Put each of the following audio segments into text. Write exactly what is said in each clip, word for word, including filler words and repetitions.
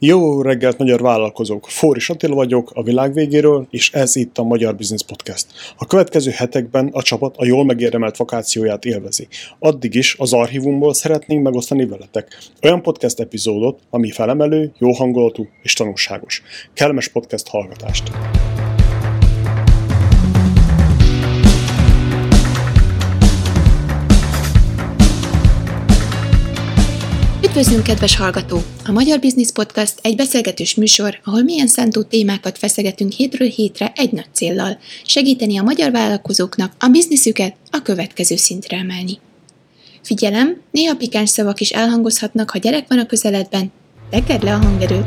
Jó reggelt, magyar vállalkozók! Fóris Attila vagyok a világ végéről, és ez itt a Magyar Business Podcast. A következő hetekben a csapat a jól megérdemelt vakációját élvezi. Addig is az archívumból szeretnénk megosztani veletek olyan podcast epizódot, ami felemelő, jó hangulatú és tanulságos. Kellemes podcast hallgatást! Üdvözlünk, kedves hallgató! A Magyar Business Podcast egy beszélgetős műsor, ahol milyen szántó témákat feszegetünk hétről hétre egy nagy céllal, segíteni a magyar vállalkozóknak a bizniszüket a következő szintre emelni. Figyelem, néha pikáns szavak is elhangozhatnak, ha gyerek van a közeledben, tekerd le a hangerőt!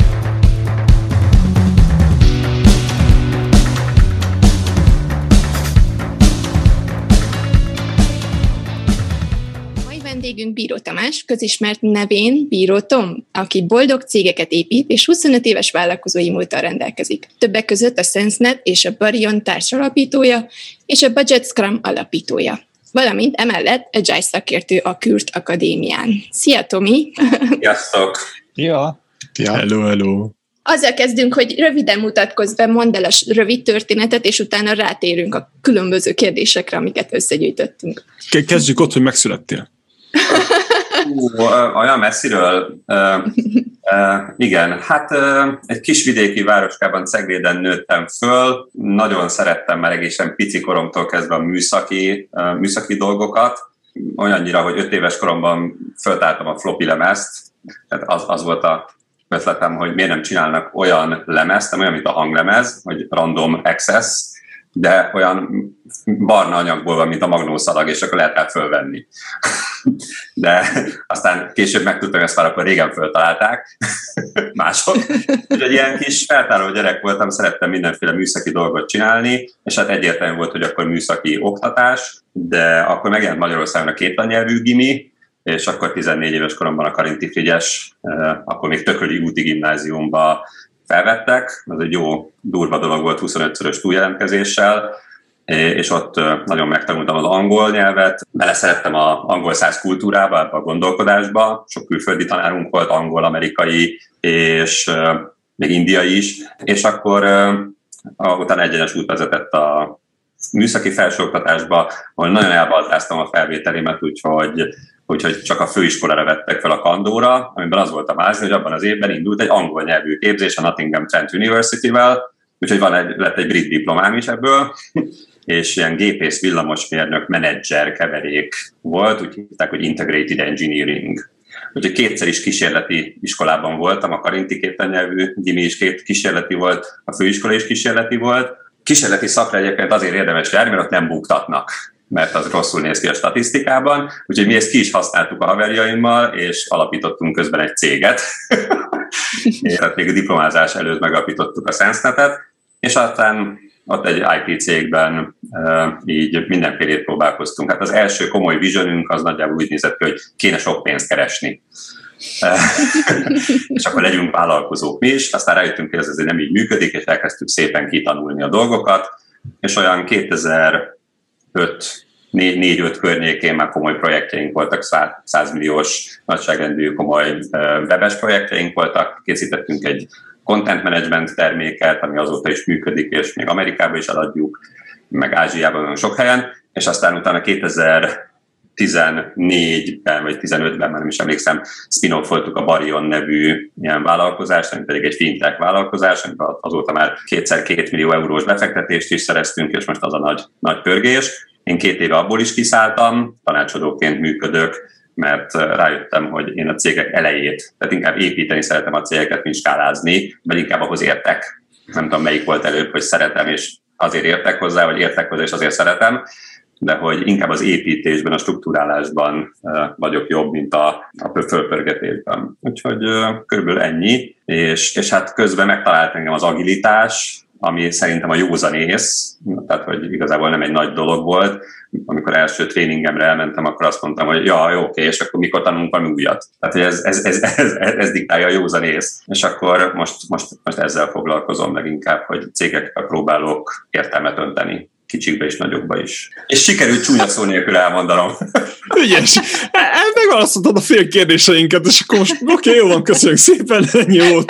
Vendégünk Bíró Tamás, közismert nevén Bíró Tom, aki boldog cégeket épít és huszonöt éves vállalkozói múlttal rendelkezik. Többek között a SenseNet és a Barion társalapítója és a Budget Scrum alapítója. Valamint emellett Agile szakértő a Kürt Akadémián. Szia, Tomi! Sziasztok! Ja. Ja. Hello, hello! Azzal kezdünk, hogy röviden mutatkozz be, mondd el a rövid történetet, és utána rátérünk a különböző kérdésekre, amiket összegyűjtöttünk. Kezdjük ott, hogy megszülettél. Ú, olyan messziről? Uh, uh, igen, hát uh, egy kis vidéki városkában, Cegléden nőttem föl. Nagyon szerettem már egészen pici koromtól kezdve a műszaki, uh, műszaki dolgokat. Olyannyira, hogy öt éves koromban föltáltam a floppy lemezt. Tehát az, az volt a ötletem, hogy miért nem csinálnak olyan lemezt, nem olyan, mint a hanglemez, hogy random access, de olyan barna anyagból van, mint a magnószalag, és akkor lehet rá fölvenni. De aztán később megtudtam, hogy ezt már akkor régen föltalálták mások. Úgyhogy ilyen kis feltáró gyerek voltam, szerettem mindenféle műszaki dolgot csinálni, és hát egyértelmű volt, hogy akkor műszaki oktatás, de akkor megjelent Magyarországon a kétanyelvű gimi, és akkor tizennégy éves koromban a Karinti Frigyes, akkor még Tököli úti gimnáziumba felvettek, ez egy jó durva dolog volt huszonötszörös túljelentkezéssel, és ott nagyon megtanultam az angol nyelvet, beleszerettem az angol száz kultúrába, a gondolkodásba, sok külföldi tanárunk volt, angol, amerikai, és még indiai is, és akkor utána egyenes út vezetett a műszaki felsőoktatásba, ahol nagyon elbaltáztam a felvételimet, úgyhogy úgyhogy csak a főiskolára vettek fel a kandóra, amiben az volt a mázni, hogy abban az évben indult egy angol nyelvű képzés a Nottingham Trent University-vel, úgyhogy van egy, lett egy brit diplomám is ebből, és ilyen gépész, villamosmérnök, menedzser keverék volt, úgy hívták, hogy Integrated Engineering. Úgyhogy kétszer is kísérleti iskolában voltam, a Karinti kétanyelvű gimi is két kísérleti volt, a főiskola is kísérleti volt. Kísérleti szakra egyébként azért érdemes járni, mert ott nem buktatnak, mert az rosszul néz ki a statisztikában, úgyhogy mi ezt ki is használtuk a haverjaimmal, és alapítottunk közben egy céget. Tehát még a diplomázás előtt megalapítottuk a SenseNet-et, és aztán ott egy i té cégben így mindenfélét próbálkoztunk. Hát az első komoly visionünk az nagyjából úgy nézett ki, hogy kéne sok pénzt keresni. És akkor legyünk vállalkozók mi is, aztán rájöttünk, hogy ez azért nem így működik, és elkezdtük szépen kitanulni a dolgokat, és olyan kétezer-öt négy-öt környékén már komoly projektjeink voltak, száz milliós nagyságrendű komoly webes projektjeink voltak, készítettünk egy content management terméket, ami azóta is működik, és még Amerikában is eladjuk, meg Ázsiában, nagyon sok helyen, és aztán utána kétezer-tizennégyben vagy tizenötben, már nem is emlékszem, spin-off voltuk a Barion nevű ilyen vállalkozást, ami pedig egy fintech vállalkozás, amiben azóta már kétszer két millió eurós befektetést is szereztünk, és most az a nagy, nagy pörgés. Én két éve abból is kiszálltam, tanácsadóként működök, mert rájöttem, hogy én a cégek elejét, tehát inkább építeni szeretem a cégeket, mint skálázni, vagy inkább ahhoz értek. Nem tudom, melyik volt előbb, hogy szeretem, és azért értek hozzá, vagy értek hozzá, és azért szeretem, de hogy inkább az építésben, a struktúrálásban vagyok jobb, mint a, a fölpörgetésben. Úgyhogy körülbelül ennyi, és, és hát közben megtalált engem az agilitás, ami szerintem a józanész, tehát hogy igazából nem egy nagy dolog volt. Amikor első tréningemre elmentem, akkor azt mondtam, hogy ja, jó, oké, és akkor mikor tanulunk valami újat. Tehát hogy ez, ez, ez, ez, ez, ez diktálja a józanész. És akkor most, most, most ezzel foglalkozom leginkább, hogy cégekkel próbálok értelmet önteni. kicsikbe és nagyokba is. És sikerült csúnya szó nélkül elmondanom. Ügyes! Megválaszoltad a fél kérdéseinket, és akkor most oké, okay, jó van, köszönjük szépen, ennyi volt.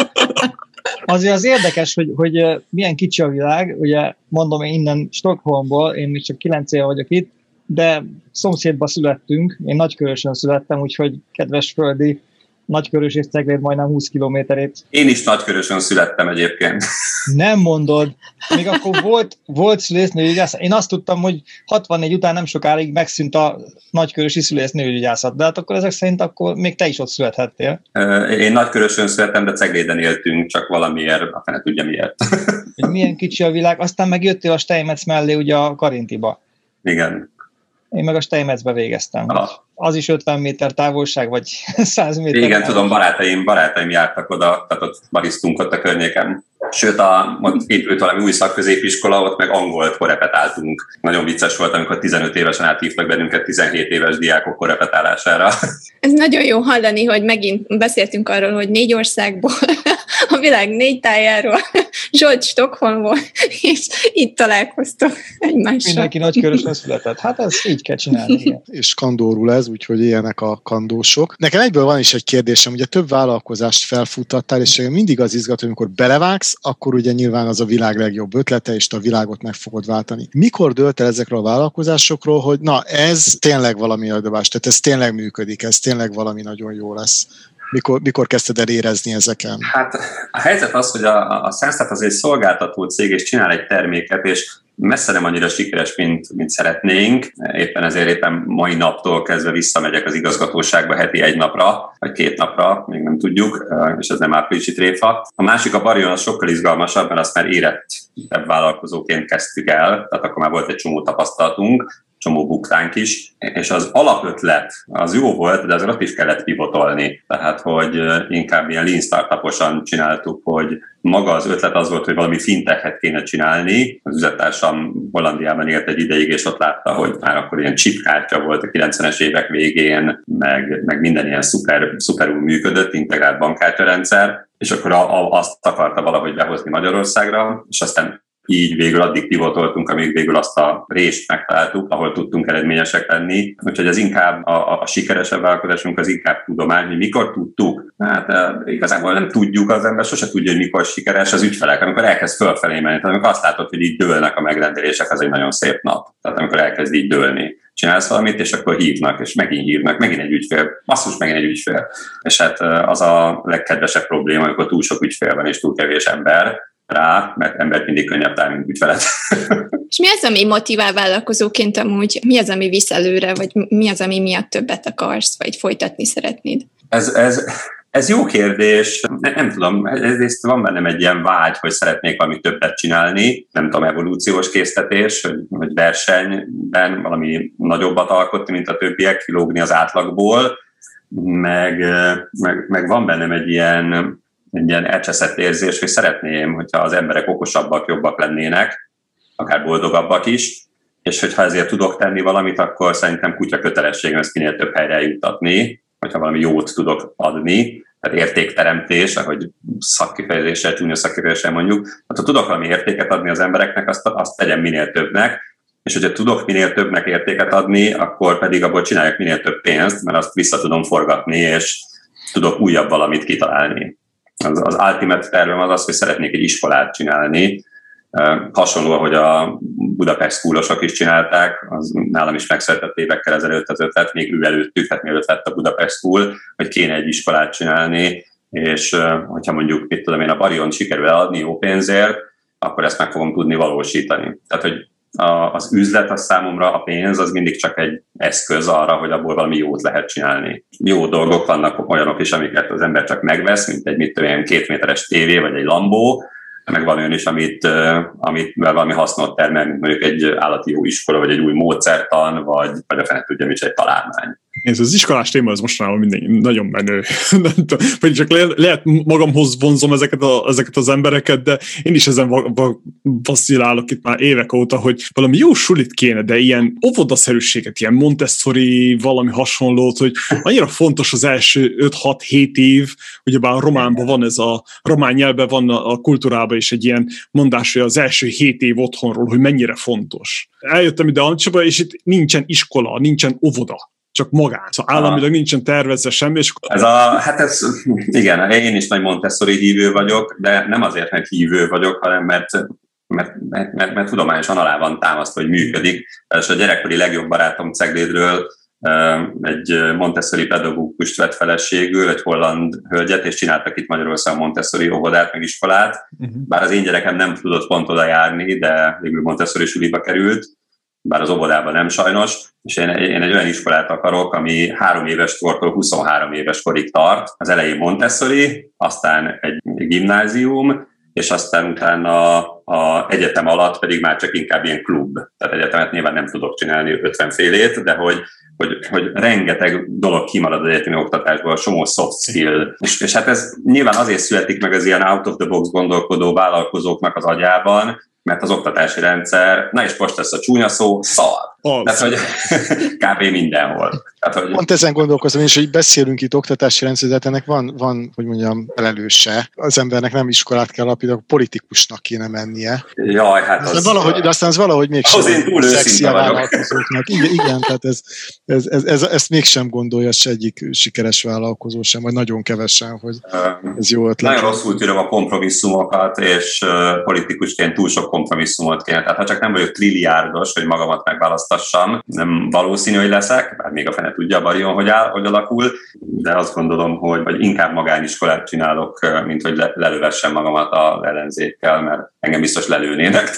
Azért az érdekes, hogy, hogy milyen kicsi a világ, ugye mondom én innen Stockholmból, én még csak kilenc éve vagyok itt, de szomszédba születtünk, én Nagykörösön születtem, úgyhogy kedves földi, Nagykörös és Cegléd majdnem húsz kilométerét. Én is Nagykörösön születtem egyébként. Nem mondod. Még akkor volt, volt szülésznőgyógyászat. Én azt tudtam, hogy hatvannégy után nem sokáig megszűnt a nagykörösi szülésznőgyógyászat, de hát akkor ezek szerint akkor még te is ott születhettél. Én Nagykörösön születtem, de Cegléden éltünk, csak valamiért, a fene tudja miért. Milyen kicsi a világ. Aztán megjöttél a Steinmetz mellé ugye a Karintiba. Igen. Én meg a Steinmetzbe végeztem. Ah. Az is ötven méter távolság, vagy száz méter. Igen, távolság. tudom, barátaim, barátaim jártak oda, tehát ott barisztunk ott a környéken. Sőt, a, ott épült valami új szakközépiskola, ott meg angolt korrepetáltunk. Nagyon vicces volt, amikor tizenöt évesen áthívtak bennünket tizenhét éves diákok korrepetálására. Ez nagyon jó hallani, hogy megint beszéltünk arról, hogy négy országból, a világ négy tájáról, Zsolt Stockholmból, és itt találkoztok egymással. Mindenki Nagykörösön született. Hát ezt így kell csinálni. Igen. És kandórul ez, úgyhogy ilyenek a kandósok. Nekem egyből van is egy kérdésem, ugye több vállalkozást felfuttattál, és mindig az izgat, hogy amikor belevágsz, akkor ugye nyilván az a világ legjobb ötlete, és te a világot meg fogod váltani. Mikor dölt el ezekről a vállalkozásokról, hogy na ez tényleg valami nagyobás, tehát ez tényleg működik, ez tényleg valami nagyon jó lesz? Mikor, mikor kezdted el érezni ezeken? Hát a helyzet az, hogy a, a SenseTech az egy szolgáltató cég, és csinál egy terméket, és messze nem annyira sikeres, mint, mint szeretnénk. Éppen ezért éppen mai naptól kezdve visszamegyek az igazgatóságba heti egy napra, vagy két napra, még nem tudjuk, és ez nem áprilisi tréfa. A másik, a Barion, az sokkal izgalmasabb, mert azt már érettebb vállalkozóként kezdtük el, tehát akkor már volt egy csomó tapasztalatunk, csomó buktánk is, és az alapötlet az jó volt, de azért ott is kellett pivotolni. Tehát, hogy inkább ilyen lean startuposan csináltuk, hogy maga az ötlet az volt, hogy valami fintechet kéne csinálni. Az üzlettársam Hollandiában élt egy ideig, és ott látta, hogy már akkor ilyen chipkártya volt a kilencvenes évek végén, meg, meg minden ilyen szuper, szuperul működött, integrált bankkártyarendszer, és akkor a, a, azt akarta valahogy behozni Magyarországra, és aztán így végül addig pivotoltunk, amíg végül azt a rést megtaláltuk, ahol tudtunk eredményesek lenni. Úgyhogy ez inkább a, a, a sikeresebb vállalkozásunk az inkább tudomány, hogy mikor tudtuk. Hát e, igazából nem tudjuk, az ember sose tudja, hogy mikor sikeres az ügyfelek, amikor elkezd fölfelé menni. Tehát amikor azt látod, hogy így dőlnek a megrendelések, az egy nagyon szép nap. Tehát amikor elkezd így dőlni. Csinálsz valamit, és akkor hívnak, és megint hívnak, megint egy ügyfél, basszus, megint egy ügyfél. És hát az a legkedvesebb probléma, amikor túl sok ügyfél van, és túl kevés ember rá, mert ember mindig könnyebb találni, mint ügyfelet. És mi az, ami motivál vállalkozóként amúgy? Mi az, ami visz előre, vagy mi az, ami miatt többet akarsz, vagy folytatni szeretnéd? Ez, ez, ez jó kérdés. Nem, nem tudom, egyrészt van bennem egy ilyen vágy, hogy szeretnék valami többet csinálni, nem tudom, evolúciós késztetés, hogy, hogy versenyben valami nagyobbat alkotni, mint a többiek, kilógni az átlagból, meg, meg, meg van bennem egy ilyen egy ilyen elcseszett érzés, hogy szeretném, hogyha az emberek okosabbak, jobbak lennének, akár boldogabbak is, és hogyha ezért tudok tenni valamit, akkor szerintem kutya kötelességem ezt minél több helyre eljuttatni, hogyha valami jót tudok adni, tehát értékteremtés, ahogy szakkifejezéssel, csúnya szakkifejezéssel mondjuk, hát ha tudok valami értéket adni az embereknek, azt, azt tegyem minél többnek, és hogyha tudok minél többnek értéket adni, akkor pedig abból csináljak minél több pénzt, mert azt vissza tudom forgatni, és tudok újabb valamit kitalálni. Az, az ultimate tervem az az, hogy szeretnék egy iskolát csinálni, uh, hasonló, ahogy a Budapest Schoolosok is csinálták, az nálam is megszületett évekkel ezelőtt az ötlet, még ő előttük, tehát mielőtt lett a Budapest School, hogy kéne egy iskolát csinálni, és uh, hogyha mondjuk, mit tudom én, a Bariont sikerül eladni jó pénzért, akkor ezt meg fogom tudni valósítani. Tehát, hogy a, az üzlet, az számomra a pénz, az mindig csak egy eszköz arra, hogy abból valami jót lehet csinálni. Jó dolgok vannak olyanok is, amiket az ember csak megvesz, mint egy mit tudom, két méteres tévé, vagy egy Lambó, meg van olyan is, amit, amit valami hasznot termel, mint mondjuk egy állati jó iskola, vagy egy új módszertan, vagy, vagy a fene tudja, mit egy találmány. Ez az iskolás téma, ez mostanában minden nagyon menő. Vagy csak le, lehet magamhoz vonzom ezeket, a, ezeket az embereket, de én is ezen va, va, vacillálok itt már évek óta, hogy valami jó sulit kéne, de ilyen óvodaszerűséget, ilyen Montessori, valami hasonlót, hogy annyira fontos az első öt-hat-hét év, ugyebár a románban van ez a, román nyelvben van a, a kultúrában is egy ilyen mondás, hogy az első hét év otthonról, hogy mennyire fontos. Eljöttem ide Ancsiba, és itt nincsen iskola, nincsen óvoda. Csak magán. Szóval államilag nincsen tervezve semmi. És... Ez a, hát ez, igen, én is nagy Montessori hívő vagyok, de nem azért, mert hívő vagyok, hanem mert, mert, mert, mert, mert tudományosan alá van támasztva, hogy működik. És a gyerekkori legjobb barátom Ceglédről egy Montessori pedagógust vett feleségül, egy holland hölgyet, és csináltak itt Magyarországon Montessori óvodát, meg iskolát. Bár az én gyerekem nem tudott pont oda járni, de végül Montessori suliba került, bár az óvodában nem sajnos, és én, én egy olyan iskolát akarok, ami három éves kortól huszonhárom éves korig tart. Az elején Montessori, aztán egy gimnázium, és aztán utána az egyetem alatt pedig már csak inkább ilyen klub. Tehát egyetemet nyilván nem tudok csinálni ötvenfélét, de hogy, hogy, hogy rengeteg dolog kimarad az egyetemi oktatásból, somó soft skill. És, és hát ez nyilván azért születik meg az ilyen out of the box gondolkodó vállalkozóknak az agyában, mert az oktatási rendszer, na és most ez a csúnya szó, szar. Oh, Tehát, hogy kb. Mindenhol. Tehát, hogy... Pont ezen gondolkozom is, hogy beszélünk itt oktatási rendszeret, ennek van, van, hogy mondjam, felelőse. Az embernek nem iskolát kell alapítani, politikusnak kéne mennie. Jaj, hát az... Valahogy, de aztán az valahogy mégsem szexi a vállalkozóknak. Igen, igen, tehát ez, ez, ez, ez, ezt mégsem gondolja se egyik sikeres vállalkozó sem, vagy nagyon kevesen, hogy ez jó ötlet. Nagyon rosszul tudom a kompromisszumokat, és uh, politikusként túl sok kompromisszumot kéne. Tehát ha csak nem vagyok trilliárdos, hogy magamat megválasztassam, nem valószínű, hogy leszek, bár még a fene tudja a barion, hogy, áll, hogy alakul, de azt gondolom, hogy vagy inkább magániskolát csinálok, mint hogy le, lelövessem magamat az ellenzékkel, mert engem biztos lelőnének.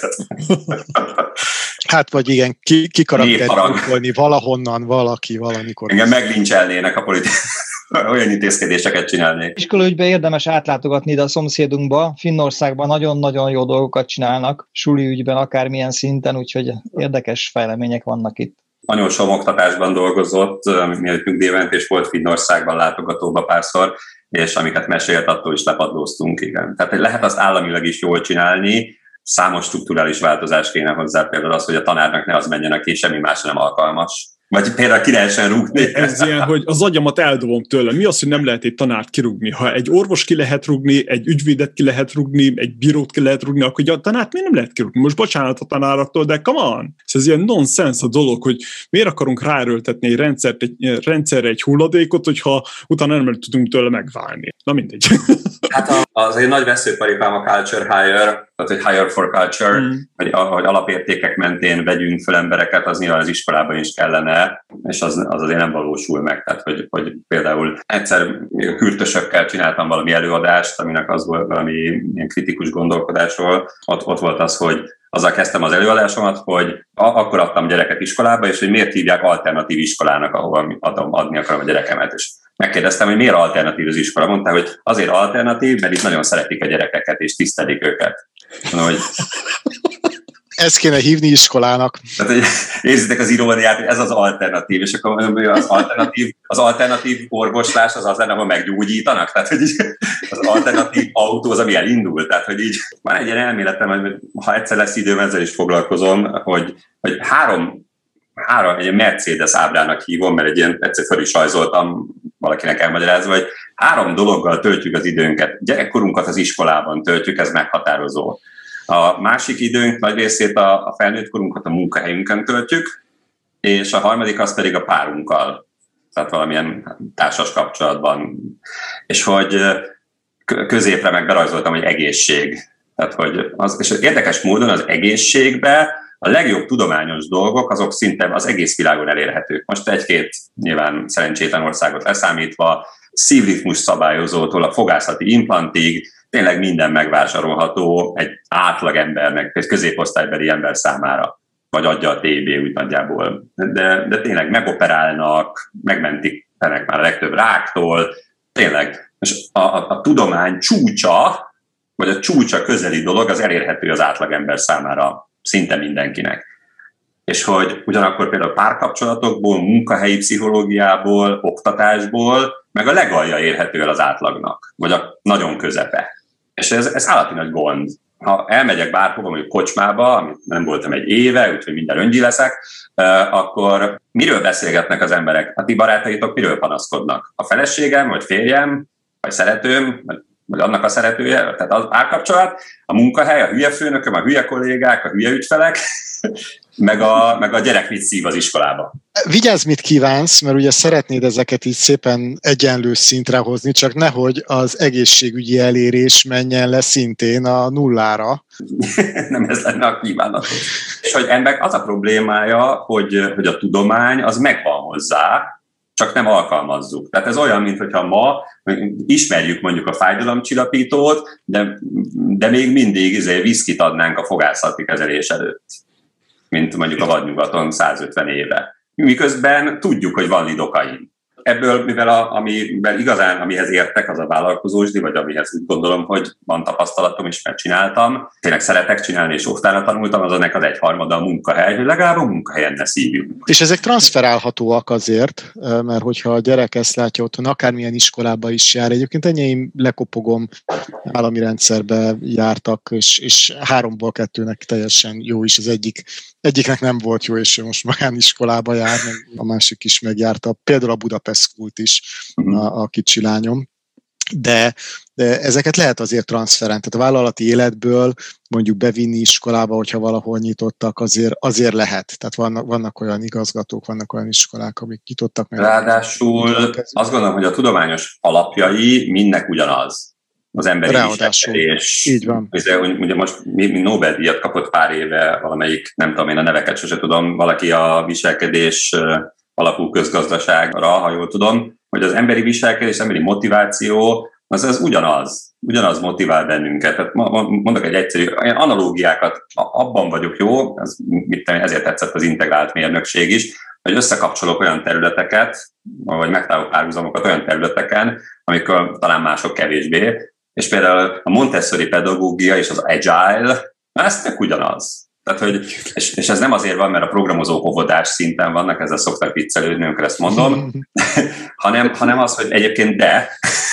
Hát vagy igen, ki, ki karakterkolni valahonnan, valaki, valamikor. Engem meglincselnének a politikusok. Olyan intézkedéseket csinálnék. Iskolaügyben érdemes átlátogatni ide a szomszédunkba. Finnországban nagyon-nagyon jó dolgokat csinálnak, suli ügyben akármilyen szinten, úgyhogy érdekes fejlemények vannak itt. Anyósom oktatásban dolgozott, mielőtt nyugdíjment, és volt Finnországban látogatóba párszor, és amiket mesélt, attól is lepadlóztunk, igen. Tehát lehet azt államilag is jól csinálni, számos strukturális változás kéne hozzá, például az, hogy a tanárnak ne az menjen, aki semmi más nem alkalmas. Vagy például ki lehessen rúgni. Ez ilyen, hogy az agyamat eldobom tőle. Mi az, hogy nem lehet egy tanárt kirúgni? Ha egy orvos ki lehet rúgni, egy ügyvédet ki lehet rúgni, egy bírót ki lehet rúgni, akkor a tanárt miért nem lehet kirúgni? Most bocsánat a tanáraktól, de come on! Ez ilyen nonsense a dolog, hogy miért akarunk ráerőltetni egy, rendszert, egy rendszerre egy hulladékot, hogyha utána nem tudunk tőle megválni. Na mindegy. Hát az egy nagy veszőparipám a culture hire, tehát hogy hire for culture, mm. hogy, hogy alapértékek mentén vegyünk fel embereket, az nyilván az iskolában is kellene, és az, az azért nem valósul meg. Tehát, hogy, hogy például egyszer kürtösökkel csináltam valami előadást, aminek az volt valami ilyen kritikus gondolkodásról. Ott, ott volt az, hogy azzal kezdtem az előadásomat, hogy akkor adtam gyereket iskolába, és hogy miért hívják alternatív iskolának, ahova adom, adni akarom a gyerekemet. És megkérdeztem, hogy miért alternatív az iskola. Mondta, hogy azért alternatív, mert itt nagyon szeretik a gyerekeket, és tisztelik őket. Mondom, hogy... Ezt kéne hívni iskolának. Tehát, hogy érzitek az iróniát, hogy ez az alternatív, és akkor az alternatív, az alternatív orvoslás az az lenne, ahol meggyógyítanak. Tehát, hogy az alternatív autó az, ami elindul. Tehát, hogy így van egy ilyen elméletem, hogy ha egyszer lesz időm, ezzel is foglalkozom, hogy, hogy három, három, egy Mercedes ábrának hívom, mert egy ilyen egyszer fel is rajzoltam valakinek elmagyarázva, hogy három dologgal töltjük az időnket. Gyerekkorunkat az iskolában töltjük, ez meghatározó. A másik időnk nagy részét a, a felnőtt korunkat a munkahelyünkön töltjük, és a harmadik az pedig a párunkkal, tehát valamilyen társas kapcsolatban. És hogy középre meg berajzoltam, hogy egészség. Tehát, hogy az, és érdekes módon az egészségbe a legjobb tudományos dolgok, azok szinte az egész világon elérhetők. Most egy-két nyilván szerencsétlen országot leszámítva, szívritmus szabályozótól a fogászati implantig, tényleg minden megvásárolható egy átlag embernek, egy középosztálybeli ember számára, vagy adja a té bé úgy nagyjából. De, de tényleg megoperálnak, megmentik már a legtöbb ráktól, tényleg. És a, a, a tudomány csúcsa, vagy a csúcsa közeli dolog az elérhető az átlagember számára, szinte mindenkinek. És hogy ugyanakkor például párkapcsolatokból, munkahelyi pszichológiából, oktatásból, meg a legalja érhető el az átlagnak, vagy a nagyon közepe. És ez, ez állati nagy gond. Ha elmegyek bárhova, mondjuk kocsmába, amit nem voltam egy éve, úgyhogy minden öngyi leszek, akkor miről beszélgetnek az emberek? A ti barátaitok miről panaszkodnak? A feleségem, vagy férjem, vagy szeretőm, vagy vagy annak a szeretője, tehát az párkapcsolat, a munkahely, a hülye főnököm, a hülye kollégák, a hülye ügyfelek, meg a, meg a gyerek mit szív az iskolába. Vigyázz, mit kívánsz, mert ugye szeretnéd ezeket így szépen egyenlő szintre hozni, csak nehogy az egészségügyi elérés menjen le szintén a nullára. Nem ez lenne a kívánatos. És hogy ennek az a problémája, hogy, hogy a tudomány az megvan hozzá, csak nem alkalmazzuk. Tehát ez olyan, mintha ma ismerjük mondjuk a fájdalomcsillapítót, de, de még mindig izé, viszkit adnánk a fogászati kezelés előtt, mint mondjuk a vadnyugaton százötven éve. Miközben tudjuk, hogy van lidokain. Ebből, mivel a, amivel igazán, amihez értek, az a vállalkozósdi, vagy amihez úgy gondolom, hogy van tapasztalatom is, mert csináltam, tényleg szeretek csinálni, és osztályra tanultam, az ennek az egyharmada a munkahely, hogy legalább a munkahelyen ne szívjunk. És ezek transferálhatóak azért, mert hogyha a gyerek ezt látja otthon, akármilyen iskolába is jár, egyébként enyém lekopogom, állami rendszerbe jártak, és, és háromból kettőnek teljesen jó is, az egyik Egyiknek nem volt jó, és ő most magániskolába jár, meg a másik is megjárta. Például a Budapest School-t is, a, a kicsi lányom. De, de ezeket lehet azért transferálni. Tehát a vállalati életből mondjuk bevinni iskolába, hogyha valahol nyitottak, azért, azért lehet. Tehát vannak, vannak olyan igazgatók, vannak olyan iskolák, amik nyitottak. Meg Ráadásul azt gondolom, hogy a tudományos alapjai mindnek ugyanaz. Az emberi viselkedés. Így van. Ugye, ugye most mi, mi Nobel-díjat kapott pár éve valamelyik, nem tudom én a neveket sose tudom, valaki a viselkedés alapú közgazdaságra, ha jól tudom, hogy az emberi viselkedés, az emberi motiváció, az, az ugyanaz. Ugyanaz motivál bennünket. Tehát mondok egy egyszerű, olyan analógiákat, abban vagyok jó, az, mit tudom, ezért tetszett az integrált mérnökség is, hogy összekapcsolok olyan területeket, vagy megtalálok párhuzamokat olyan területeken, amikor talán mások kevésbé, és például a Montessori pedagógia és az Agile, ez tök ugyanaz. Tehát, hogy, és, és ez nem azért van, mert a programozók óvodás szinten vannak, ezzel szoktak viccelődni, amikor ezt mondom, hanem, hanem az, hogy egyébként de,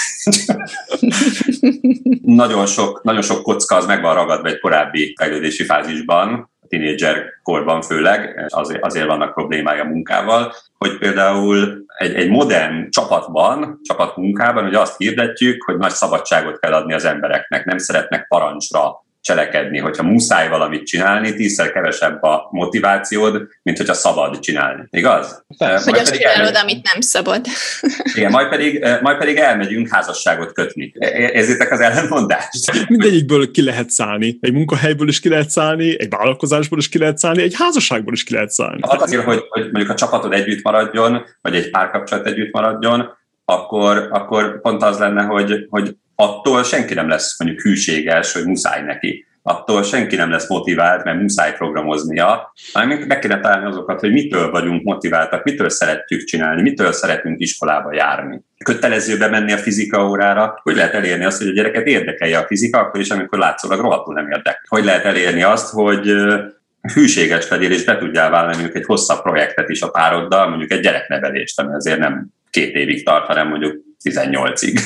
nagyon, sok, nagyon sok kocka az meg van ragadva egy korábbi fejlődési fázisban, a tínédzser korban főleg, azért, azért vannak problémája munkával, hogy például egy, egy modern csapatban, csapatmunkában ugye azt hirdetjük, hogy nagy szabadságot kell adni az embereknek, nem szeretnek parancsra cselekedni, hogyha muszáj valamit csinálni, tízszer kevesebb a motivációd, mint hogyha szabad csinálni. Igaz? Hogy azt csinálod, amit nem szabad. Igen, majd pedig, majd pedig elmegyünk házasságot kötni. Érzitek az ellentmondást? Mindegyikből ki lehet szállni. Egy munkahelyből is ki lehet szállni, egy vállalkozásból is ki lehet szállni, egy házasságból is ki lehet szállni. Azért, hogy, hogy mondjuk a csapatod együtt maradjon, vagy egy párkapcsolat együtt maradjon, akkor, akkor pont az lenne, hogy, hogy attól senki nem lesz mondjuk hűséges, hogy muszáj neki. Attól senki nem lesz motivált, mert muszáj programoznia, hanem meg kéne találni azokat, hogy mitől vagyunk motiváltak, mitől szeretjük csinálni, mitől szeretünk iskolába járni. Kötelezőbe menni a fizika órára, hogy lehet elérni azt, hogy a gyereket érdekelje a fizika, akkor is, amikor látszólag rohadtul nem érdekel. Hogy lehet elérni azt, hogy hűséges legyél, és be tudjál vállalni mondjuk egy hosszabb projektet is a pároddal, mondjuk egy gyereknevelést, ami azért nem két évig tart, hanem mondjuk tizennyolcig.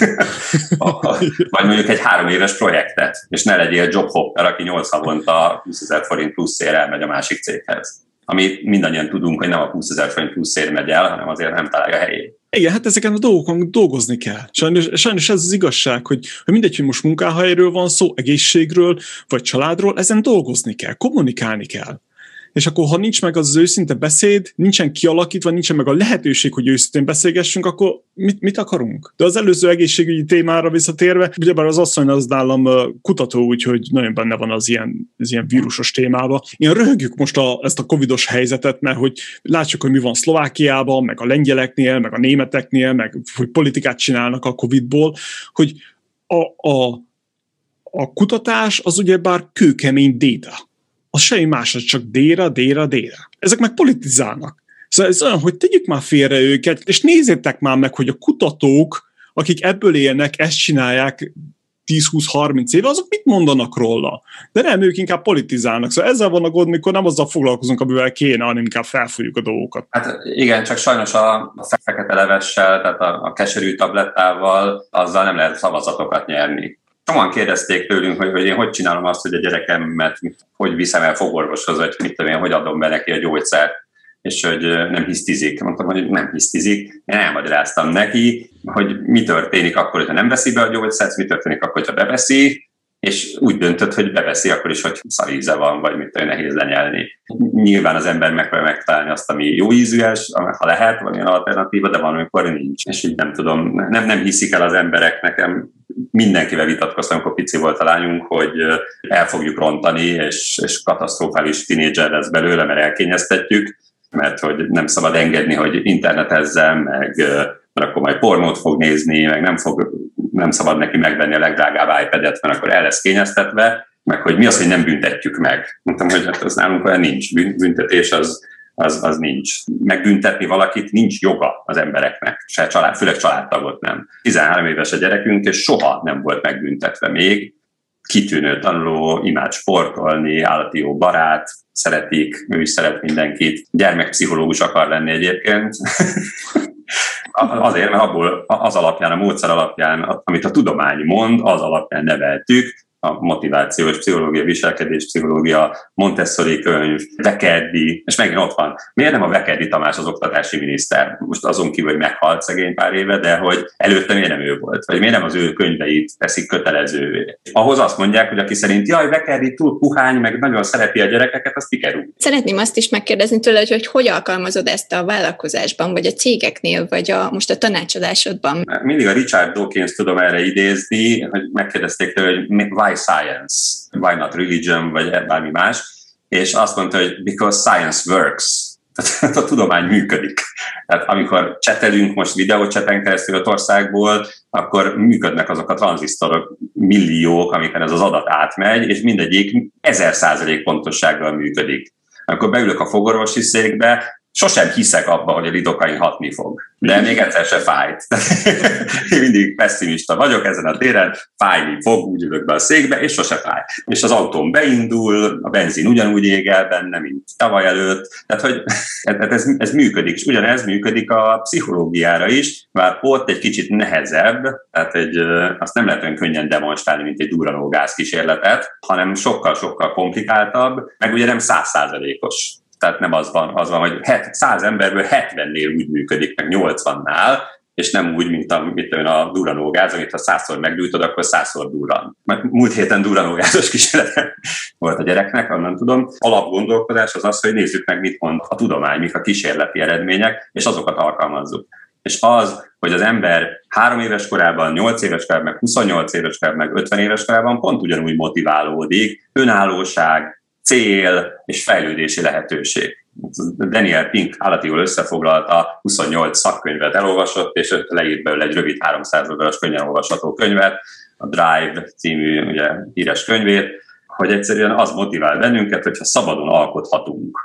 Vagy mondjuk egy három éves projektet, és ne legyél jobhopper, aki nyolc havonta húszezer forint pluszért elmegy a másik céghez. Amit mindannyian tudunk, hogy nem a húszezer forint pluszért megy el, hanem azért nem találja helyét. Igen, hát ezeken a dolgokon dolgozni kell. Sajnos, sajnos ez az igazság, hogy, hogy mindegy, hogy most munkahelyről van szó, egészségről, vagy családról, ezen dolgozni kell, kommunikálni kell. És akkor, ha nincs meg az, az őszinte beszéd, nincsen kialakítva, nincsen meg a lehetőség, hogy őszintén beszélgessünk, akkor mit, mit akarunk? De az előző egészségügyi témára visszatérve, ugyebár az asszony az nálam kutató, úgyhogy nagyon benne van az ilyen, az ilyen vírusos témába. Ilyen röhögjük most a, ezt a covidos helyzetet, mert hogy látsuk, hogy mi van Szlovákiában, meg a lengyeleknél, meg a németeknél, meg hogy politikát csinálnak a covidból, hogy a, a, a kutatás az ugyebár kőkemény déta. Az semmi más, csak déra, déra, déra. Ezek meg politizálnak. Szóval ez olyan, hogy tegyük már félre őket, és nézzétek már meg, hogy a kutatók, akik ebből élnek, ezt csinálják, tíz-húsz-harminc éve, azok mit mondanak róla? De nem, ők inkább politizálnak. Szóval ezzel van a gond, mikor nem azzal foglalkozunk, amivel kéne, hanem inkább felfújjuk a dolgokat. Hát igen, csak sajnos a, a fekete levessel, tehát a, a keserű tablettával, azzal nem lehet szavazatokat nyerni. Sokan kérdezték tőlünk, hogy, hogy én hogy csinálom azt, hogy a gyerekemet hogy viszem el fogorvoshoz, vagy mit tudom én, hogy adom be neki a gyógyszert, és hogy nem hisztizik. Mondtam, hogy nem hisztizik. Én elmagyaráztam neki, hogy mi történik akkor, hogyha nem veszi be a gyógyszert, mi történik akkor, hogyha beveszi, és úgy döntött, hogy beveszi akkor is, hogy szaríze van, vagy mit olyan nehéz lenyelni. Nyilván az ember megpróbál megtalálni azt, ami jó ízűes, ha lehet, van ilyen alternatíva, de van, amikor nincs. És így nem tudom, nem, nem hiszik el az emberek, nekem mindenkivel vitatkoztam, amikor pici volt a lányunk, hogy el fogjuk rontani, és, és katasztrofális tínédzser lesz belőle, mert elkényeztetjük, mert hogy nem szabad engedni, hogy internetezzen, meg mert akkor majd pornót fog nézni, meg nem, fog, nem szabad neki megvenni a legdrágább iPad-et, mert akkor el lesz kényeztetve, meg hogy mi az, hogy nem büntetjük meg. Mondtam, hogy hát az nálunk olyan nincs. Büntetés az, az, az nincs. Megbüntetni valakit nincs joga az embereknek, se család, főleg családtagot nem. tizenhárom éves a gyerekünk, és soha nem volt megbüntetve még. Kitűnő tanuló, imád sportolni, állati jó barát, szeretik, ő is szeret mindenkit. Gyermekpszichológus akar lenni egyébként. Azért, mert abból az alapján, a módszer alapján, amit a tudomány mond, az alapján neveltük, a motivációs pszichológia, viselkedés pszichológia, Montessori könyv, Vekerdi, és megint ott van. Miért nem a Vekerdi Tamás az oktatási miniszter? Most azon kívül, hogy meghalt szegény pár éve, de hogy előtte miért nem ő volt? Vagy miért nem az ő könyveit teszik kötelezővé? Ahhoz azt mondják, hogy aki szerint, jaj, Vekerdi túl puhány, meg nagyon szereti a gyerekeket, azt kikerül. Szeretném azt is megkérdezni tőle, hogy, hogy hogy alkalmazod ezt a vállalkozásban, vagy a cégeknél, vagy a, most a tanácsadásodban? Mindig a Richard Dawkins tudom erre idézni, hogy megkérdezték tőle, hogy why science, why not religion, vagy bármi más, és azt mondta, hogy because science works. Tehát a tudomány működik. Tehát amikor csetelünk most videócseten keresztül az országból, akkor működnek azok a tranzisztorok, milliók, amiken ez az adat átmegy, és mindegyik ezer százalék pontossággal működik. Amikor beülök a fogorvosi székbe, sosem hiszek abba, hogy a lidokain hatni fog. De még egyszer se fájt. Én mindig pessimista vagyok ezen a téren, fájni fog, úgy ülök be a székbe, és sose fáj. És az autóm beindul, a benzin ugyanúgy ég el benne, mint tavaly előtt. Tehát, hogy ez, ez működik, és ugyanez működik a pszichológiára is, bár ott egy kicsit nehezebb, tehát egy, azt nem lehet olyan könnyen demonstrálni, mint egy durranó gázkísérletet, hanem sokkal-sokkal komplikáltabb, meg ugye nem száz százalékos. Tehát nem az van, az van, hogy száz emberből hetvennél úgy működik, meg nyolcvannál, és nem úgy, mint a, mint a durranógáz, amit ha százszor meggyújtod, akkor százszor durran. Mert múlt héten durranógázos kísérlet volt a gyereknek, onnan tudom. Alapgondolkodás az az, hogy nézzük meg, mit mond a tudomány, mik a kísérleti eredmények, és azokat alkalmazzuk. És az, hogy az ember három éves korában, nyolc éves korában, meg huszonnyolc éves korában, meg ötven éves korában pont ugyanúgy motiválódik, önállóság, cél és fejlődési lehetőség. Daniel Pink állati jól összefoglalta, huszonnyolc szakkönyvet elolvasott, és leírt belőle egy rövid háromszáz oldalas könnyen olvasható könyvet, a Drive című ugye, híres könyvét, hogy egyszerűen az motivál bennünket, hogyha szabadon alkothatunk.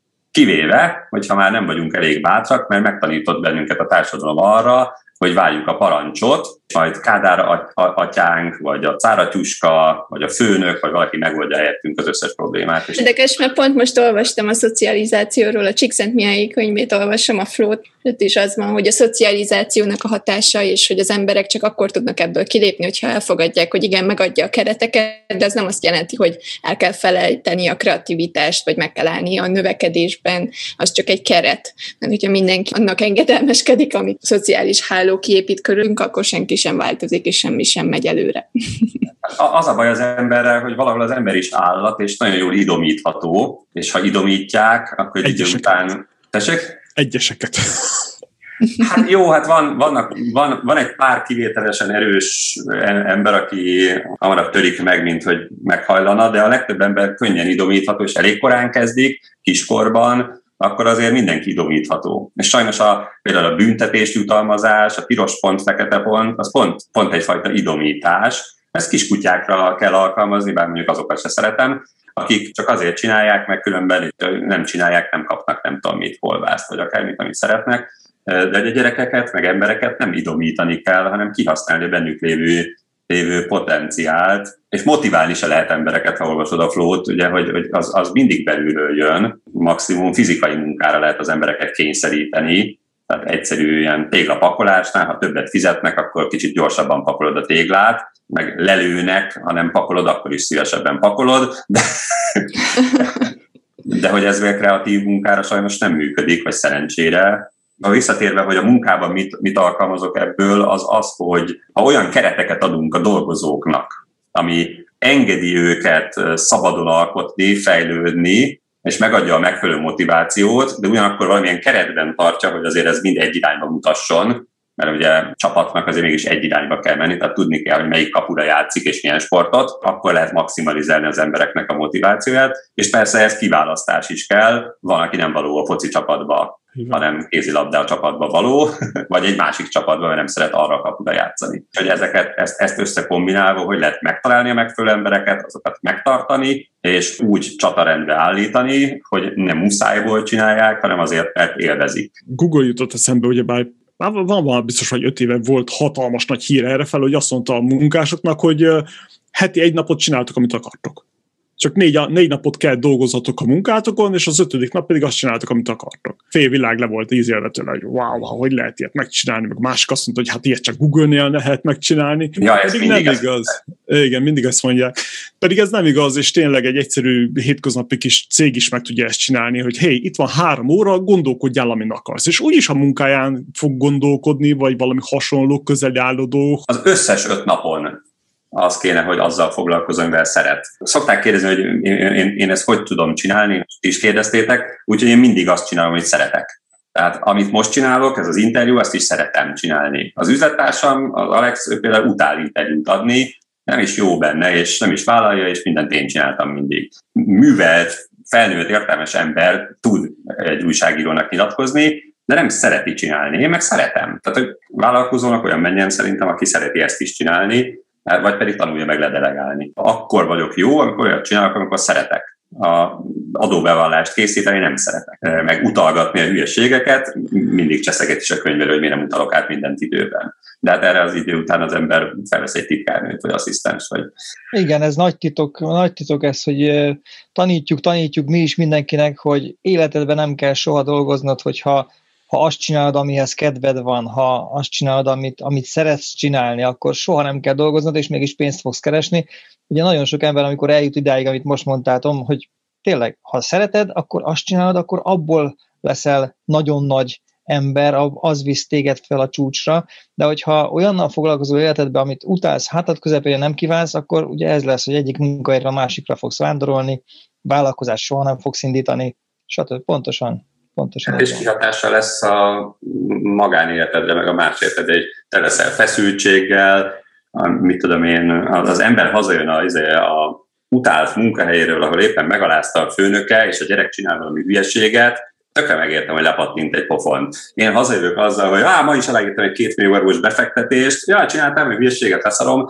Kivéve, hogyha már nem vagyunk elég bátrak, mert megtanított bennünket a társadalom arra, hogy várjuk a parancsot, majd Kádár atyánk, vagy a cáratyuska, vagy a főnök, vagy valaki megoldja helyettünk az összes problémát. Érdekes, mert pont most olvastam a szocializációról, a Csíkszentmihályi könyvét olvasom, a Flót, ott is az van, hogy a szocializációnak a hatása, és hogy az emberek csak akkor tudnak ebből kilépni, hogyha elfogadják, hogy igen, megadja a kereteket, de ez nem azt jelenti, hogy el kell felejteni a kreativitást, vagy meg kell állni a növekedésben, az csak egy keret. Mert hogyha mindenki annak engedelmeskedik, amit a szociális háló kiépít körülünk, akkor senki sem változik, és semmi sem megy előre. Az a baj az emberrel, hogy valahol az ember is állat, és nagyon jól idomítható, és ha idomítják, akkor egy idő után... Tessék? Egyeseket. Hát jó, hát van, vannak, van, van egy pár kivételesen erős ember, aki hamarabb törik meg, mint hogy meghajlana, de a legtöbb ember könnyen idomítható, és elég korán kezdik, kiskorban, akkor azért mindenki idomítható. És sajnos a, például a büntetés jutalmazás, a piros pont, fekete pont, az pont, pont egyfajta idomítás. Ezt kiskutyákra kell alkalmazni, bár mondjuk azokat se szeretem, akik csak azért csinálják, meg különben nem csinálják, nem kapnak nem tudom mit, holvászt, vagy akármit, amit szeretnek. De a gyerekeket, meg embereket nem idomítani kell, hanem kihasználni a bennük lévő lévő potenciált, és motiválni se lehet embereket, ha olvasod a Flow-t, ugye, hogy, hogy az, az mindig belülről jön, maximum fizikai munkára lehet az embereket kényszeríteni, tehát egyszerű ilyen téglapakolásnál, ha többet fizetnek, akkor kicsit gyorsabban pakolod a téglát, meg lelőnek, ha nem pakolod, akkor is szívesebben pakolod, de, de hogy ez a kreatív munkára sajnos nem működik, vagy szerencsére. Ha visszatérve, hogy a munkában mit, mit alkalmazok ebből, az az, hogy ha olyan kereteket adunk a dolgozóknak, ami engedi őket szabadon alkotni, fejlődni, és megadja a megfelelő motivációt, de ugyanakkor valamilyen keretben tartja, hogy azért ez mind egy irányba mutasson, mert ugye csapatnak azért mégis egy irányba kell menni, tehát tudni kell, hogy melyik kapura játszik és milyen sportot, akkor lehet maximalizálni az embereknek a motivációját, és persze ez kiválasztás is kell, van, aki nem való a foci csapatba, igen, hanem kézilabda a csapatba való, vagy egy másik csapatba, mert nem szeret arra a kapura játszani. Hogy ezeket, ezt, ezt összekombinálva, hogy lehet megtalálni a megfelelő embereket, azokat megtartani, és úgy csatarendbe állítani, hogy nem muszájból csinálják, hanem azért, mert élvezik. Google jutott eszembe, ugyebár van, van, van biztos, hogy öt éve volt hatalmas nagy hír errefel, hogy azt mondta a munkásoknak, hogy heti egy napot csináltok, amit akartok. Csak négy, négy napot kell dolgozatok a munkátokon, és az ötödik nap pedig azt csináltok, amit akartok. Fél világ le volt ízélve tőle, hogy wow, hogy lehet ilyet megcsinálni, meg másik azt mondta, hogy hát ilyet csak Google-nél lehet megcsinálni. Ja, pedig nem igaz. Igen, mindig ezt mondják. Pedig ez nem igaz, és tényleg egy egyszerű hétköznapi kis cég is meg tudja ezt csinálni, hogy hé, itt van három óra, gondolkodjál, amin akarsz. És úgyis a munkáján fog gondolkodni, vagy valami hasonló, közeli álló dolgok. Az összes öt napon az kéne, hogy azzal foglalkozom, mivel szeret. Szokták kérdezni, hogy én, én, én ezt hogy tudom csinálni, ti is kérdeztétek, úgyhogy én mindig azt csinálom, amit szeretek. Tehát amit most csinálok, ez az interjú, azt is szeretem csinálni. Az üzlettársam, az Alex, ő például utál interjút adni, nem is jó benne, és nem is vállalja, és mindent én csináltam mindig. Művelt, felnőtt, értelmes ember tud egy újságírónak nyilatkozni, de nem szereti csinálni. Én meg szeretem. Tehát, hogy vállalkozónak olyan menjen szerintem, aki szereti ezt is csinálni, vagy pedig tanulja meg ledelegálni. Akkor vagyok jó, amikor olyat csinálok, amikor szeretek. A adóbevallást készíteni nem szeretek. Meg utalgatni a hülyeségeket, mindig cseszeget is a könyvelő, hogy miért nem utalok át mindent időben. De hát erre az idő után az ember felvesz egy titkárnőt, vagy asszisztens. Vagy... Igen, ez nagy titok, nagy titok ez, hogy tanítjuk, tanítjuk mi is mindenkinek, hogy életedben nem kell soha dolgoznod, hogyha ha azt csinálod, amihez kedved van, ha azt csinálod, amit, amit szeretsz csinálni, akkor soha nem kell dolgoznod, és mégis pénzt fogsz keresni. Ugye nagyon sok ember, amikor eljut idáig, amit most mondtátom, hogy tényleg, ha szereted, akkor azt csinálod, akkor abból leszel nagyon nagy ember, az visz téged fel a csúcsra, de hogyha olyannal foglalkozol életedben, amit utálsz, hátad közepére nem kívánsz, akkor ugye ez lesz, hogy egyik munkahelyre a másikra fogsz vándorolni, vállalkozás soha nem fogsz indítani, stb. Pontosan. Pontosan hát és kihatása lesz a magánéletedre, meg a más életedre, hogy te leszel feszültséggel, mit tudom én, az ember hazajön a, a utált munkahelyéről, ahol éppen megalázta a főnöke, és a gyerek csinál valami hülyeséget, tökre megértem, hogy lepattint egy pofont. Én hazajövök azzal, hogy á, ma is aláírtam egy két millió eurós befektetést, ja, csináltam egy hülyeséget, leszarom.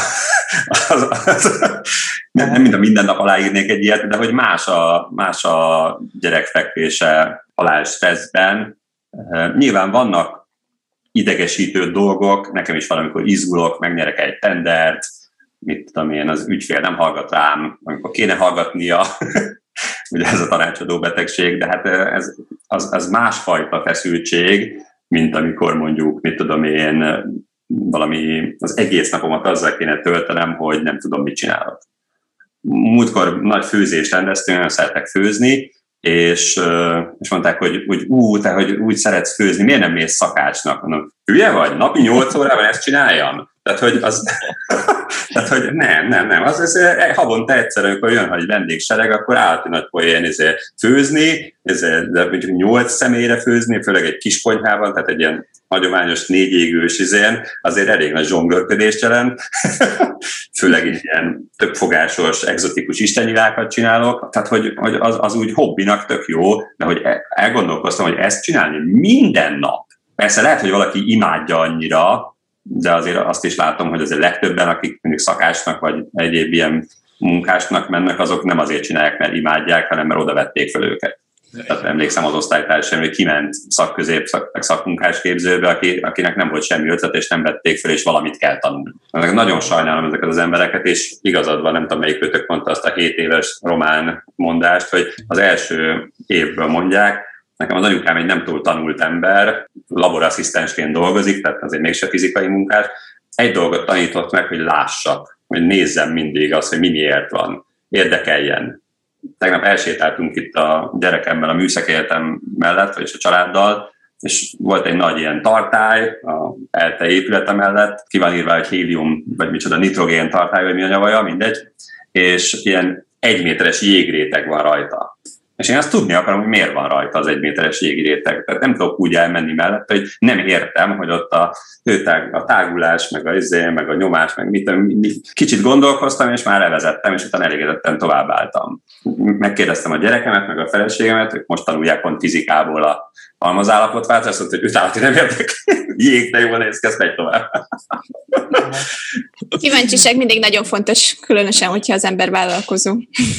Az, az, nem, nem mind a minden nap aláírnék egy ilyet, de hogy más a, más a gyerekfekvése halál stresszben. Nyilván vannak idegesítő dolgok, nekem is valamikor izgulok, megnyerek egy tendert, mit tudom én, az ügyfél nem hallgat rám, amikor kéne hallgatnia, ugye ez a tanácsadó betegség, de hát ez, az, az másfajta feszültség, mint amikor mondjuk, mit tudom én, valami az egész napomat azzal kéne töltenem, hogy nem tudom, mit csinálok. Múltkor nagy főzést rendeztünk, nagyon szeretek főzni, és, és mondták, hogy, hogy ú, te hogy úgy szeretsz főzni, miért nem mész szakácsnak? Mondom, hülye vagy? Napi nyolc órában ezt csináljam? Tehát, hogy az... Tehát, hogy nem, nem, nem. Az, az havonta egyszer, amikor jön, hogy vendégsereg, akkor állati nagy poén főzni, de mondjuk nyolc személyre főzni, főleg egy kis konyhában, tehát egy ilyen hagyományos négy égős izén, azért elég nagy zsonglőrködést jelent. Főleg egy ilyen többfogásos, egzotikus istennyilákat csinálok. Tehát, hogy, hogy az, az úgy hobbinak tök jó, de hogy elgondolkoztam, hogy ezt csinálni minden nap. Persze lehet, hogy valaki imádja annyira, de azért azt is látom, hogy azért legtöbben, akik mondjuk szakácsnak vagy egyéb ilyen munkásnak mennek, azok nem azért csinálják, mert imádják, hanem mert oda vették fel őket. Tehát emlékszem az osztálytársam, hogy kiment szakközép, szak, szakmunkás képzőbe, aki, akinek nem volt semmi ötlet, és nem vették fel, és valamit kell tanulni. Nagyon sajnálom ezeket az embereket, és igazad van, nem tudom, melyik kötök mondta azt a hét éves román mondást, hogy az első évből mondják. Nekem az anyukám egy nem túl tanult ember, laborasszisztensként dolgozik, tehát azért mégse fizikai munkás. Egy dolgot tanított meg, hogy lássak, hogy nézzem mindig azt, hogy mi miért van, érdekeljen. Tegnap elsétáltunk itt a gyerekemmel a műszaki egyetem mellett, vagyis a családdal, és volt egy nagy ilyen tartály a ELTE épülete mellett, ki van írva, hogy hélium, vagy micsoda, nitrogén tartály, vagy mi a nyavaja, mindegy, és ilyen egyméteres jégréteg van rajta. És én azt tudni akarom, hogy miért van rajta az egyméteres jégréteg. Tehát nem tudok úgy elmenni mellett, hogy nem értem, hogy ott a, hőtág, a tágulás, meg a izé, meg a nyomás, meg mit, mit. Kicsit gondolkoztam, és már levezettem, és utána elégedetten továbbálltam. Megkérdeztem a gyerekemet, meg a feleségemet, hogy most tanulják pont fizikából a halmazállapotváltást, azt mondta, hogy utána nem értek. Jég, de jól néz ki, ezt megy tovább. Kíváncsiság mindig nagyon fontos, különösen, hogyha az ember vállalkozó.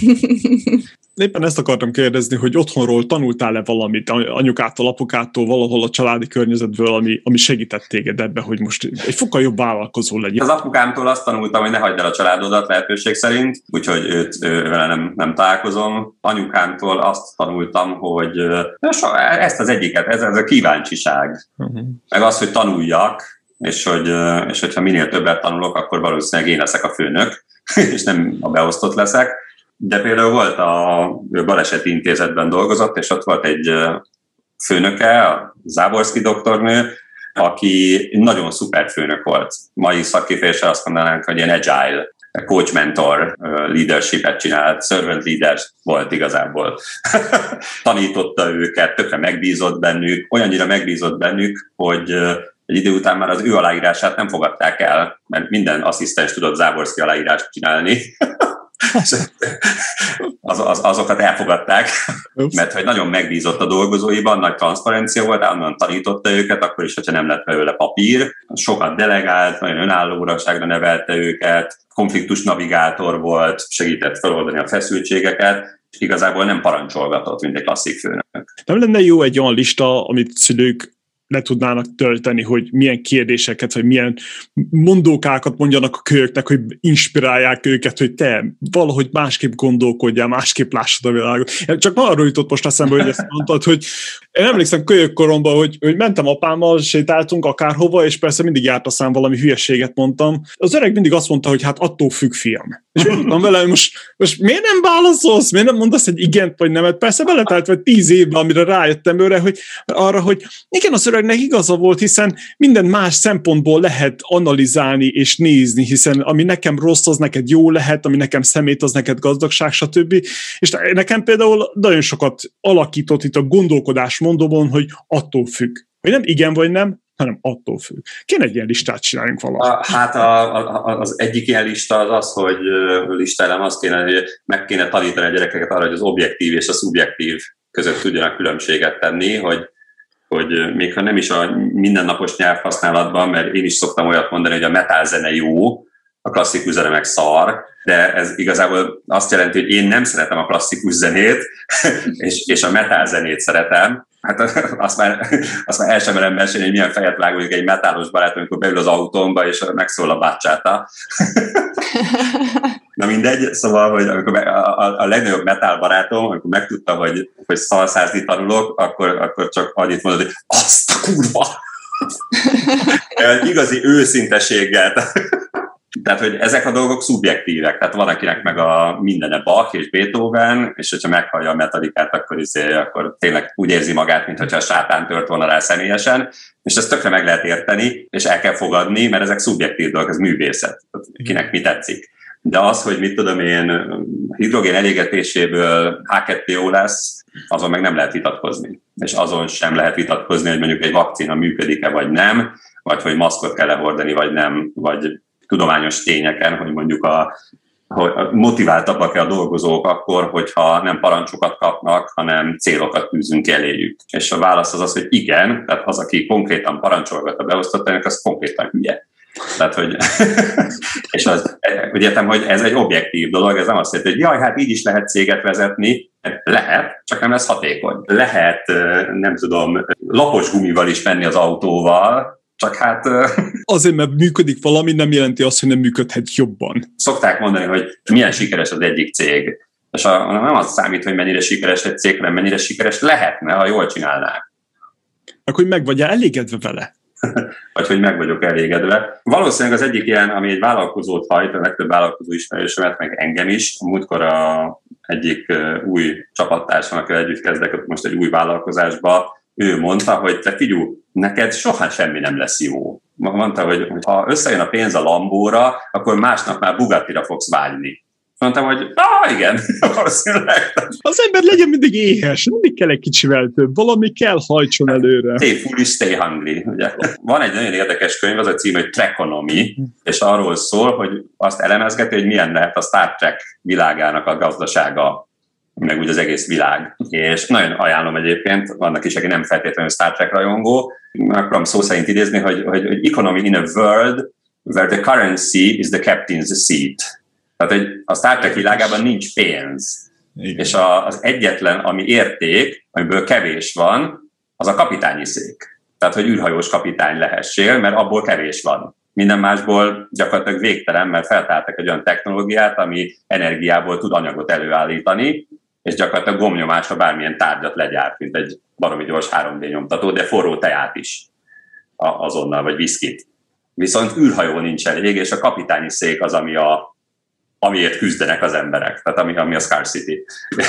Éppen ezt akartam kérdezni, hogy otthonról tanultál-e valamit, anyukától, apukától, valahol a családi környezetből, ami, ami segített téged ebbe, hogy most egy fokkal jobb vállalkozó legyen? Az apukámtól azt tanultam, hogy ne hagyd el a családodat lehetőség szerint, úgyhogy őt ő, vele nem, nem találkozom. Anyukámtól azt tanultam, hogy ezt az egyiket, ez, ez a kíváncsiság. Uh-huh. Meg az, hogy tanuljak, és, hogy, és hogyha minél többet tanulok, akkor valószínűleg én leszek a főnök, és nem a beosztott leszek. De például volt a baleseti intézetben dolgozott, és ott volt egy főnöke, a Záborszky doktornő, aki nagyon szuper főnök volt. Mai szakkifejezéssel azt mondanánk, hogy ilyen agile, coach mentor leadership-et csinált, servant leader volt igazából. Tanította őket, tökre megbízott bennük, olyannyira megbízott bennük, hogy egy idő után már az ő aláírását nem fogadták el, mert minden asszisztens tudott Záborszky aláírást csinálni. Az, az, azokat elfogadták, mert hogy nagyon megbízott a dolgozóiban, nagy transzparencia volt, állandóan tanította őket, akkor is, hogyha nem lett belőle papír. Sokat delegált, nagyon önállóságra nevelte őket, konfliktus navigátor volt, segített feloldani a feszültségeket, és igazából nem parancsolgatott, mint egy klasszik főnök. Nem lenne jó egy olyan lista, amit szülők le tudnának tölteni, hogy milyen kérdéseket, vagy milyen mondókákat mondjanak a kölyöknek, hogy inspirálják őket, hogy te valahogy másképp gondolkodjál, másképp lássad a világot. Csak ma arról jutott most eszembe, hogy ezt mondtad, hogy én emlékszem kölyökkoromban, hogy, hogy mentem apámmal, sétáltunk akárhova, és persze mindig járt a szám, valami hülyeséget mondtam. Az öreg mindig azt mondta, hogy hát attól függ, fiam. És mondtam vele, hogy most, most miért nem válaszolsz, miért nem mondasz egy igent vagy nemet? Persze beletelt vagy tíz évben, amire rájöttem őre, hogy arra, hogy igen, az öregnek igaza volt, hiszen minden más szempontból lehet analizálni és nézni, hiszen ami nekem rossz, az neked jó lehet, ami nekem szemét, az neked gazdagság, stb. És nekem például nagyon sokat alakított itt a gondolkodás mondomon, hogy attól függ. Hogy nem igen vagy nem, hanem attól függ. Kéne egy ilyen listát csináljunk valahogy. Hát a, a, az egyik ilyen lista az az, hogy listálom, azt kéne, hogy meg kéne tanítani a gyerekeket arra, hogy az objektív és a szubjektív között tudjanak különbséget tenni, hogy hogy még ha nem is a mindennapos nyelvhasználatban, mert én is szoktam olyat mondani, hogy a metal zene jó, a klasszikus zene meg szar, de ez igazából azt jelenti, hogy én nem szeretem a klasszikus zenét, és, és a metal zenét szeretem. Hát azt már, azt már el sem merem mesélni, hogy milyen fejet vág egy metálos barát, amikor beül az autómba, és megszól a bácsáta. Na mindegy, szóval, hogy amikor a, a, a legnagyobb metal barátom, amikor megtudta, hogy, hogy szalszázni tanulok, akkor, akkor csak annyit mondod, hogy azt a kurva! Igazi őszinteséggel. Tehát, hogy ezek a dolgok szubjektívek. Tehát van, akinek meg a mindene Bach és Beethoven, és hogyha meghallja a Metallicát, akkor, izé, akkor tényleg úgy érzi magát, mintha a sátán tört volna rá személyesen, és ezt tökre meg lehet érteni, és el kell fogadni, mert ezek szubjektív dolgok, ez művészet. Kinek mi tetszik. De az, hogy mit tudom én, hidrogén elégetéséből há kettő ó lesz, azon meg nem lehet vitatkozni. És azon sem lehet vitatkozni, hogy mondjuk egy vakcina működik-e vagy nem, vagy hogy maszkot kell lehordani vagy nem, vagy tudományos tényeken, hogy mondjuk a, hogy motiváltabbak-e a dolgozók akkor, hogyha nem parancsokat kapnak, hanem célokat tűzünk eléjük. És a válasz az az, hogy igen, tehát az, aki konkrétan parancsolgat a beosztottának, az konkrétan hülye. Tehát, hogy, és az, úgy értem, hogy ez egy objektív dolog, ez nem azt jelenti, hogy jaj, hát így is lehet céget vezetni, Lehet, csak nem lesz hatékony. Lehet, nem tudom, lapos gumival is menni az autóval, csak hát... Azért, mert működik valami, nem jelenti azt, hogy nem működhet jobban. Szokták mondani, hogy milyen sikeres az egyik cég. És a, nem az számít, hogy mennyire sikeres egy cég, hanem mennyire sikeres lehetne, ha jól csinálnák. Meg hogy meg vagy elégedve vele? Vagy hogy meg vagyok elégedve. Valószínűleg az egyik ilyen, ami egy vállalkozót hajt, a legtöbb vállalkozó ismerősömet, meg engem is. Múltkor a egyik új csapattársam, akivel együtt kezdek most egy új vállalkozásba, ő mondta, hogy te figyelj, neked soha semmi nem lesz jó. Mondta, hogy ha összejön a pénz a Lambóra, akkor másnap már Bugattira fogsz vágyni. Mondtam, hogy ah, igen, valószínűleg. Az ember legyen mindig éhes, mindig kell egy kicsivel több, valami kell, hajtson előre. Stay foolish, stay hungry. Ugye? Van egy nagyon érdekes könyv, az a cím, hogy Trekonomy, és arról szól, hogy azt elemezgeti, hogy milyen lehet a Star Trek világának a gazdasága, meg úgy az egész világ. És nagyon ajánlom egyébként, vannak is, aki nem feltétlenül Star Trek rajongó, akarom szó szerint idézni, hogy, hogy, hogy economy in a world where the currency is the captain's seat. Tehát hogy a Star Trek világában nincs pénz. Igen. És a, az egyetlen, ami érték, amiből kevés van, az a kapitányi szék. Tehát, hogy űrhajós kapitány lehessél, mert abból kevés van. Minden másból gyakorlatilag végtelen, mert feltártak egy olyan technológiát, ami energiából tud anyagot előállítani, és gyakorlatilag gombnyomásra bármilyen tárgyat legyárt, mint egy baromi gyors három dé nyomtató, de forró teát is azonnal, vagy viszkit. Viszont űrhajó nincs elég, és a kapitányi szék az, ami a amiért küzdenek az emberek, tehát ami, ami a scarcity.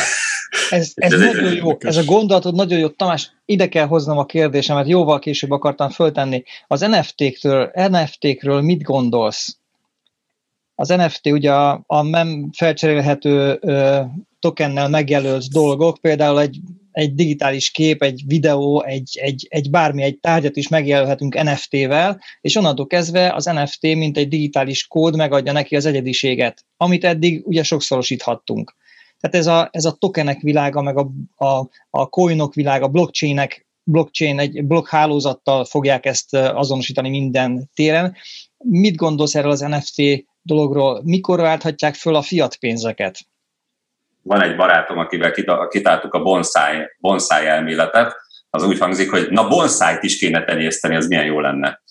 Ez, ez, ez nagyon jó, ez a gondolatod nagyon jó. Tamás, ide kell hoznom a kérdésemet, jóval később akartam föltenni. Az en ef té-kről, en ef té-kről mit gondolsz? Az en ef té ugye a, a nem felcserélhető ö, tokennel megjelölt dolgok, például egy, egy digitális kép, egy videó, egy, egy, egy bármi, egy tárgyat is megjelölhetünk en ef té-vel, és onnantól kezdve az en ef té, mint egy digitális kód megadja neki az egyediséget, amit eddig ugye sokszorosíthattunk. Tehát ez a, ez a tokenek világa, meg a, a, a coinok világa, a blockchainek, blockchain, egy blokkhálózattal fogják ezt azonosítani minden téren. Mit gondolsz erről az en ef té dologról? Mikor válthatják föl a fiat pénzeket? Van egy barátom, akivel kitáltuk a bonsai, bonsai elméletet, az úgy hangzik, hogy na bonsájt is kéne tenyészteni, az milyen jó lenne.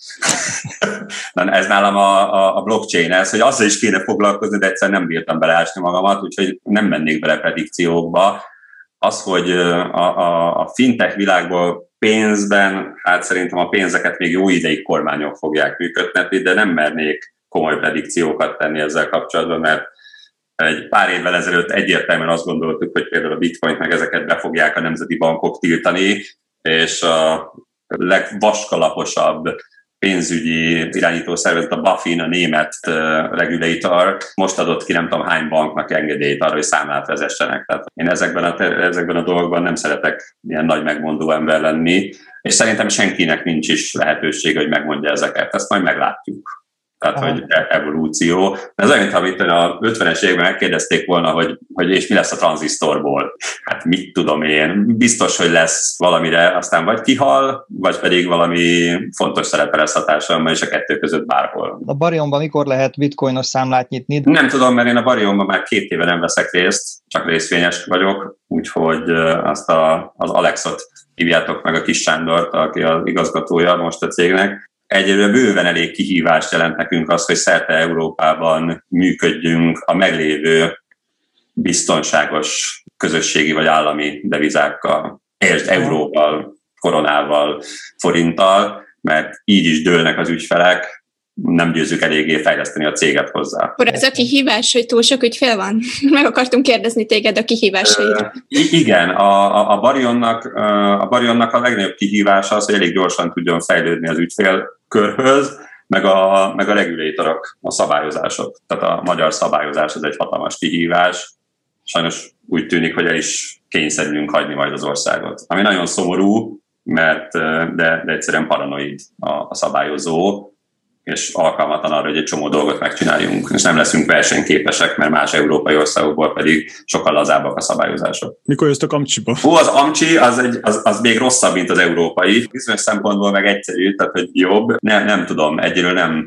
Na, ez nálam a, a, a blockchain, ez, hogy azzal is kéne foglalkozni, de egyszer nem bírtam beleásni magamat, úgyhogy nem mennék bele predikciókba. Az, hogy a, a, a fintech világból pénzben, hát szerintem a pénzeket még jó ideig kormányok fogják működtetni, de nem mernék komoly predikciókat tenni ezzel kapcsolatban, mert egy pár évvel ezelőtt egyértelműen azt gondoltuk, hogy például a bitcoint meg ezeket be fogják a nemzeti bankok tiltani, és a legvaskalaposabb pénzügyi irányítószervezet, a BaFin, a német regulator most adott ki nem tudom hány banknak engedélyt arra, hogy számlát vezessenek. Tehát én ezekben a, ezekben a dolgokban nem szeretek ilyen nagy megmondó ember lenni, és szerintem senkinek nincs is lehetőség, hogy megmondja ezeket. Ezt majd meglátjuk. Tehát, aha, hogy evolúció. Ez olyan, amit a ötvenes években megkérdezték volna, hogy, hogy és mi lesz a tranzisztorból. Hát mit tudom én, biztos, hogy lesz valamire, aztán vagy kihal, vagy pedig valami fontos szerepe lesz a társadalomban, és a kettő között bárhol. A Barionban mikor lehet bitcoinos számlát nyitni? Nem tudom, mert én a Barionban már két éve nem veszek részt, csak részvényes vagyok, úgyhogy azt a, az Alexot hívjátok meg, a Kis Sándort, aki az igazgatója most a cégnek. Egyelőre bőven elég kihívást jelent nekünk az, hogy szerte Európában működjünk a meglévő biztonságos közösségi vagy állami devizákkal, és euróval, koronával, forinttal, mert így is dőlnek az ügyfelek, nem győzzük eléggé fejleszteni a céget hozzá. Akkor ez a kihívás, hogy túl sok ügyfél van? Meg akartunk kérdezni téged a kihívásaidra. Igen, a, a, a, Barionnak, a Barionnak a legnagyobb kihívása az, hogy elég gyorsan tudjon fejlődni az ügyfélkörhöz, meg a, meg a regulátorok, a szabályozások. Tehát a magyar szabályozás az egy hatalmas kihívás. Sajnos úgy tűnik, hogy el is kényszerülünk hagyni majd az országot. Ami nagyon szomorú, mert de, de egyszerűen paranoid a, a szabályozó, és alkalmatlan arra, hogy egy csomó dolgot megcsináljunk, és nem leszünk versenyképesek, mert más európai országokból pedig sokkal lazábbak a szabályozások. Mikor jössz a Amcsiba? Hú, az Amcsi az, egy, az, az még rosszabb, mint az európai. Bizonyos szempontból meg egyszerű, tehát hogy jobb. Nem, nem tudom, egyről nem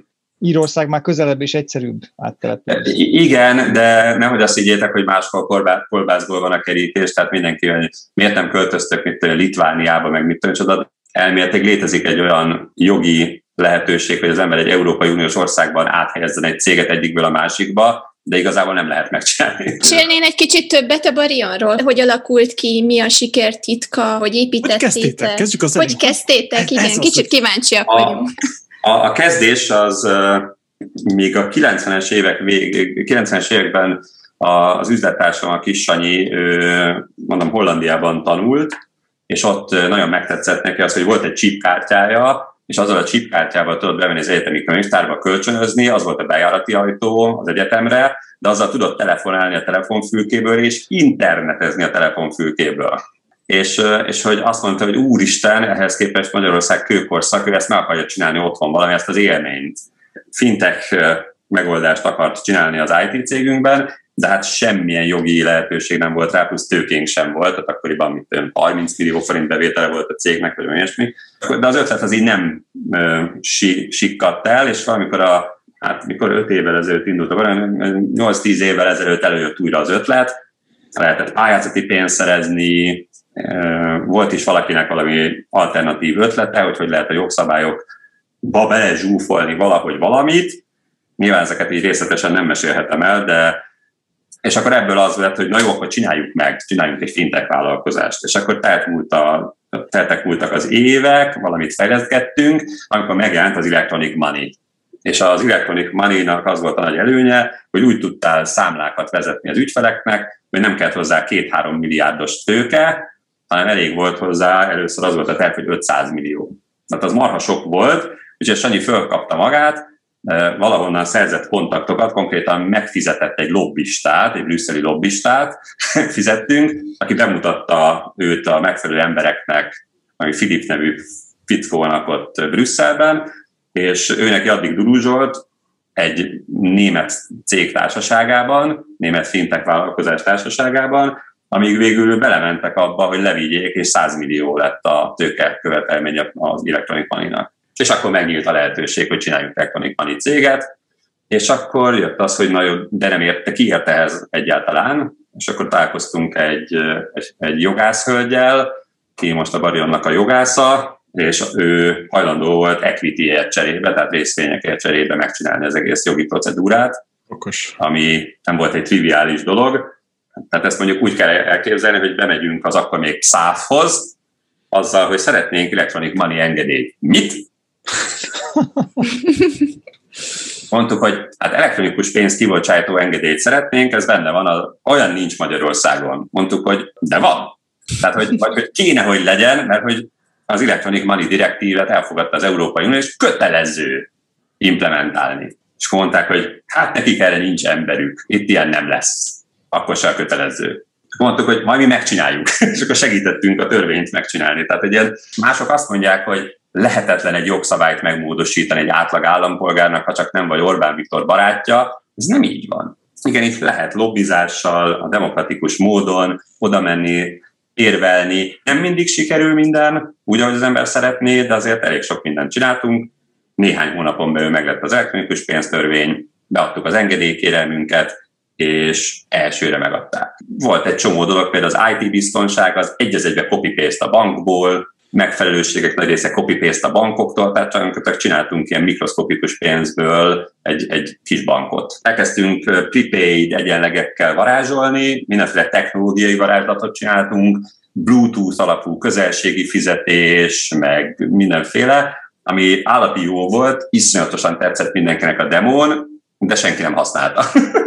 Írország már közelebb és egyszerűbb áttelepülni. Igen, de nehogy azt higgyétek, hogy máshol kolbászból van a kerítés, tehát mindenki, hogy miért nem költöztök, mint Litvániába, meg mit tudom, elméletileg létezik egy olyan jogi lehetőség, hogy az ember egy Európai Uniós országban áthelyezzen egy céget egyikből a másikba, de igazából nem lehet megcsinálni. Mesélnél egy kicsit többet a Barionról? Hogy alakult ki, mi a sikertitka, hogy építettétek? Hogy kezdtétek? Kezdjük az Hogy kezdtétek? Igen, ez kicsit az, kíváncsiak a, vagyunk. A, a kezdés az uh, még a kilencvenes évek vég, kilencvenes években az üzlettársam, a kis Sanyi, ő, mondom, Hollandiában tanult, és ott nagyon megtetszett neki az, hogy volt egy chipkártyája, és azzal a chipkártyával tudott bevenni az egyetemi könyvtárba kölcsönözni, az volt a bejárati ajtó az egyetemre, de azzal tudott telefonálni a telefonfülkéből, és internetezni a telefonfülkéből. És, és hogy azt mondta, hogy úristen, ehhez képest Magyarország kőkorszak, ő ezt meg akarja csinálni otthon valami, ezt az élményt. Fintech megoldást akart csinálni az i té cégünkben, de hát semmilyen jogi lehetőség nem volt rá, plusz tőkénk sem volt, tehát akkoriban mit harminc millió forint bevétele volt a cégnek, vagy olyasmi. De az ötlet az így nem ö, si, sikkadt el, és valamikor a, hát mikor öt évvel ezelőtt indultak, nyolc-tíz évvel ezelőtt előjött újra az ötlet, lehetett pályázati pénzt szerezni, ö, volt is valakinek valami alternatív ötlete, hogy hogy lehet a jogszabályokba belezsúfolni valahogy valamit. Nyilván ezeket így részletesen nem mesélhetem el, de és akkor ebből az lett, hogy na jó, akkor csináljuk meg, csináljunk egy fintech vállalkozást. És akkor telt múlt a, teltek múltak az évek, valamit fejlesztettünk, amikor megjelent az Electronic Money. És az Electronic Money-nak az volt a nagy előnye, hogy úgy tudtál számlákat vezetni az ügyfeleknek, hogy nem kellett hozzá két-három milliárdos tőke, hanem elég volt hozzá, először az volt a terv, hogy ötszáz millió. Tehát az marha sok volt, úgyhogy Sanyi fölkapta magát, valahonnan szerzett kontaktokat, konkrétan megfizetett egy lobbistát, egy brüsszeli lobbistát fizettünk, aki bemutatta őt a megfelelő embereknek, ami Filip nevű fickónak ott Brüsszelben, és ő neki addig duluzsolt egy német cég társaságában, német fintech vállalkozás társaságában, amíg végül belementek abba, hogy levigyék, és száz millió lett a tőke követelménye az Electronic Money-nak. És akkor megnyílt a lehetőség, hogy csináljunk Electronic Money céget, és akkor jött az, hogy na jó, de nem érte, ki ért ehhez egyáltalán, és akkor találkoztunk egy, egy, egy jogászhölgyel, ki most a Barionnak a jogásza, és ő hajlandó volt equity-ért cserébe, tehát részvényekért cserébe megcsinálni az egész jogi procedúrát, Okos. ami nem volt egy triviális dolog. Tehát ezt mondjuk úgy kell elképzelni, hogy bemegyünk az akkor még szávhoz, azzal, hogy szeretnénk Electronic Money engedélyt. Mit? Mondtuk, hogy hát elektronikus pénz kibocsátó engedélyt szeretnénk, ez benne van, az, olyan nincs Magyarországon. Mondtuk, hogy de van. Tehát, hogy, vagy, hogy kéne, hogy legyen, mert hogy az Electronic Money direktívet elfogadta az Európai Unió, és kötelező implementálni. És mondták, hogy hát nekik erre nincs emberük, itt ilyen nem lesz. Akkor se a kötelező. Mondtuk, hogy majd mi megcsináljuk, és akkor segítettünk a törvényt megcsinálni. Tehát ugye mások azt mondják, hogy lehetetlen egy jogszabályt megmódosítani egy átlag állampolgárnak, ha csak nem vagy Orbán Viktor barátja. Ez nem így van. Igen, itt lehet lobbizással, a demokratikus módon oda menni, érvelni. Nem mindig sikerül minden, úgy, ahogy az ember szeretné, de azért elég sok mindent csináltunk. Néhány hónapon belül meglett az elektronikus pénztörvény, beadtuk az engedélykérelmünket, és elsőre megadták. Volt egy csomó dolog, például az i té biztonság, az egy az egybe copy-paste a bankból, megfelelőségek nagy része copy-paste a bankoktól, tehát csak csináltunk ilyen mikroszkopikus pénzből egy, egy kis bankot. Elkezdtünk prepaid egyenlegekkel varázsolni, mindenféle technológiai varázslatot csináltunk, Bluetooth alapú közelségi fizetés, meg mindenféle, ami állati jó volt, iszonyatosan tetszett mindenkinek a demón, de senki nem használta.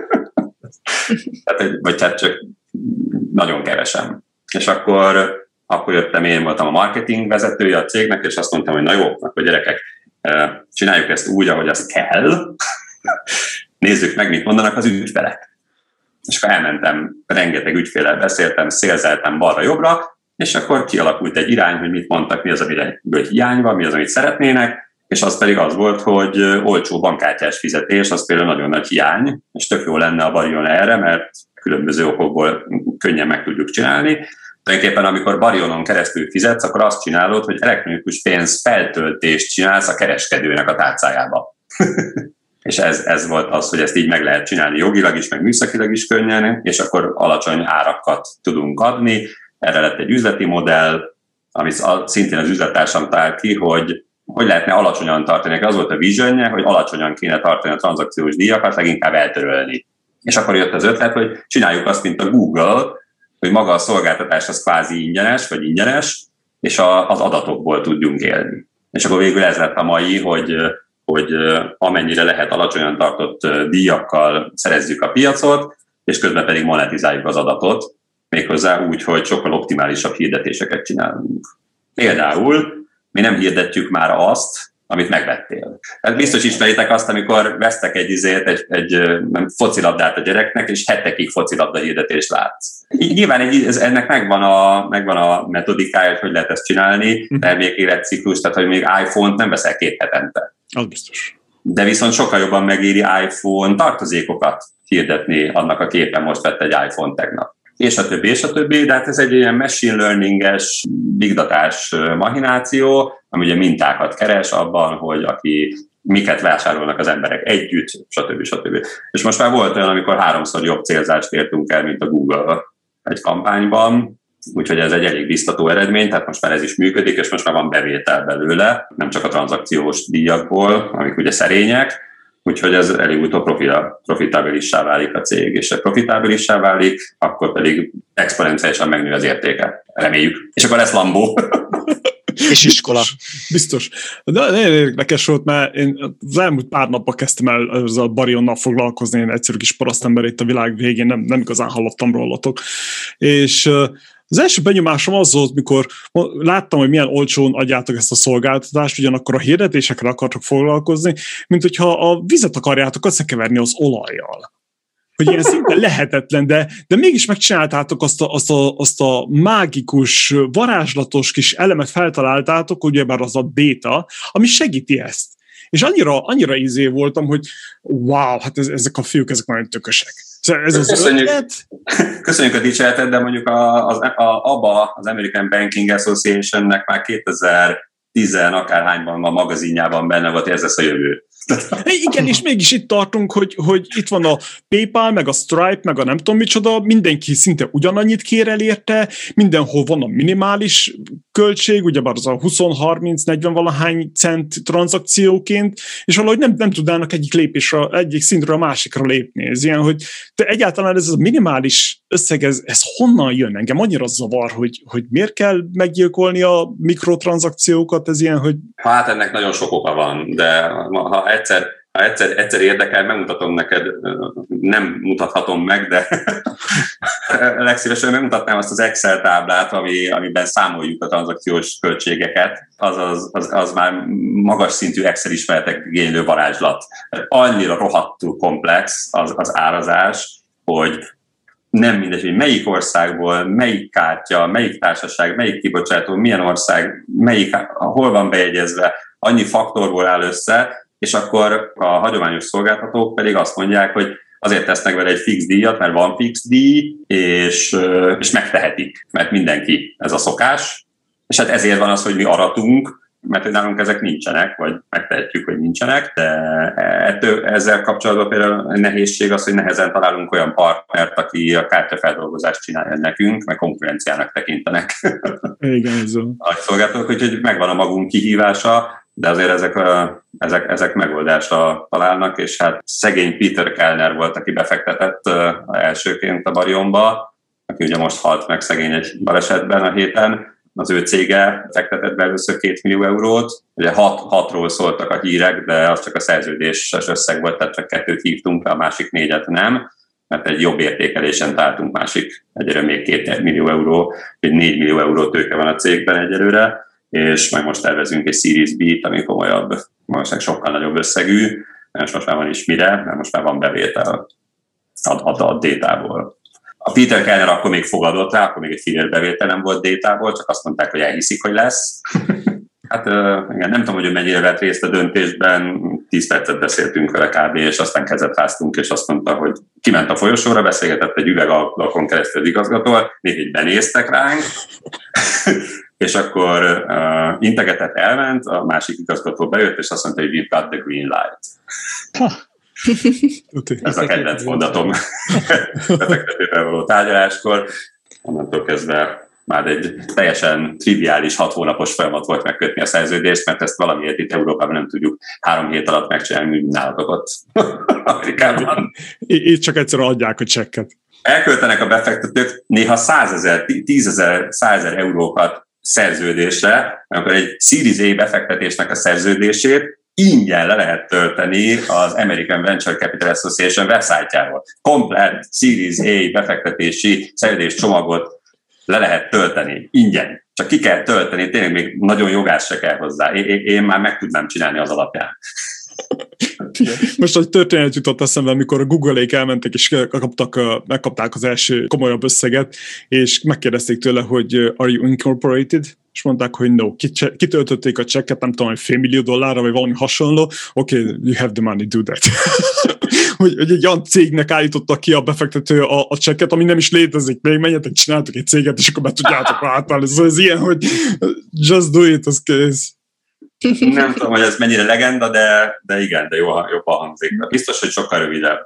Tehát, vagy hát csak nagyon kevesen. És akkor, akkor jöttem, én voltam a marketing vezetője a cégnek, és azt mondtam, hogy na jó, akkor gyerekek, csináljuk ezt úgy, ahogy az kell, nézzük meg, mit mondanak az ügyfelek. És akkor elmentem, rengeteg ügyféllel beszéltem, szélzeltem balra-jobbra, és akkor kialakult egy irány, hogy mit mondtak, mi az, amiből hiány van, mi az, amit szeretnének, és az pedig az volt, hogy olcsó bankkártyás fizetés, az például nagyon nagy hiány, és tök jó lenne a Barion erre, mert különböző okokból könnyen meg tudjuk csinálni. Tulajdonképpen amikor Barionon keresztül fizetsz, akkor azt csinálod, hogy elektronikus pénz feltöltést csinálsz a kereskedőnek a tárcájába. és ez, ez volt az, hogy ezt így meg lehet csinálni jogilag is, meg műszakilag is könnyen, és akkor alacsony árakat tudunk adni. Erre lett egy üzleti modell, ami szintén az üzlettársam talált ki, hogy hogy lehetne alacsonyan tartani. Az volt a visionje, hogy alacsonyan kéne tartani a tranzakciós díjakat, leginkább eltörölni. És akkor jött az ötlet, hogy csináljuk azt, mint a Google, hogy maga a szolgáltatás az kvázi ingyenes, vagy ingyenes, és a, az adatokból tudjunk élni. És akkor végül ez lett a mai, hogy, hogy amennyire lehet alacsonyan tartott díjakkal szerezzük a piacot, és közben pedig monetizáljuk az adatot, méghozzá úgy, hogy sokkal optimálisabb hirdetéseket csinálunk. Például mi nem hirdetjük már azt, amit megvettél. Hát biztos ismeritek azt, amikor vesztek egy izét, egy, egy nem, focilabdát a gyereknek, és hetekig focilabda hirdetést látsz. Így nyilván egy, ez, ennek megvan a, megvan a metodikája, hogy lehet ezt csinálni, termék életciklus, tehát hogy még iPhone-t nem veszel két hetente. Az biztos. De viszont sokkal jobban megéri iPhone tartozékokat hirdetni, annak a képen most vett egy iPhone tegnap. És a többi, és a többi, de hát ez egy ilyen machine learning-es, big datás machináció, ami ugye mintákat keres abban, hogy aki miket vásárolnak az emberek együtt, stb. stb. És most már volt olyan, amikor háromszor jobb célzást értünk el, mint a Google egy kampányban, úgyhogy ez egy elég biztató eredmény, tehát most már ez is működik, és most már van bevétel belőle, nem csak a tranzakciós díjakból, amik ugye szerények, úgyhogy ez elég utóbb profitábilissá válik a cég, és ha profitábilissá válik, akkor pedig exponenciálisan megnő az értéke. Reméljük. És akkor lesz Lambó. És iskola. Biztos. De nagyon érdekes volt, mert én az elmúlt pár napban kezdtem el ezzel a Barionnal foglalkozni, én egyszerű kis parasztember itt a világ végén, nem, nem igazán hallottam rólatok. És az első benyomásom az volt, mikor láttam, hogy milyen olcsón adjátok ezt a szolgáltatást, ugyanakkor a hirdetésekre akartok foglalkozni, mint hogyha a vizet akarjátok összekeverni az olajjal. Hogy ilyen szinte lehetetlen, de, de mégis megcsináltátok azt a, azt, a, azt a mágikus, varázslatos kis elemet feltaláltátok, ugyebár az a déta, ami segíti ezt. És annyira, annyira izé voltam, hogy wow, hát ez, ezek a fiúk, ezek nagyon tökösek. Ez az köszönjük, ötlet. Köszönjük a dicséretet, de mondjuk a, az, a, abba az American Banking Association-nek már kétezer-tíz akárhányban a magazinjában benne volt, ez lesz a jövő. Igen, és mégis itt tartunk, hogy, hogy itt van a PayPal, meg a Stripe, meg a nem tudom micsoda, mindenki szinte ugyanannyit kér el érte, mindenhol van a minimális költség, ugyebár az a húsz-harminc-negyven valahány cent tranzakcióként, és valahogy nem, nem tudnának egyik lépésre, egyik szintről a másikra lépni. Ez ilyen, hogy te egyáltalán ez a minimális összeg, ez, ez honnan jön? Engem annyira zavar, hogy, hogy miért kell meggyilkolni a mikrotranzakciókat, ez ilyen, hogy... Hát ennek nagyon sok oka van, de ha egyszer, ha egyszer, egyszer érdekel, megmutatom neked, nem mutathatom meg, de legszívesen megmutatnám azt az Excel táblát, ami, amiben számoljuk a tranzakciós költségeket, az, az, az, az már magas szintű Excel ismeretek igénylő varázslat. Annyira rohadtul komplex az, az árazás, hogy nem mindegy, hogy melyik országból, melyik kártya, melyik társaság, melyik kibocsátó, milyen ország, melyik, hol van bejegyezve, annyi faktorból áll össze, és akkor a hagyományos szolgáltatók pedig azt mondják, hogy azért tesznek vele egy fix díjat, mert van fix díj, és, és megtehetik, mert mindenki ez a szokás. És hát ezért van az, hogy mi aratunk, mert nálunk ezek nincsenek, vagy megtehetjük, hogy nincsenek, de ettől, ezzel kapcsolatban például a nehézség az, hogy nehezen találunk olyan partnert, aki a kártyafeldolgozást csinálja nekünk, meg konkurenciának tekintenek. Igen, ez a... a szolgáltatók, úgyhogy megvan a magunk kihívása, de azért ezek, a, ezek, ezek megoldásra találnak, és hát szegény Peter Kellner volt, aki befektetett elsőként a Barionba, aki ugye most halt meg szegény egy balesetben a héten. Az ő cége fektetett be először két millió eurót, ugye hat, hatról szóltak a hírek, de az csak a szerződéses összeg volt, tehát csak kettőt hívtunk le, a másik négyet nem, mert egy jobb értékelésen találtunk másik, egyelőre még két millió euró, egy négy millió euró tőke van a cégben egyelőre, és meg most tervezünk egy Series B-t, ami komolyabb, most sokkal nagyobb összegű, és most már van is mire, mert most már van bevétel a, a, a détából. A Peter Kellner akkor még fogadott rá, akkor még egy filér bevétel nem volt détából, csak azt mondták, hogy elhiszik, hogy lesz. Hát igen, nem tudom, hogy ő mennyire vett részt a döntésben, tíz percet beszéltünk vele kb. És aztán kezet ráztunk, és azt mondta, hogy kiment a folyosóra, beszélgetett egy üvegablakon keresztül az igazgatóval, még így benéztek ránk, és akkor uh, integetett, elment, a másik igazgató bejött, és azt mondta, hogy we've got the green light. Ez a kedvenc mondatom befektetővel való tárgyaláskor. Onnantól kezdve már egy teljesen triviális hat hónapos folyamat volt megkötni a szerződést, mert ezt valamiért itt Európában nem tudjuk három hét alatt megcsinálni, mint nálatok ott Amerikában. Itt csak egyszerűen adják a csekket. Elköltenek a befektetők néha százezer, tízezer, százezer eurókat szerződésre, amikor egy Series A befektetésnek a szerződését ingyen le lehet tölteni az American Venture Capital Association website-járól. Komplet Series A befektetési szerződés csomagot le lehet tölteni, ingyen. Csak ki kell tölteni, tényleg még nagyon jogász se kell hozzá. Én, én már meg tudnám csinálni az alapján. Most egy történet jutott eszembe, amikor a Google-ék elmentek és kaptak, megkapták az első komolyabb összeget, és megkérdezték tőle, hogy are you incorporated? És mondták, hogy no. Kitöltötték a csekket, nem tudom, hogy fél millió dollárra, vagy valami hasonló. Oké, okay, you have the money, do that. hogy, hogy egy olyan cégnek állítottak ki a befektető a, a csekket, ami nem is létezik. Még menjetek, csináltok egy céget, és akkor be tudjátok váltani. Szóval ez ilyen, hogy just do it, az kész. Nem tudom, hogy ez mennyire legenda, de, de igen, de jobban jó hangzik. De biztos, hogy sokkal rövidebb.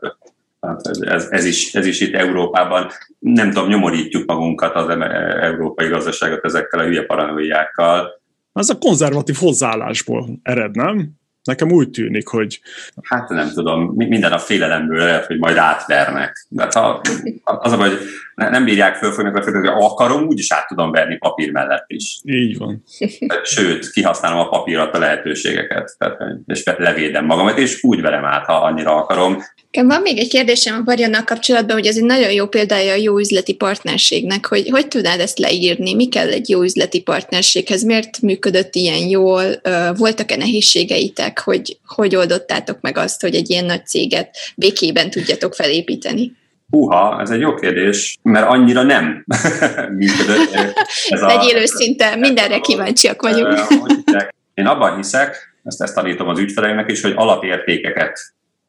Ez, ez, is, ez is itt Európában, nem tudom, nyomorítjuk magunkat az európai gazdaságot ezekkel a hülye paranoiákkal. Ez a konzervatív hozzáállásból ered, nem? Nekem úgy tűnik, hogy... Hát nem tudom, minden a félelemből lehet, hogy majd átvernek. De ha, az a baj, hogy nem bírják fölfogni, hogy akarom, úgyis át tudom verni papír mellett is. Így van. Sőt, kihasználom a papírat a lehetőségeket, tehát, és levédem magamat, és úgy verem át, ha annyira akarom. Van még egy kérdésem a Barjannal kapcsolatban, hogy ez egy nagyon jó példája a jó üzleti partnerségnek, hogy hogy tudnád ezt leírni, mi kell egy jó üzleti partnerséghez, miért működött ilyen jól, voltak-e nehézségeitek, hogy hogy oldottátok meg azt, hogy egy ilyen nagy céget békében tudjatok felépíteni? Húha, ez egy jó kérdés, mert annyira nem működött. Ez Legyél őszinte, mindenre kíváncsiak vagyunk. Én abban hiszek, ezt, ezt tanítom az ügyfeleimnek is, hogy alapértékeket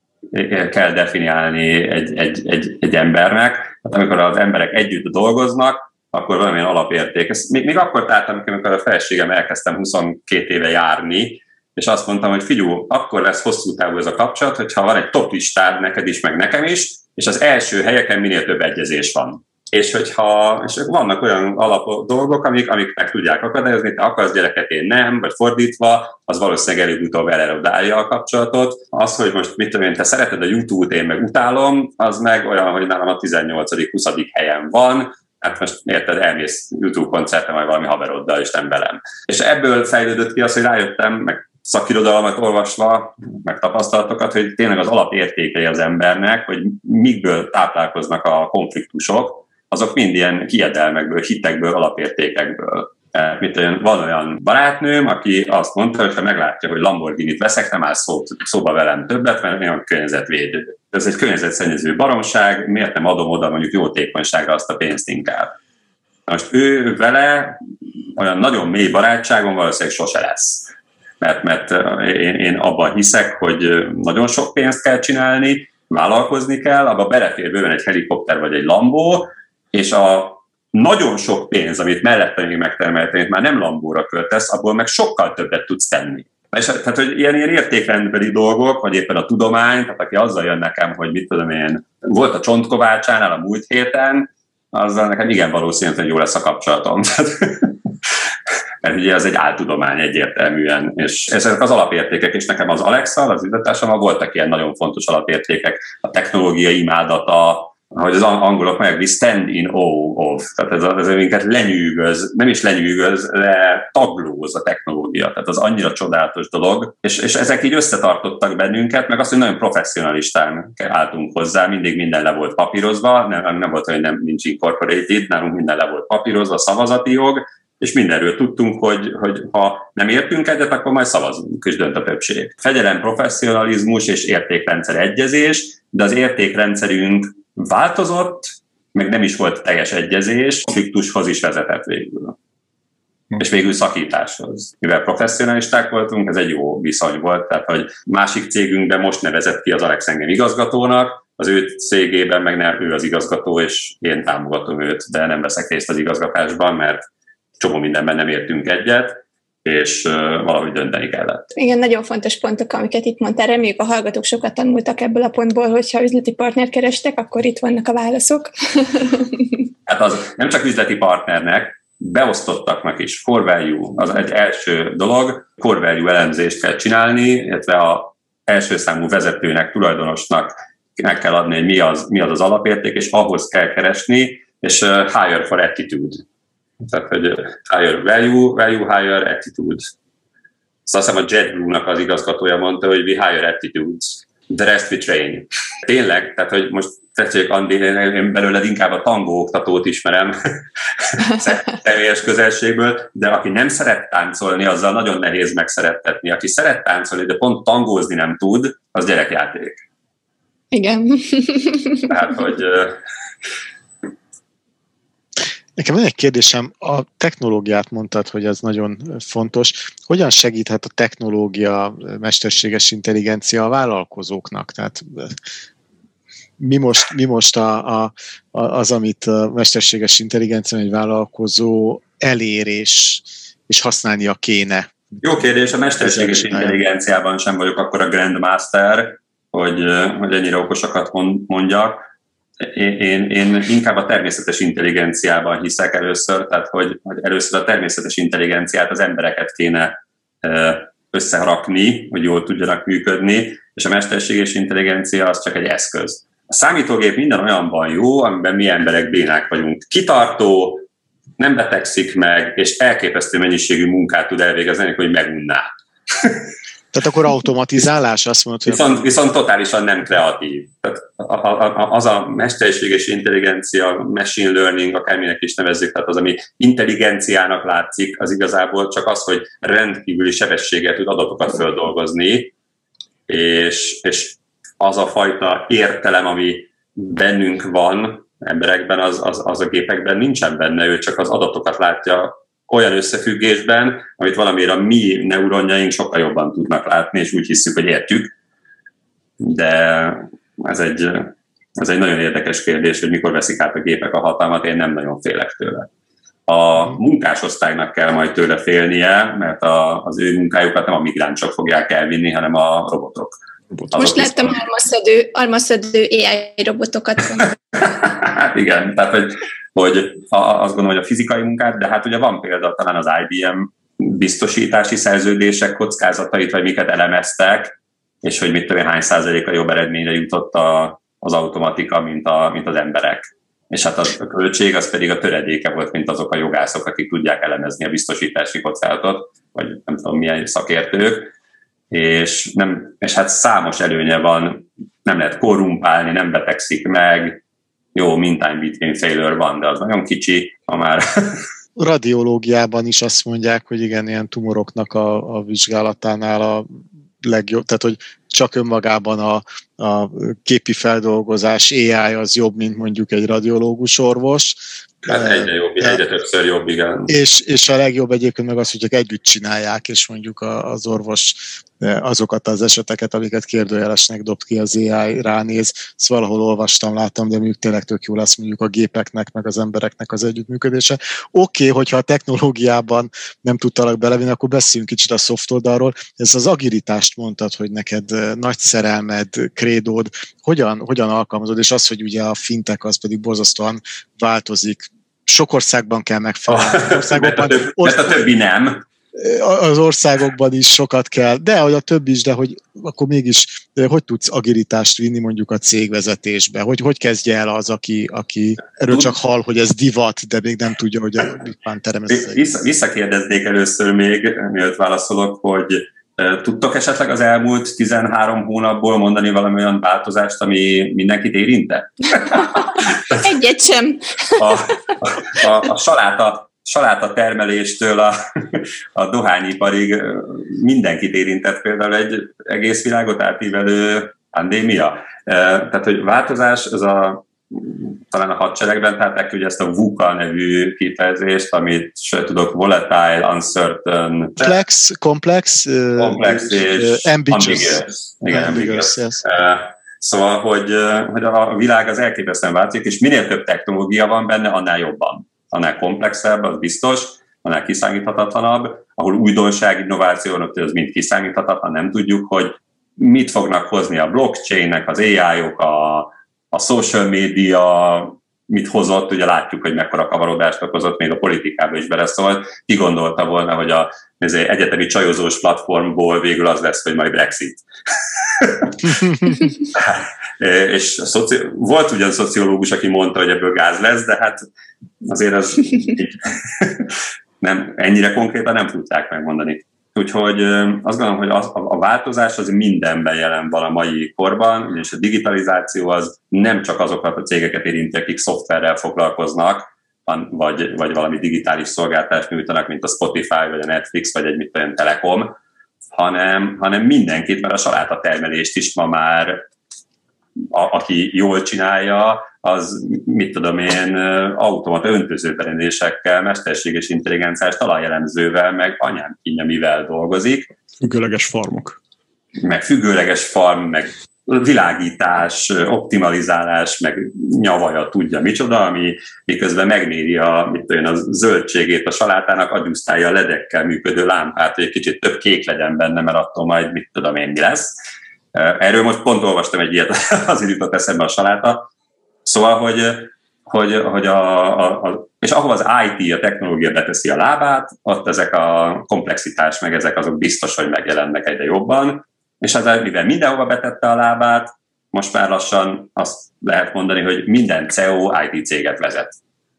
kell definiálni egy, egy, egy, egy embernek. Hát amikor az emberek együtt dolgoznak, akkor valamilyen alapérték. Ezt még, még akkor tártam, amikor a feleségem elkezdtem huszonkét éve járni, és azt mondtam, hogy figyelj, akkor lesz hosszú távú ez a kapcsolat, hogyha van egy top listád neked is, meg nekem is, és az első helyeken minél több egyezés van. És hogyha és vannak olyan alap dolgok, amik, amik meg tudják akadályozni, te akarsz gyereket, én nem, vagy fordítva, az valószínűleg előbb-utóbb elerodálja a kapcsolatot. Az, hogy most mit tudom én, te szereted a YouTube-t, én meg utálom, az meg olyan, hogy nálam a tizennyolcadik-huszadik helyen van, hát most érted, elmész YouTube koncerten, vagy valami haveroddal, és nem velem. És ebből fejlődött ki az, hogy rájöttem, meg szakirodalmat olvasva, meg tapasztalatokat, hogy tényleg az alapértékei az embernek, hogy mikből táplálkoznak a konfliktusok, azok mind ilyen hiedelmekből, hitekből, alapértékekből. Mint olyan, van olyan barátnőm, aki azt mondta, hogy ha meglátja, hogy Lamborghinit veszek, nem áll szó, szóba velem többet, mert olyan környezetvédő. Ez egy környezetszennyező baromság, miért nem adom oda mondjuk jótékonyságra azt a pénzt inkább. Most ő vele olyan nagyon mély barátságom valószínűleg sose lesz. Mert, mert én, én abban hiszek, hogy nagyon sok pénzt kell csinálni, vállalkozni kell, abban belefér bőven egy helikopter vagy egy Lambó, és a nagyon sok pénz, amit mellette még megtermeltél, már nem Lambóra költesz, abból meg sokkal többet tudsz tenni. És, tehát, hogy ilyen, ilyen értékrendbeli dolgok, vagy éppen a tudomány, tehát aki azzal jön nekem, hogy mit tudom én, volt a Csontkovácsánál a múlt héten, azzal nekem igen valószínű, hogy jó lesz a kapcsolatom. Mert ugye ez egy áltudomány egyértelműen, és ezek az alapértékek, és nekem az Alexa, az üzletársammal voltak ilyen nagyon fontos alapértékek, a technológia imádata, ahogy az angolok meg, we stand in awe of, tehát ez, ez minket lenyűgöz, nem is lenyűgöz, de taglóz a technológia, tehát az annyira csodálatos dolog, és, és ezek így összetartottak bennünket, meg azt, hogy nagyon professzionalistán álltunk hozzá, mindig minden le volt papírozva, nem, nem volt, hogy nem nincs incorporated, nálunk minden le volt papírozva, szavazati jog, és mindenről tudtunk, hogy, hogy ha nem értünk egyet, akkor majd szavazunk, és dönt a többség. Fegyelem, professzionalizmus és értékrendszer egyezés, de az értékrendszerünk változott, meg nem is volt teljes egyezés, konfliktushoz is vezetett végül. Hm. És végül szakításhoz. Mivel professzionalisták voltunk, ez egy jó viszony volt, tehát hogy másik cégünkben most nevezett ki az Alex engem igazgatónak, az ő cégében meg nem, ő az igazgató, és én támogatom őt, de nem veszek részt az igazgatásban, mert csomó mindenben nem értünk egyet, és valahogy dönteni kellett. Igen, nagyon fontos pontok, amiket itt mondtál. Reméljük a hallgatók sokat tanultak ebből a pontból, hogyha üzleti partner kerestek, akkor itt vannak a válaszok. Hát az nem csak üzleti partnernek, beosztottaknak is. Core value az egy első dolog, core value elemzést kell csinálni, illetve a első számú vezetőnek, tulajdonosnak meg kell adni, hogy mi az, mi az az alapérték, és ahhoz kell keresni, és uh, hire for attitude. Tehát, hogy hire value, value hire attitude. Szóval azt hiszem a JetBlue-nak az igazgatója mondta, hogy we hire attitudes, the rest we train. Tényleg, tehát, hogy most tetszik, Andi, én belőled inkább a tangó oktatót ismerem személyes közelségből, de aki nem szeret táncolni, azzal nagyon nehéz megszerettetni. Aki szeret táncolni, de pont tangózni nem tud, az gyerekjáték. Igen. Tehát, hogy... Nekem van egy kérdésem, a technológiát mondtad, hogy ez nagyon fontos. Hogyan segíthet a technológia, mesterséges intelligencia a vállalkozóknak? Tehát mi most, mi most a, a, az, amit a mesterséges intelligencia egy vállalkozó elér és, és használnia kéne? Jó kérdés, a mesterséges intelligenciában sem vagyok akkor a grandmaster, hogy, hogy ennyire okosakat mondjak. Én, én, én inkább a természetes intelligenciában hiszek először, tehát hogy, hogy először a természetes intelligenciát, az embereket kéne összerakni, hogy jól tudjanak működni, és a mesterséges intelligencia az csak egy eszköz. A számítógép minden olyanban jó, amiben mi emberek bénák vagyunk. Kitartó, nem betegszik meg, és elképesztő mennyiségű munkát tud elvégezni, hogy megunná. Tehát akkor automatizálás, azt mondod, hogy... Viszont, viszont totálisan nem kreatív. Tehát az a mesterséges intelligencia, machine learning, akárminek is nevezzük, tehát az, ami intelligenciának látszik, az igazából csak az, hogy rendkívüli sebességgel tud adatokat földolgozni, és, és az a fajta értelem, ami bennünk van, emberekben, az, az, az a gépekben nincsen benne, ő csak az adatokat látja olyan összefüggésben, amit valamire a mi neuronjaink sokkal jobban tudnak látni, és úgy hiszük, hogy értjük. De ez egy, ez egy nagyon érdekes kérdés, hogy mikor veszik át a gépek a hatalmat, én nem nagyon félek tőle. A munkásosztálynak kell majd tőle félnie, mert a, az ő munkájukat nem a migránsok fogják elvinni, hanem a robotok. Azok Most láttam almaszedő, almaszedő á i robotokat. Hát igen, tehát hogy, hogy azt gondolom, hogy a fizikai munkát, de hát ugye van példa talán az i bé em biztosítási szerződések kockázatait, vagy miket elemeztek, és hogy mit tudom, hány százaléka jobb eredményre jutott a, az automatika, mint, a, mint az emberek. És hát a költség az pedig a töredéke volt, mint azok a jogászok, akik tudják elemezni a biztosítási kockázatot, vagy nem tudom milyen szakértők. És, nem, és hát számos előnye van, nem lehet korrumpálni, nem betegszik meg, jó, meantime between failure van, de az nagyon kicsi, ha már... Radiológiában is azt mondják, hogy igen, ilyen tumoroknak a, a vizsgálatánál a legjobb, tehát hogy csak önmagában a, a képi feldolgozás á i az jobb, mint mondjuk egy radiológus orvos. Hát egyre jobb, egyre többször jobb, igen. És, és a legjobb egyébként meg az, hogy csak együtt csinálják, és mondjuk az orvos azokat az eseteket, amiket kérdőjelesnek dobt ki az á i, ránéz. Ezt valahol olvastam, láttam, de mondjuk tényleg tök jó lesz mondjuk a gépeknek, meg az embereknek az együttműködése. Oké, okay, hogyha a technológiában nem tudtalak belevinni, akkor beszéljünk kicsit a soft oldalról. Ez az agilitást mondtad, hogy neked nagy szerelmed, krédód, hogyan, hogyan alkalmazod, és az, hogy ugye a fintech az pedig borzasztóan változik. Sok országban kell megfelelni. Országokban, mert, a több, mert a többi nem. Az országokban is sokat kell, de hogy a többi is, de hogy akkor mégis hogy tudsz agilitást vinni mondjuk a cégvezetésbe? Hogy, hogy kezdje el az, aki, aki erről csak hall, hogy ez divat, de még nem tudja, hogy a Bitpán terem ez. Vissza, visszakérdeznék először még, mielőtt válaszolok, hogy tudtok esetleg az elmúlt tizenhárom hónapból mondani valami olyan változást, ami mindenkit érintett? Egyet sem. A, a, a, a saláta saláta termeléstől a, a dohányiparig mindenkit érintett például egy egész világot átívelő pandémia. Tehát, hogy változás, ez a, talán a hadseregben tehát ugye ezt a VUCA nevű kifejezést, amit se tudok, volatile, uncertain, complex, complex, complex és ambiguous. ambiguous. Igen, ambiguous. Yes. Szóval, hogy, hogy a világ az elképesztően változik, és minél több technológia van benne, annál jobban. Annál komplexebb, az biztos, annál kiszámíthatatlanabb, ahol újdonság, innováció, az mind kiszámíthatatlan, nem tudjuk, hogy mit fognak hozni a blockchain-nek, az á í-ok, a, a social media, mit hozott, ugye látjuk, hogy mekkora kavarodást okozott, még a politikába is beleszólt. Ki gondolta volna, hogy a az egyetemi csajozós platformból végül az lesz, hogy majd Brexit. És szoci... volt ugyan szociológus, aki mondta, hogy ebből gáz lesz, de hát azért az nem, ennyire konkrétan nem tudták megmondani. Úgyhogy azt gondolom, hogy az, a változás az mindenben jelen van a mai korban, ugyanis a digitalizáció az nem csak azokat a cégeket érinti, akik szoftverrel foglalkoznak, vagy, vagy valami digitális szolgáltást nyújtanak, mint a Spotify, vagy a Netflix, vagy egy mit olyan Telekom, hanem, hanem mindenkit, mert a salátatermelést is ma már, a, aki jól csinálja, az, mit tudom én, automata öntözőberendezésekkel, mesterséges intelligenciás talajjelemzővel, meg anyám kínja mivel dolgozik. Függőleges farmok. Meg függőleges farm, meg világítás, optimalizálás, meg nyavaja tudja micsoda, ami miközben megméri a, mit tudom, a zöldségét a salátának, adjusztálja a ledekkel működő lámpát, hogy egy kicsit több kék legyen benne, mert attól majd mit tudom én mi lesz. Erről most pont olvastam egy ilyet, azért jutott eszembe a saláta. Szóval, hogy, hogy, hogy a, a, a, és ahol az i té, a technológia beteszi a lábát, ott ezek a komplexitás, meg ezek azok biztos, hogy megjelennek egyre jobban, és ezzel, mivel mindenhova betette a lábát, most már lassan azt lehet mondani, hogy minden cé e o i té céget vezet.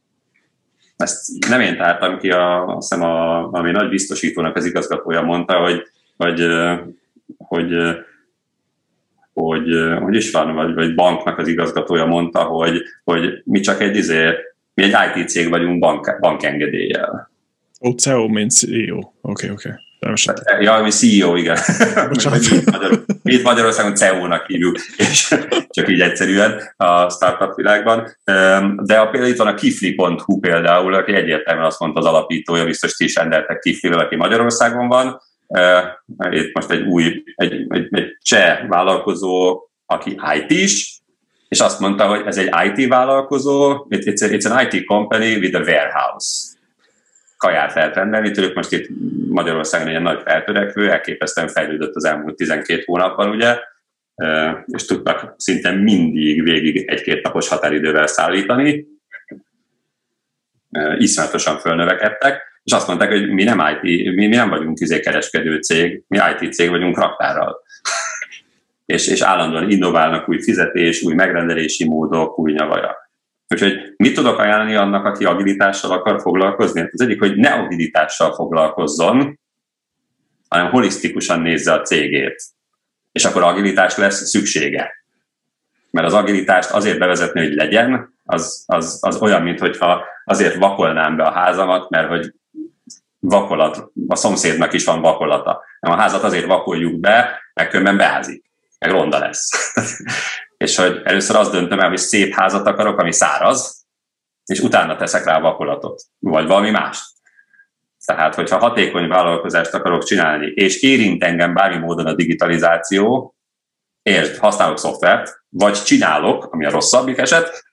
Ezt nem én tártam ki, a, azt hiszem a, ami nagy biztosítónak az igazgatója mondta, hogy, hogy, hogy, hogy, hogy is van, vagy, vagy banknak az igazgatója mondta, hogy, hogy mi csak egy, izé, mi egy i té cég vagyunk bank, bankengedéllyel. Ó, cé e o, mint cé e o. Oké, okay, oké. Okay. Ja, mi cé e o, igen. Mi itt Magyarországon cé e o-nak hívjuk, és csak így egyszerűen a startup világban. De a, például itt van a kifli pont hu például, aki egyértelműen azt mondta az alapítója, biztos ti is rendeltek Kiflivel, aki Magyarországon van. Itt most egy új, egy, egy, egy cseh vállalkozó, aki i té-s, és azt mondta, hogy ez egy i té vállalkozó, it's, it's an i té company with a warehouse. Kaját lehet rendelni, tőlük most itt Magyarországon egy nagy feltörekvő, elképesztően fejlődött az elmúlt tizenkét hónapban, ugye, és tudtak szinte mindig végig egy-két napos határidővel szállítani. Iszonyatosan fölnövekedtek, és azt mondták, hogy mi nem i té, mi, mi nem vagyunk kereskedő cég, mi i té cég vagyunk raktárral. és, és állandóan innoválnak új fizetés, új megrendelési módok, új nyavaja. Úgyhogy mit tudok ajánlani annak, aki agilitással akar foglalkozni? Az egyik, hogy ne agilitással foglalkozzon, hanem holisztikusan nézze a cégét. És akkor agilitás lesz szüksége. Mert az agilitást azért bevezetni, hogy legyen, az, az, az olyan, mintha azért vakolnám be a házamat, mert hogy vakolat, a szomszédnak is van vakolata. Nem, a házat azért vakoljuk be, mert különben beázik, meg ronda lesz. És hogy először azt döntöm el, hogy szép házat akarok, ami száraz, és utána teszek rá a vakolatot, vagy valami más. Tehát, hogyha hatékony vállalkozást akarok csinálni, és érint engem bármi módon a digitalizáció, értsd, használok szoftvert, vagy csinálok, ami a rosszabbik eset,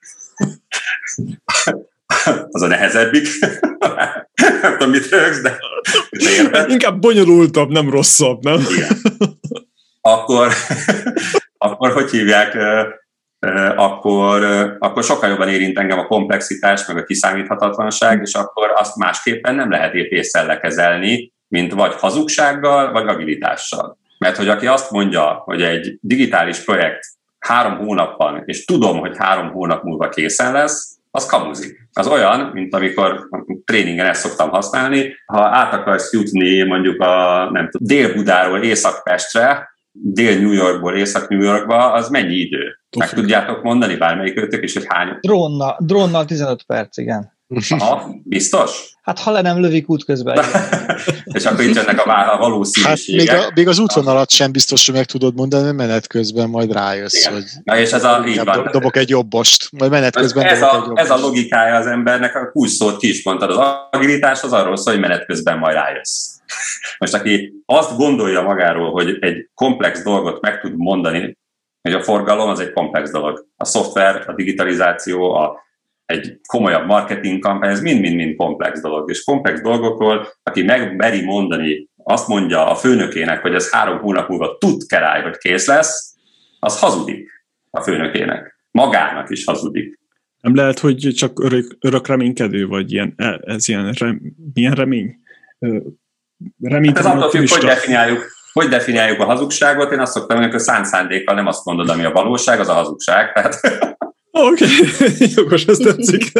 az a nehezebbik. Nem tudom, mit rögsz, de érted. Inkább bonyolultabb, nem rosszabb, nem? Igen. Akkor, akkor hogy hívják, akkor, akkor sokkal jobban érint engem a komplexitás, meg a kiszámíthatatlanság, és akkor azt másképpen nem lehet épp ésszel lekezelni, mint vagy hazugsággal, vagy agilitással. Mert hogy aki azt mondja, hogy egy digitális projekt három hónapban, és tudom, hogy három hónap múlva készen lesz, az kamuzik. Az olyan, mint amikor tréningen ezt szoktam használni, ha át akarsz jutni mondjuk a nem tudom, Dél-Budáról Észak-Pestre, Dél-New Yorkból Észak-New Yorkba, az mennyi idő? Meg tudjátok mondani bármelyik őtök is, hogy hány? Drónnal, drónnal tizenöt perc, igen. Aha, biztos? Hát ha le nem lövik útközben. És akkor itt jönnek a valószínűségek. Hát még, a, még az útvonalat sem biztos, hogy meg tudod mondani, menet közben majd rájössz, igen. Hogy na és ez a, így van. Dobok egy jobbost, majd menet közben ez, dobok a, egy jobbost. ez a logikája az embernek, a kulcsszót ki is mondtad, az agilitás az arról szól, hogy menet közben majd rájössz. Most aki azt gondolja magáról, hogy egy komplex dolgot meg tud mondani, hogy a forgalom az egy komplex dolog. A szoftver, a digitalizáció, a egy komolyabb marketing kampány, ez mind-mind-mind komplex dolog. És komplex dolgokról, aki megmeri mondani, azt mondja a főnökének, hogy ez három hónap múlva tud kerály, hogy kész lesz, az hazudik a főnökének. Magának is hazudik. Nem lehet, hogy csak örök, örök reménykedő, vagy ilyen, ez ilyen rem, milyen remény? Hát ez attól függ, hogy definiáljuk, hogy definiáljuk a hazugságot. Én azt szoktam mondani, hogy szánt szándékkal nem azt mondod, ami a valóság, az a hazugság. Tehát... Oké, okay. Jogos, ez tetszik.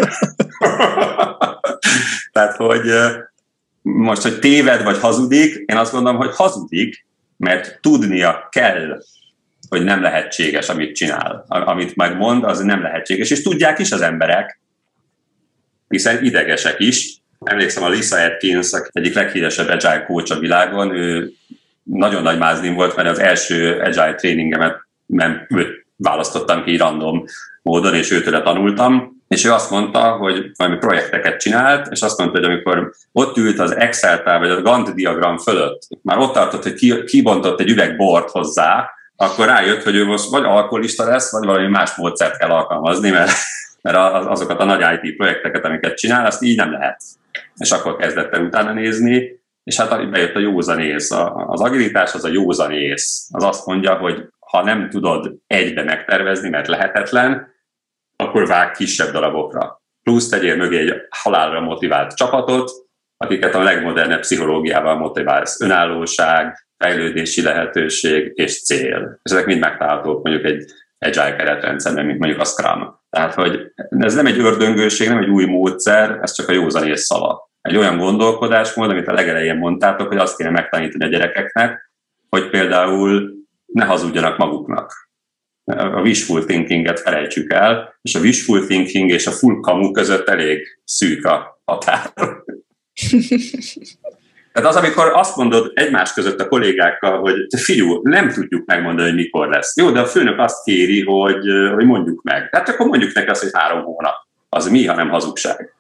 Tehát, hogy most, hogy téved vagy hazudik, én azt gondolom, hogy hazudik, mert tudnia kell, hogy nem lehetséges, amit csinál. Amit megmond, az nem lehetséges. És tudják is az emberek, hiszen idegesek is. Emlékszem, a Lisa Atkins, egyik leghíresebb agile coach a világon, ő nagyon nagy mázlim volt, mert az első agile tréningemet nem őt választottam ki random módon, és őtőle tanultam, és ő azt mondta, hogy valami projekteket csinált, és azt mondta, hogy amikor ott ült az Excel-tál, vagy a Gantt diagram fölött, már ott tartott, hogy kibontott egy üveg bort hozzá, akkor rájött, hogy ő most vagy alkoholista lesz, vagy valami más módszert kell alkalmazni, mert, mert azokat a nagy i té projekteket, amiket csinál, azt így nem lehet. És akkor kezdett el utána nézni, és hát bejött a józanész. Az agilitás az a józanész. Az azt mondja, hogy ha nem tudod egybe megtervezni, mert lehetetlen, akkor vágj kisebb darabokra. Plusz tegyél mögé egy halálra motivált csapatot, akiket a legmodernebb pszichológiával motiválsz. Önállóság, fejlődési lehetőség és cél. És ezek mind megtalálhatók mondjuk egy agile keretrendszerben, mint mondjuk a Scrum. Tehát, hogy ez nem egy ördöngőség, nem egy új módszer, ez csak a józanész szava. Egy olyan gondolkodásmód, amit a legelején mondtátok, hogy azt kéne megtanítani a gyerekeknek, hogy például ne hazudjanak maguknak. A wishful thinkinget felejtsük el, és a wishful thinking és a full kamu között elég szűk a határ. Tehát az, amikor azt mondod egymás között a kollégákkal, hogy figyú, nem tudjuk megmondani, hogy mikor lesz. Jó, de a főnök azt kéri, hogy, hogy mondjuk meg. Tehát akkor mondjuk neki azt, hogy három hónap. Az mi, ha nem hazugság?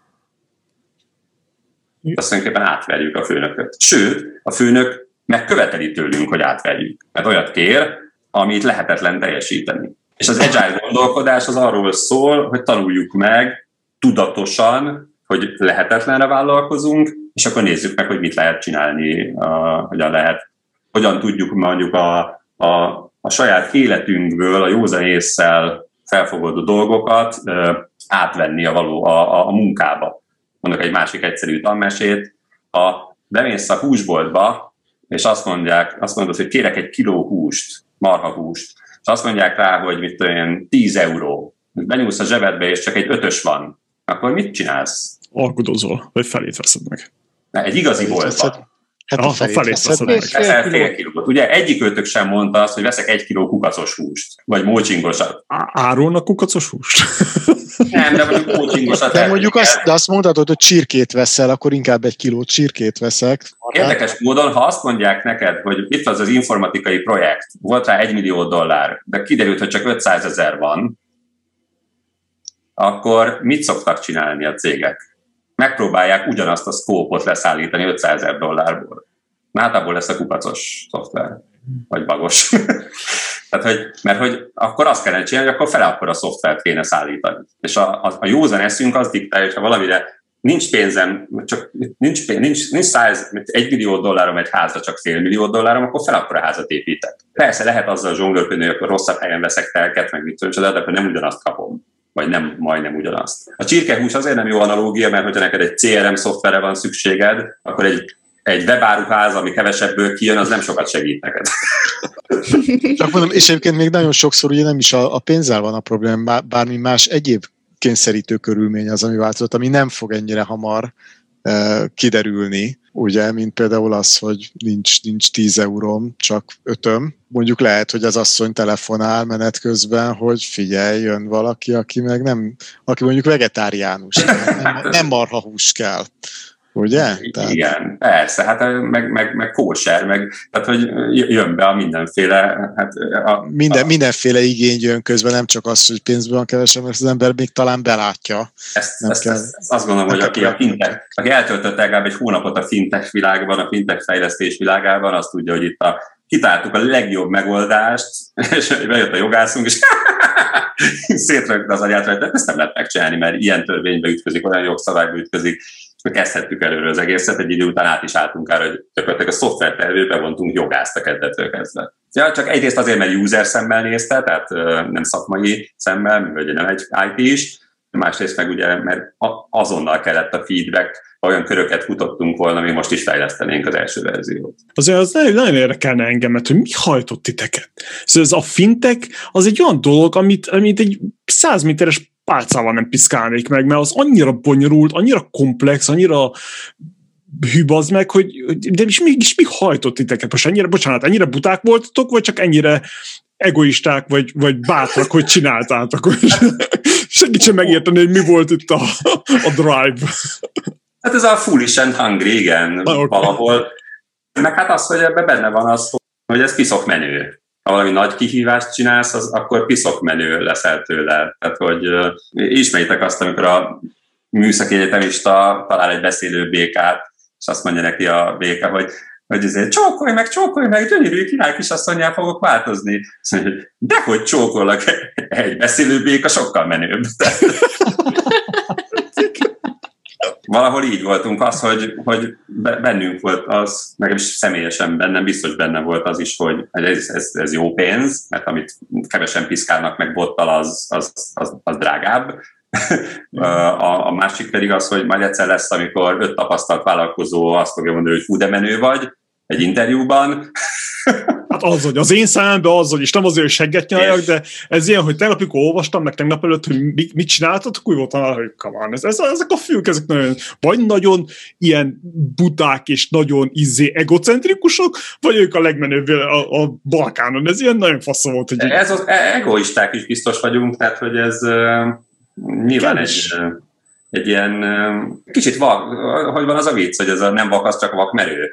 Azt tulajdonképpen átverjük a főnököt. Sőt, a főnök megköveteli tőlünk, hogy átverjük. Mert olyat kér, amit lehetetlen teljesíteni. És az agile gondolkodás az arról szól, hogy tanuljuk meg tudatosan, hogy lehetetlenre vállalkozunk, és akkor nézzük meg, hogy mit lehet csinálni, uh, hogyan lehet, hogyan tudjuk mondjuk a, a, a saját életünkből, a józanésszel felfogadó dolgokat uh, átvenni a, való, a, a munkába. Mondok egy másik egyszerű tanmesét. Ha bemész a húsboltba, és azt mondják, azt mondod, hogy kérek egy kiló húst, marhahúst, és azt mondják rá, hogy mit tudom én, tíz euró. Benyúlsz a zsebedbe, és csak egy ötös van. Akkor mit csinálsz? Alkudozol, vagy felét veszed meg. Na, egy igazi boltban. Hát a felét, felét veszed meg. Veszel fél kilót. Ugye egyik őtök sem mondta azt, hogy veszek egy kiló kukacos húst, vagy mócsingosat. Árulnak kukacos húst? Nem, de mondjuk mócsingosat. De mondjuk azt, de azt mondhatod, hogy csirkét veszel, akkor inkább egy kilót csirkét veszek. Érdekes módon, ha azt mondják neked, hogy itt az az informatikai projekt, volt rá egy millió dollár, de kiderült, hogy csak ötszázezer van, akkor mit szoktak csinálni a cégek? Megpróbálják ugyanazt a szkópot leszállítani ötszázezer dollárból. Na hát abból lesz a kukacos szoftver, vagy bagos. Tehát, hogy, mert hogy akkor azt kellene csinálni, hogy akkor fele akkor a szoftvert kéne szállítani. És a, a, a józan eszünk az diktálja, hogyha valamire nincs pénzem, csak nincs, nincs, nincs száz, egy millió dollárom egy házra, csak fél millió dollárom, akkor fel akkor a házat építek. Persze lehet azzal zsonglőrködni, hogy akkor rosszabb helyen veszek telket, meg mit tudom, de akkor nem ugyanazt kapom. Vagy nem majdnem ugyanazt. A csirkehús azért nem jó analógia, mert hogyha neked egy cé er em szoftverre van szükséged, akkor egy, egy webáruház, ami kevesebből kijön, az nem sokat segít neked. Csak mondom, és egyébként még nagyon sokszor ugye nem is a, a pénzzel van a probléma, bármi más egyéb kényszerítő körülmény az, ami változott, ami nem fog ennyire hamar uh, kiderülni, ugye, mint például az, hogy nincs, nincs tíz euróm, csak ötöm. Mondjuk lehet, hogy az asszony telefonál menet közben, hogy figyelj, jön valaki, aki meg nem, aki mondjuk vegetáriánus, nem, nem marhahús kell. Ugye? Tehát... Igen, persze, hát meg, meg, meg kóser, meg, tehát hogy jön be a mindenféle... Hát a, Minden, a... mindenféle igény jön közben, nem csak az, hogy pénzben van kevesebb, mert az ember még talán belátja. Ezt, ezt, kell, ezt, ezt azt gondolom, hogy aki, a fintech, aki eltöltött legalább egy hónapot a fintech világban, a fintech fejlesztés világában, azt tudja, hogy itt a, kitáltuk a legjobb megoldást, és bejött a jogászunk, és szétrögte az agyát, de ezt nem lehet megcsinálni, mert ilyen törvénybe ütközik, olyan jogszabályba ütközik, és kezdhettük előre az egészet, egy idő után át is álltunk arra, hogy gyakorlatilag a szoftvert bevontunk jogászt a kezdettől kezdve. Ja, csak egyrészt azért, mert user szemmel nézte, tehát nem szakmai szemmel, vagy nem egy i té is, másrészt meg ugye, mert azonnal kellett a feedback, olyan köröket futottunk volna, mi most is fejlesztenénk az első verziót. Azért az nagyon, nagyon érdekelne engemet, hogy mi hajtott titeket. Szóval ez a fintech az egy olyan dolog, amit, amit egy száz méteres pálcával nem piszkálnék meg, mert az annyira bonyolult, annyira komplex, annyira hűbazd meg, hogy de is mégis mi hajtott titeket? Most ennyire, bocsánat, ennyire buták voltatok, vagy csak ennyire egoisták, vagy, vagy bátrak, hogy csináltátok? Segítsen megérteni, hogy mi volt itt a, a drive. Hát ez a foolish and hungry, igen, ah, okay. Valahol. Meg hát az, hogy ebben benne van az, hogy ez piszok menő. Ha valami nagy kihívást csinálsz, az, akkor piszok menő leszel tőle. Tehát, hogy uh, ismeritek azt, amikor a műszaki egyetemista talál egy beszélő békát, és azt mondja neki a béka, hogy, hogy azért csókolj meg, csókolj meg, gyönyörű király kisasszonnyá fogok változni. Azt mondja, hogy dehogy csókollak, egy beszélő béka sokkal menőbb. Valahol így voltunk az, hogy, hogy bennünk volt az, meg is személyesen bennem, biztos benne volt az is, hogy ez, ez, ez jó pénz, mert amit kevesen piszkálnak meg bottal, az, az, az, az drágább. A, a másik pedig az, hogy majd egyszer lesz, amikor öt tapasztalt vállalkozó azt fogja mondani, hogy fú, de menő vagy egy interjúban. Hát az, hogy az én szememben az, hogy és nem azért, hogy segget nyaljak, de ez ilyen, hogy tegnap, amikor olvastam, meg tegnap előtt, hogy mit csináltatok, úgy voltam el, hogy kamán, ez, ez, ezek a fiúk, ezek nagyon, vagy nagyon ilyen buták és nagyon izzé egocentrikusok, vagy ők a legmenőbb a, a Balkánon. Ez ilyen nagyon faszom volt. Hogy ez az egoisták is biztos vagyunk, tehát hogy ez uh, nyilván egy... Uh, egy ilyen kicsit vak, hogy van az a vicc, hogy ez a nem vak, az csak vakmerő.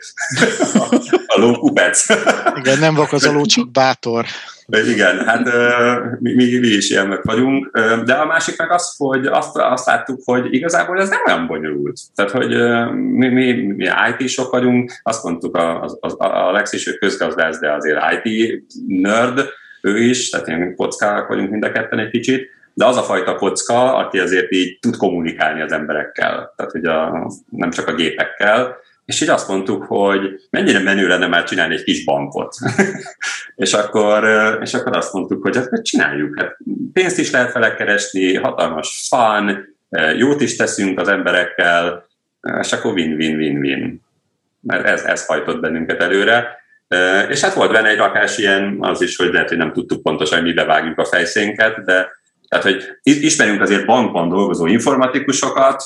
A ló kupec. Igen, nem vak az a ló, csak bátor. Igen, hát mi, mi, mi is ilyenek vagyunk, de a másik meg az, hogy azt, azt láttuk, hogy igazából ez nem olyan bonyolult. Tehát, hogy mi, mi, mi i té-sok vagyunk, azt mondtuk, a, a, a Alex is, ő közgazdász, de azért i té nerd, ő is, tehát ilyen kockák vagyunk mind a ketten egy kicsit, de az a fajta kocka, aki azért így tud kommunikálni az emberekkel, tehát ugye a, nem csak a gépekkel, és így azt mondtuk, hogy mennyire menő lenne már csinálni egy kis bankot. és, akkor, és akkor azt mondtuk, hogy hát csináljuk. Hát pénzt is lehet vele keresni, hatalmas fun, jót is teszünk az emberekkel, és akkor win-win-win-win. Mert ez, ez hajtott bennünket előre. És hát volt benne egy rakás ilyen, az is, hogy lehet, hogy nem tudtuk pontosan, mibe vágjuk a fejszénket, de tehát, hogy ismerünk azért bankban dolgozó informatikusokat,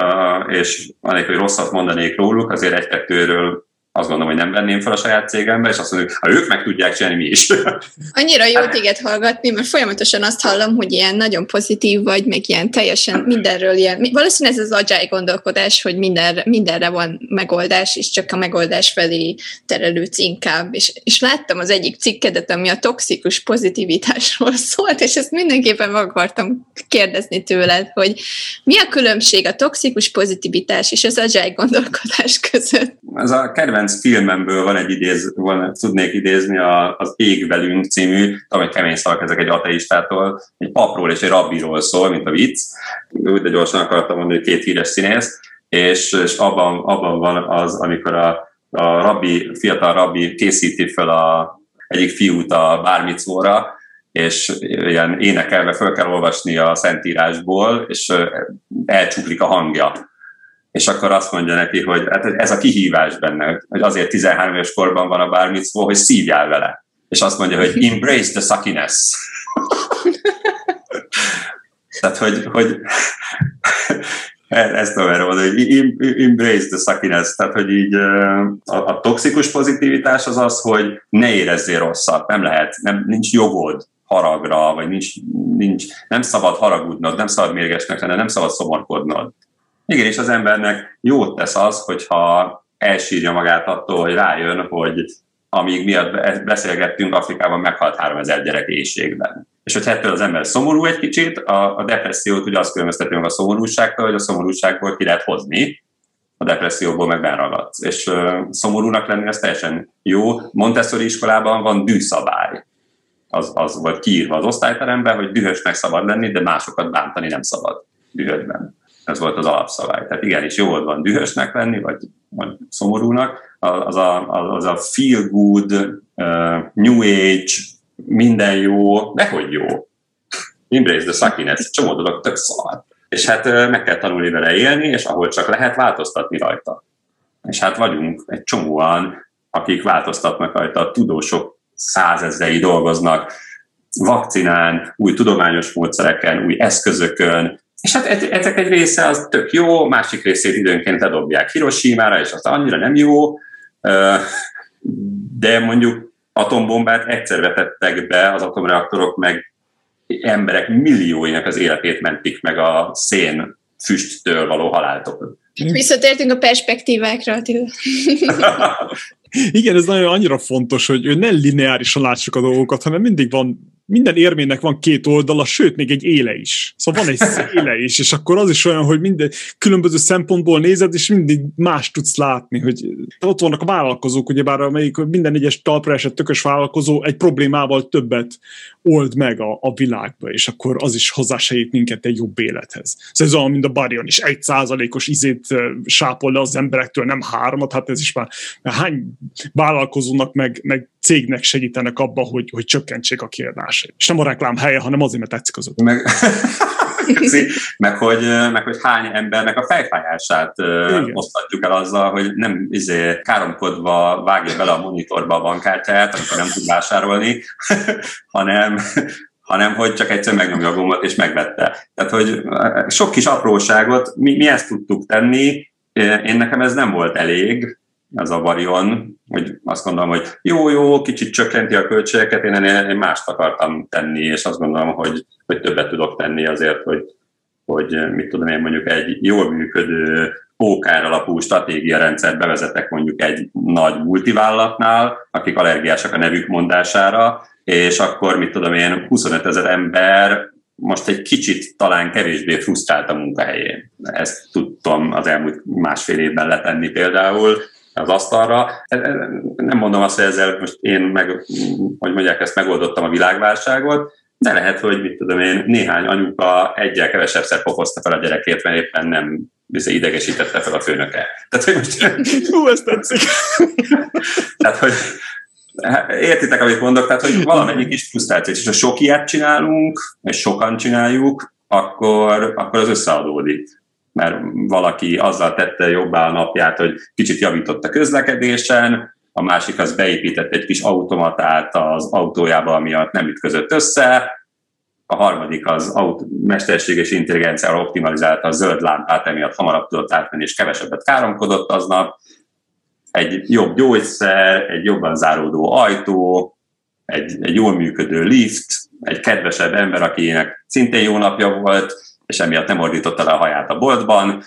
és anélkül, hogy rosszat mondanék róluk, azért egy-kettőről azt gondolom, hogy nem venném fel a saját cégembe, és azt mondjuk, ha ők meg tudják csinálni, mi is. Annyira jó téged hallgatni, mert folyamatosan azt hallom, hogy ilyen nagyon pozitív vagy, meg ilyen teljesen mindenről ilyen, valószínűleg ez az agile gondolkodás, hogy mindenre, mindenre van megoldás, és csak a megoldás felé terelődsz inkább. És, és láttam az egyik cikkedet, ami a toxikus pozitivitásról szólt, és ezt mindenképpen meg akartam kérdezni tőled, hogy mi a különbség a toxikus pozitivitás és az agile gondolkodás között? Ez a kedvenc filmemből van egy idéz, van, tudnék idézni a, az Ég velünk című, tudom, hogy kemény szavak ezek egy ateistától, egy papról és egy rabbiról szól, mint a vicc. Úgy, de gyorsan akartam mondani, hogy két híres színész, és, és abban, abban van az, amikor a, a rabbi, fiatal rabbi készíti fel a, egyik fiút a bár micvóra, és ilyen énekelve föl kell olvasni a Szentírásból, és elcsuklik a hangja. És akkor azt mondja neki, hogy hát ez a kihívás benne, hogy azért tizenhárom éves korban van a bar micvó, hogy szívjál vele. És azt mondja, hogy embrace the suckiness. Tehát, hogy, hogy ezt tudom erre mondani, hogy embrace the suckiness. Tehát, hogy így a, a toxikus pozitivitás az az, hogy ne érezzél rosszat, nem lehet, nem, nincs jogod haragra, vagy nincs, nincs, nem szabad haragudnod, nem szabad mérgesnek lenni, nem szabad szomorkodnod. Igen, és az embernek jót tesz az, hogyha elsírja magát attól, hogy rájön, hogy amíg miatt beszélgettünk, Afrikában meghalt háromezer gyerek éhségben. És hogyha ettől az ember szomorú egy kicsit, a, a depressziót ugye azt különböztetünk a szomorúságtól, hogy a szomorúságból ki lehet hozni, a depresszióból meg benragadsz. És uh, szomorúnak lenni az teljesen jó. Montessori iskolában van dűszabály. az, az volt kiírva az osztályteremben, hogy dühösnek szabad lenni, de másokat bántani nem szabad dühödben. Ez volt az alapszabály. Tehát igenis jól van dühösnek lenni, vagy, vagy szomorúnak. Az a, az a feel good, uh, new age, minden jó, dehogy jó. Embrace the suckiness, csomó dolog tök szar. És hát uh, meg kell tanulni vele élni, és ahol csak lehet változtatni rajta. És hát vagyunk egy csomóan, akik változtatnak rajta, tudósok százezrei dolgoznak vakcinán, új tudományos módszereken, új eszközökön, és hát ezek egy része az tök jó, másik részét időnként ledobják Hiroshima-ra, és az annyira nem jó, de mondjuk atombombát egyszer vetettek be, az atomreaktorok meg emberek millióinak az életét mentik meg a szén füsttől való haláltól. Visszatértünk a perspektívákra, Attila. Igen, ez nagyon annyira fontos, hogy ne lineárisan lássuk a dolgokat, hanem mindig van, minden érmének van két oldala, sőt, még egy éle is. Szóval van egy széle is, és akkor az is olyan, hogy minden különböző szempontból nézed, és mindig más tudsz látni, hogy ott vannak a vállalkozók, ugyebár amelyik minden egyes talpra esett tökös vállalkozó egy problémával többet old meg a, a világba, és akkor az is hozzásegít minket egy jobb élethez. Szóval ez olyan, mint a Barion is, egy százalékos izét sápol le az emberektől, nem hármat, hát ez is már hány vállalkozónak meg, meg cégnek segítenek abba, hogy, hogy csökkentsék a kiadásait. És nem a reklám helye, hanem azért, mert tetszik az ötlet. Meg, meg, hogy, meg hogy hány embernek a fejfájását Igen. osztatjuk el azzal, hogy nem izé, káromkodva vágja bele a monitorba a bankkártyáját, amikor nem tud vásárolni, hanem, hanem hogy csak egyszer megnyomja a gombot és megvette. Tehát, hogy sok kis apróságot mi, mi ezt tudtuk tenni, én nekem ez nem volt elég, az a Varion, hogy azt gondolom, hogy jó-jó, kicsit csökkenti a költségeket, én, én mást akartam tenni, és azt gondolom, hogy, hogy többet tudok tenni azért, hogy, hogy mit tudom én, mondjuk egy jól működő ó ká er alapú stratégiarendszert bevezetek mondjuk egy nagy multivállalatnál, akik allergiásak a nevük mondására, és akkor mit tudom én, huszonöt ezer ember most egy kicsit talán kevésbé frusztrált a munkahelyén. Ezt tudtam az elmúlt másfél évben letenni például az asztalra. Nem mondom azt, hogy ezzel most én meg, hogy mondják, ezt megoldottam a világválságot, de lehet, hogy mit tudom én, néhány anyuka egyel kevesebbszer pofozta fel a gyerekét, mert éppen nem idegesítette fel a főnöke. Tehát, hogy most... Hú, ezt tetszik. Tehát, hogy értitek, amit mondok, tehát, hogy valamennyi kis frusztráció, és ha sok ilyet csinálunk, és sokan csináljuk, akkor, akkor az összeadódik. Mert valaki azzal tette jobbá a napját, hogy kicsit javított a közlekedésen, a másik az beépített egy kis automatát az autójába, amiatt nem ütközött össze, a harmadik az autó, mesterséges intelligenciával optimalizálta a zöld lámpát, emiatt hamarabb tudott átmenni, és kevesebbet káromkodott aznap, egy jobb gyógyszer, egy jobban záródó ajtó, egy, egy jól működő lift, egy kedvesebb ember, akinek szintén jó napja volt, és emiatt nem ordította le a haját a boltban,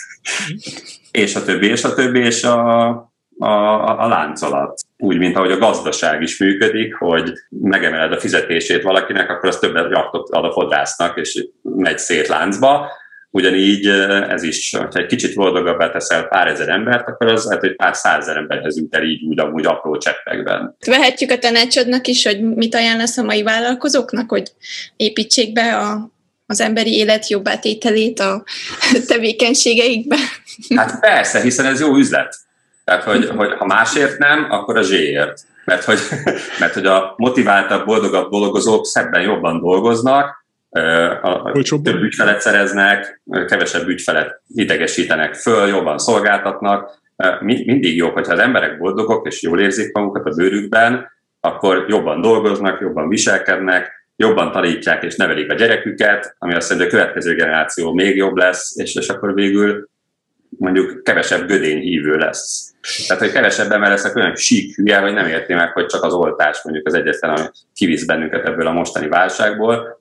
és a többi, és a többi, és a, a, a láncolat. Úgy, mint ahogy a gazdaság is működik, hogy megemeled a fizetését valakinek, akkor az többet raktott ad a fodrásznak, és megy szét láncba. Ugyanígy ez is, ha egy kicsit boldogabbá teszel pár ezer embert, akkor az hát, hogy pár százezer emberhez jut el így úgy, amúgy apró cseppekben. Vehetjük a tanácsodnak is, hogy mit ajánlasz a mai vállalkozóknak, hogy építsék be a az emberi élet jobb átételét a tevékenységeikbe? Hát persze, hiszen ez jó üzlet. Tehát, hogy, hogy ha másért nem, akkor a zséért. Mert hogy, mert hogy a motiváltabb, boldogabb dolgozók szebben jobban dolgoznak, a, több ügyfelet szereznek, kevesebb ügyfelet idegesítenek föl, jobban szolgáltatnak. Mindig jó, hogyha az emberek boldogok és jól érzik magukat a bőrükben, akkor jobban dolgoznak, jobban viselkednek, jobban tanítják és nevelik a gyereküket, ami azt mondja, hogy a következő generáció még jobb lesz, és, és akkor végül mondjuk kevesebb gödény hívő lesz. Tehát, hogy kevesebb ember lesznek olyan sík hülye, hogy nem érti meg, hogy csak az oltás mondjuk az egyetlen, ami kivisz bennünket ebből a mostani válságból.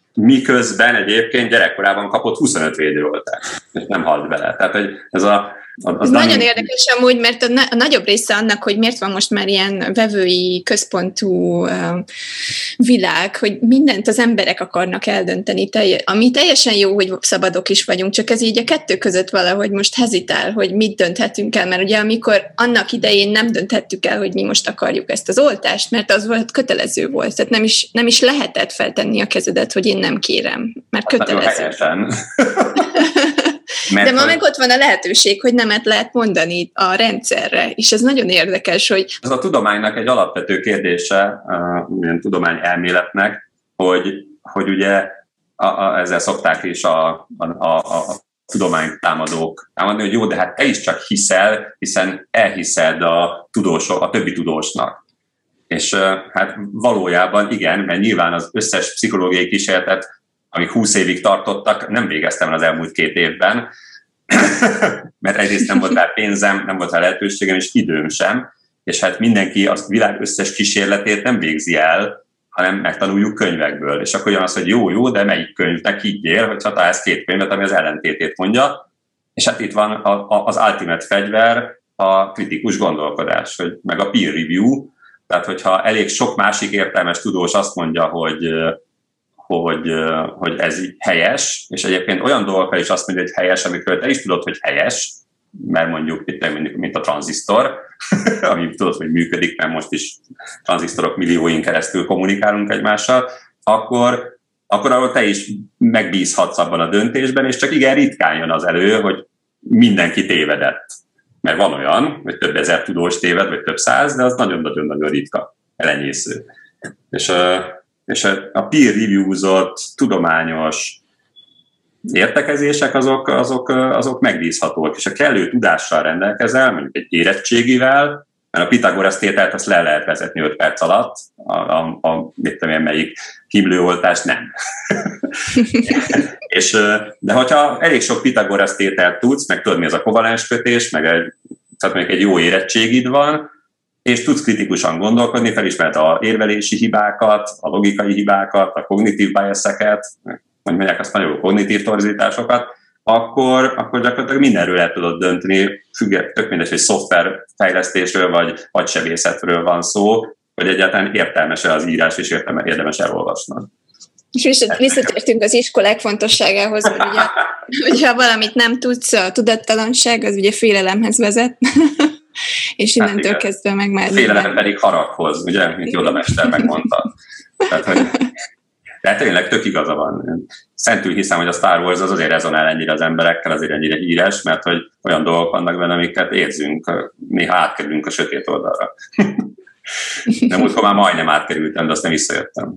Miközben egyébként gyerekkorában kapott huszonöt védőoltást, és nem halt bele. Tehát, hogy ez a Az, Ez nagyon érdekes amúgy, mert a, na- a nagyobb része annak, hogy miért van most már ilyen vevői, központú uh, világ, hogy mindent az emberek akarnak eldönteni, telj- ami teljesen jó, hogy szabadok is vagyunk, csak ez így a kettő között valahogy most hezitál, hogy mit dönthetünk el, mert ugye amikor annak idején nem dönthettük el, hogy mi most akarjuk ezt az oltást, mert az volt kötelező volt, tehát nem is, nem is lehetett feltenni a kezedet, hogy én nem kérem, mert kötelező. De ma meg ott van a lehetőség, hogy nemet lehet mondani a rendszerre, és ez nagyon érdekes, hogy... Ez a tudománynak egy alapvető kérdése, ilyen tudomány elméletnek, hogy, hogy ugye a, a, ezzel szokták is a, a, a, a tudománytámadók támadni, hogy jó, de hát te is csak hiszel, hiszen elhiszed a tudósok, a többi tudósnak. És hát valójában igen, mert nyilván az összes pszichológiai kísérletet, amik húsz évig tartottak, nem végeztem az elmúlt két évben, mert egyrészt nem volt rá pénzem, nem volt rá lehetőségem, és időm sem, és hát mindenki a világ összes kísérletét nem végzi el, hanem megtanuljuk könyvekből. És akkor jön az, hogy jó, jó, de melyik könyvnek higgyél, hogyha találsz két könyvet, ami az ellentétét mondja. És hát itt van a, a, az ultimate fegyver, a kritikus gondolkodás, hogy, meg a peer review. Tehát, hogyha elég sok másik értelmes tudós azt mondja, hogy Hogy, hogy ez így helyes, és egyébként olyan dolgokkal is azt mondja, hogy helyes, amikről te is tudod, hogy helyes, mert mondjuk, mint a tranzisztor, ami tudod, hogy működik, mert most is tranzisztorok millióin keresztül kommunikálunk egymással, akkor, akkor arról te is megbízhatsz abban a döntésben, és csak igen ritkán jön az elő, hogy mindenki tévedett. Mert van olyan, hogy több ezer tudós téved, vagy több száz, de az nagyon-nagyon-nagyon ritka, elenyésző. És és a peer review-zott tudományos értekezések azok, azok, azok megbízhatóak, és a kellő tudással rendelkezel, mondjuk egy érettségivel, mert a Pitagorasz tételt azt le lehet vezetni öt perc alatt, a, a, a mit tudom én, melyik himlőoltást nem. és, de hogyha elég sok Pitagorasz tételt tudsz, meg tudod mi az a kovalens kötés, meg egy, tehát mondjuk egy jó érettségid van, és tudsz kritikusan gondolkodni, felismert a érvelési hibákat, a logikai hibákat, a kognitív bias-eket, hogy mondják azt nagyon kognitív torzításokat, akkor, akkor gyakorlatilag mindenről el tudod dönteni, függetlenül, tök mindegy, hogy szoftverfejlesztésről vagy agysebészetről van szó, hogy egyáltalán értelmes-e az írás, és érdemes elolvasnod. És visszatértünk az iskolák fontosságához, hogy ugye, hogyha valamit nem tudsz, a tudattalanság, az ugye félelemhez vezet. És innentől hát kezdve meg már... Félelem pedig haraghoz, ugye, mint Yoda mester megmondta. Tehát, hogy, de tényleg tök igaza van. Szentül hiszem, hogy a Star Wars az azért rezonál ennyire az emberekkel, azért ennyire híres, mert hogy olyan dolgok vannak benne, amiket érzünk, néha átkerülünk a sötét oldalra. De múltkor már majdnem átkerültem, de azt nem visszajöttem.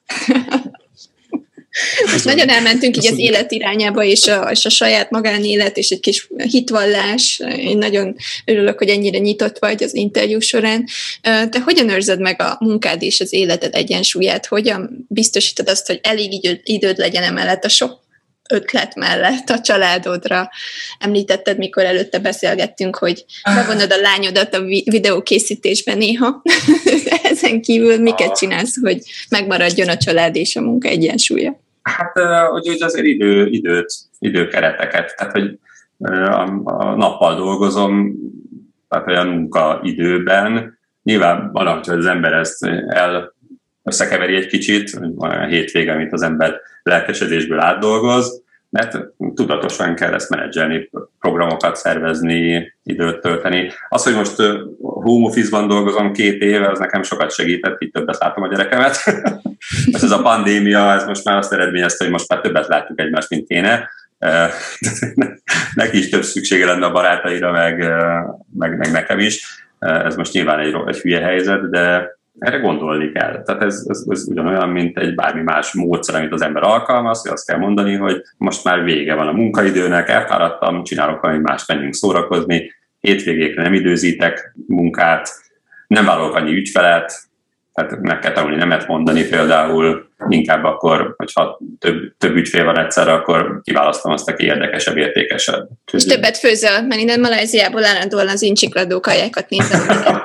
Most nagyon elmentünk így az élet irányába, és a, és a saját magánélet, és egy kis hitvallás. Én nagyon örülök, hogy ennyire nyitott vagy az interjú során. Te hogyan őrzed meg a munkád és az életed egyensúlyát? Hogyan biztosítod azt, hogy elég időd, időd legyen emellett a sok ötlet mellett a családodra? Említetted, mikor előtte beszélgettünk, hogy bevonod a lányodat a videókészítésbe néha. Ezen kívül miket csinálsz, hogy megmaradjon a család és a munka egyensúlya? Hát, hogy úgy azért idő, időt, időkereteket, tehát, hogy a, a nappal dolgozom, tehát olyan munkaidőben. Nyilván van, hogy az ember ezt el összekeveri egy kicsit, van olyan hétvége, amit az ember lelkesedésből átdolgoz, mert tudatosan kell ezt menedzselni, programokat szervezni, időt tölteni. Az, hogy most home office-ban dolgozom két éve, az nekem sokat segített, így többet látom a gyerekemet. Most ez a pandémia, ez most már azt eredményezte, hogy most már többet látjuk egymást, mint kéne. Neki is több szüksége lenne a barátaira, meg, meg, meg nekem is. Ez most nyilván egy, egy hülye helyzet, de erre gondolni kell. Tehát ez, ez, ez ugyanolyan, mint egy bármi más módszer, amit az ember alkalmaz, hogy azt kell mondani, hogy most már vége van a munkaidőnek, elfáradtam, csinálok valami más, menjünk szórakozni, hétvégékre nem időzítek munkát, nem vállalok annyi ügyfelet, tehát meg kell tanulni nemet mondani például, inkább akkor, hogyha több, több ügyfél van egyszerre, akkor kiválasztom azt, aki érdekesebb, értékesebb. És többet főzöl, mert innen Malajziából állandóan az incsikladó kajákat nézem.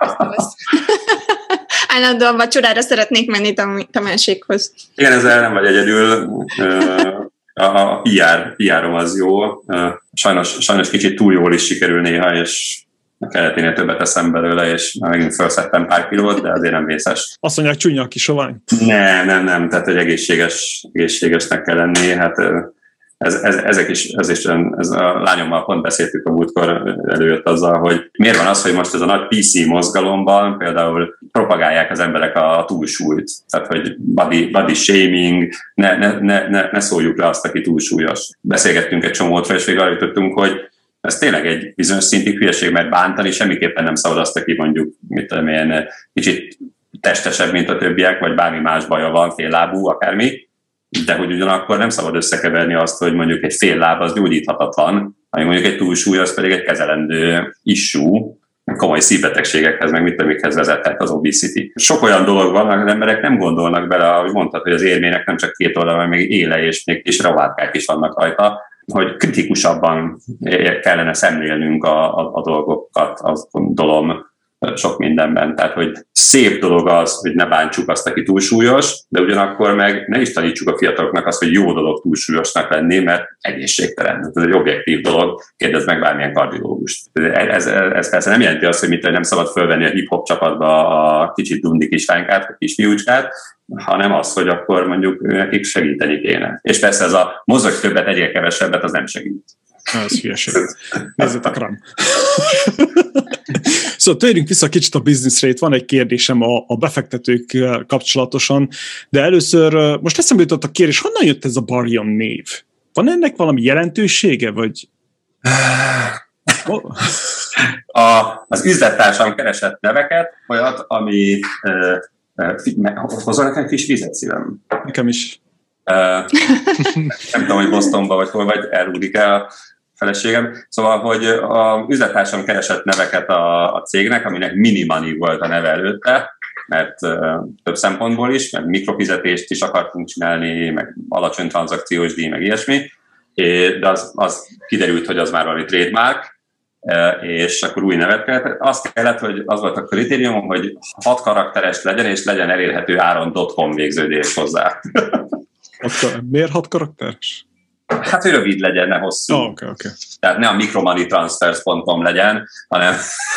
Állandóan vacsorára szeretnék menni Tamásékhoz. Igen, ezzel nem vagy egyedül. A pé er, pé er-om az jó, sajnos, sajnos kicsit túl jól is sikerül néha, és a keleténél többet eszem belőle, és megint felszettem pár kilót, de azért nem vészes. Azt mondják, csúnya a kis sovány. Nem, nem, nem, tehát hogy egészséges, egészségesnek kell lenni, hát ez, ez, ezek is, ez is, ez a lányommal pont beszéltük a múltkor, előjött azzal, hogy miért van az, hogy most ez a nagy pé cé mozgalomban például propagálják az emberek a túlsúlyt, tehát hogy body, body shaming, ne, ne, ne, ne, ne szóljuk le azt, aki túlsúlyos. Beszélgettünk egy csomótra, és végül arra jutottunk, hogy ez tényleg egy bizonyos szintű hülyeség, mert bántani semmiképpen nem szabad azt, aki mondjuk, mit tudom én, kicsit testesebb, mint a többiek, vagy bármi más baja van, féllábú, akármi, de hogy ugyanakkor nem szabad összekeverni azt, hogy mondjuk egy fél láb az gyógyíthatatlan, hanem mondjuk egy túlsúly az pedig egy kezelendő issue, komoly szívbetegségekhez, meg mit amikhez vezethet az obesity. Sok olyan dolog van, hogy az emberek nem gondolnak bele, ahogy mondtad, hogy az érmének nem csak két oldal, hanem még éle és még kis ravátkák is vannak rajta, hogy kritikusabban kellene szemlélnünk a, a, a dolgokat, azt gondolom, sok mindenben. Tehát, hogy szép dolog az, hogy ne bántsuk azt, aki túlsúlyos, de ugyanakkor meg ne is tanítsuk a fiataloknak azt, hogy jó dolog túlsúlyosnak lenni, mert egészségtelen. Ez egy objektív dolog, kérdezd meg bármilyen kardiológust. Ez, ez, ez persze nem jelenti azt, hogy mit nem szabad fölvenni a hip-hop csapatba a kicsit dundi kislánykát, a kisfiúcskát, hanem az, hogy akkor mondjuk nekik segíteni kéne. És persze ez a mozog többet, egyre kevesebbet, az nem segít. Ez hülyeség. Nézzetek rám. Szóval térjünk vissza kicsit a businessre, itt van egy kérdésem a, a befektetők kapcsolatosan, de először most eszembe jutott a kérdés, honnan jött ez a Barion név? Van ennek valami jelentősége, vagy... A, az üzlettársam keresett neveket, olyat, ami... Uh, uh, hozol nekem kis vizet, szívem? Nekem is. Uh, nem tudom, hogy Bostonban vagy hol vagy, elrúdik el a feleségem. Szóval, hogy az üzlettársam keresett neveket a, a cégnek, aminek Mini-Money volt a neve előtte, mert uh, több szempontból is, mert mikrofizetést is akartunk csinálni, meg alacsony tranzakciós díj, meg ilyesmi, de az, az kiderült, hogy az már valami trademark, és akkor új nevet kellett. Azt kellett, hogy az volt a kritérium, hogy hat karakteres legyen, és legyen elérhető áron dot com végződés hozzá. Miért hat karakteres? Hát, hogy rövid legyen, ne hosszú. Oh, okay, okay. Tehát ne a micromoneytransfers pont com legyen, hanem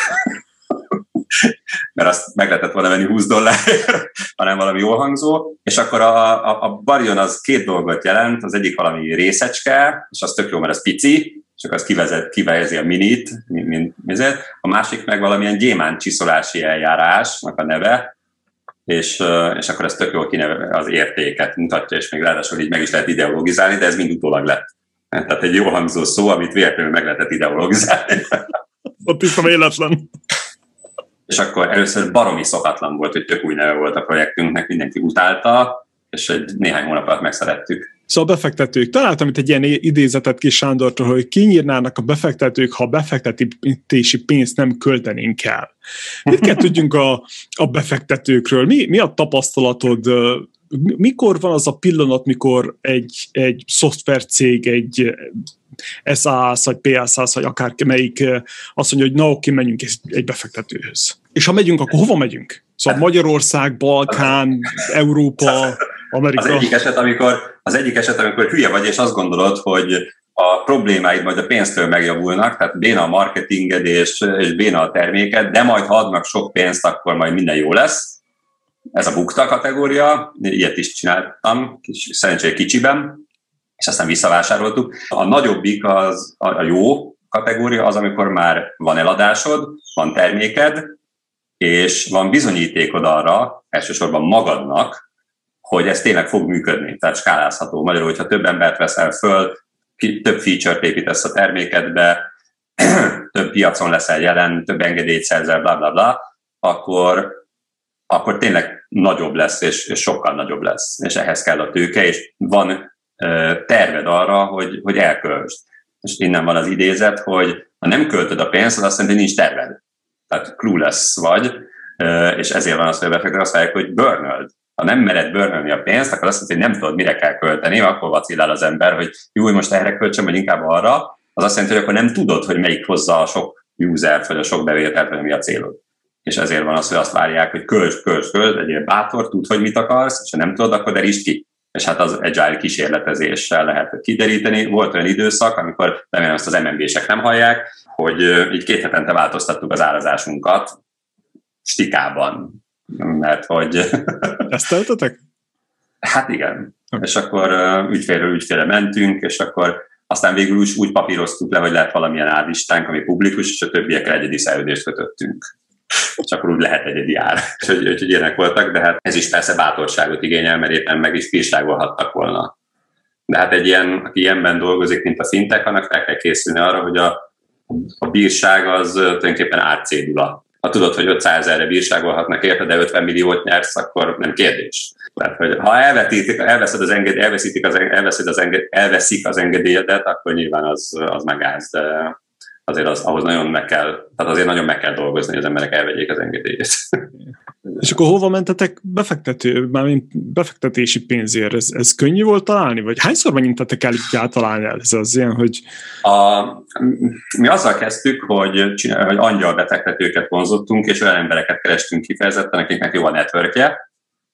mert azt meg lehetett volna venni húsz dollárért, hanem valami jól hangzó. És akkor a, a, a Barion az két dolgot jelent, az egyik valami részecske, és az tök jó, mert az pici, csak az kivezet, kivejezi a minit, mint, mint, mint, a másik meg valamilyen gyémánt csiszolási eljárásnak a neve, és, és akkor ez tök jól kineve az értéket mutatja, és még ráadásul így meg is lehet ideologizálni, de ez mind utólag lett. Tehát egy jó hangzó szó, amit véletlenül meg lehetett ideologizálni. Ott is a véletlen. És akkor először baromi szokatlan volt, hogy tök új neve volt a projektünknek, mindenki utálta, és egy néhány hónap alatt megszerettük. Szóval a befektetők, találtam itt egy ilyen idézetet Kis Sándortól, hogy kinyírnának a befektetők, ha a befektetési pénzt nem költenénk el. Mit kell tudjunk a, a befektetőkről? Mi, mi a tapasztalatod? Mikor van az a pillanat, mikor egy, egy szoftvercég, egy es á es, vagy pé es es, vagy akár melyik azt mondja, hogy na oké, menjünk egy befektetőhöz. És ha megyünk, akkor hova megyünk? Szóval Magyarország, Balkán, Európa, Amerika. Az egyik eset, amikor, az egyik eset, amikor hülye vagy, és azt gondolod, hogy a problémáid majd a pénztől megjavulnak, tehát béna a marketinged és, és béna a terméked, de majd ha adnak sok pénzt, akkor majd minden jó lesz. Ez a bukta kategória, ilyet is csináltam, kis, szerencsére kicsiben, és aztán visszavásároltuk. A nagyobbik az a jó kategória az, amikor már van eladásod, van terméked, és van bizonyítékod arra, elsősorban magadnak, hogy ez tényleg fog működni, tehát skálázható. Magyarul, hogyha több embert veszel föl, több feature-t építesz a termékedbe, több piacon leszel jelen, több engedélyt szerzel, bla bla bla, akkor, akkor tényleg nagyobb lesz, és, és sokkal nagyobb lesz. És ehhez kell a tőke, és van uh, terved arra, hogy, hogy elköltsd. És innen van az idézet, hogy ha nem költöd a pénzt, az azt jelenti, hogy nincs terved. Tehát clueless vagy, uh, és ezért van az, hogy a befektetők azt mondják, hogy burnöld. Ha nem mered burnölni a pénzt, akkor azt mondja, hogy nem tudod, mire kell költeni, akkor vacillál az ember, hogy jó, most erre költsem, vagy inkább arra. Az azt jelenti, hogy akkor nem tudod, hogy melyik hozza a sok usert, vagy a sok bevételt, vagy mi a célod. És ezért van az, hogy azt várják, hogy költs, költs, költs, legyél bátor, tudd, hogy mit akarsz, és ha nem tudod, akkor derítsd ki. és hát az agile kísérletezéssel lehet kideríteni. Volt olyan időszak, amikor remélem ezt az em en bé-sek nem hallják, hogy így két hetente változtattuk az árazásunkat stikában, mert hogy... Ezt teltetek? Hát igen. Okay. És akkor ügyfélről ügyfélre mentünk, és akkor aztán végül is úgy papíroztuk le, hogy lehet valamilyen árlistánk, ami publikus, és a többiekkel egyedi szerződést kötöttünk. És akkor úgy lehet egyedi ár. Úgyhogy, úgyhogy ilyenek voltak, de hát ez is persze bátorságot igényel, mert éppen meg is bírságolhattak volna. De hát egy ilyen, aki ilyenben dolgozik, mint a fintech, annak fel kell készülni arra, hogy a, a bírság az tulajdonképpen árcédula. Ha tudod, hogy ötszázezerre bírságolhatnak érte, de ötven milliót nyersz, akkor nem kérdés. Tehát, hogy ha elvetítik, elveszed az enged, elveszítik az, elveszed az enged, elveszik az engedélyedet, akkor nyilván az, az meg gáz, de azért az, ahhoz nagyon meg kell, tehát azért nagyon meg kell dolgozni, hogy az emberek elvegyék az engedélyét. És akkor hova mentetek befektető, mármint befektetési pénzért? Ez, ez könnyű volt találni? Vagy hányszor mennyit el így általán el? Ez az ilyen, hogy... A, mi azzal kezdtük, hogy, csinál, hogy angyal befektetőket vonzottunk, és olyan embereket kerestünk kifejezetten, akiknek jó a networkje,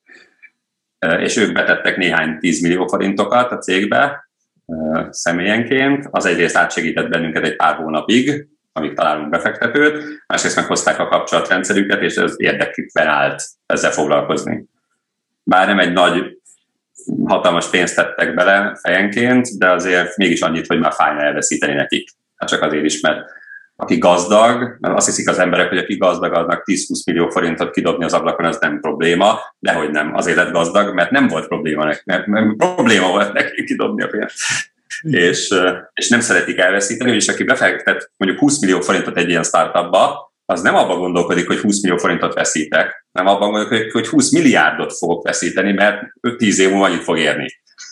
és ők betettek néhány tízmillió forintokat a cégbe személyenként. Az egyrészt átsegített bennünket egy pár hónapig, amíg találunk befektetőt, másrészt meghozták a kapcsolatrendszerüket, és ez érdekükben állt ezzel foglalkozni. Bár nem egy nagy, hatalmas pénzt tettek bele fejenként, de azért mégis annyit, hogy már fájna elveszíteni nekik. Hát csak azért is, mert aki gazdag, mert azt hiszik az emberek, hogy aki gazdag, aznak tíz-húsz millió forintot kidobni az ablakon, az nem probléma, de hogy nem, azért lett gazdag, mert nem volt probléma neki, mert, mert probléma volt neki kidobni a pénzt. És, és nem szeretik elveszíteni, és aki befektet mondjuk húsz millió forintot egy ilyen startupba, az nem abban gondolkodik, hogy húsz millió forintot veszítek, nem abban gondolkodik, hogy húsz milliárdot fogok veszíteni, mert öt-tíz év múlva annyit fog érni.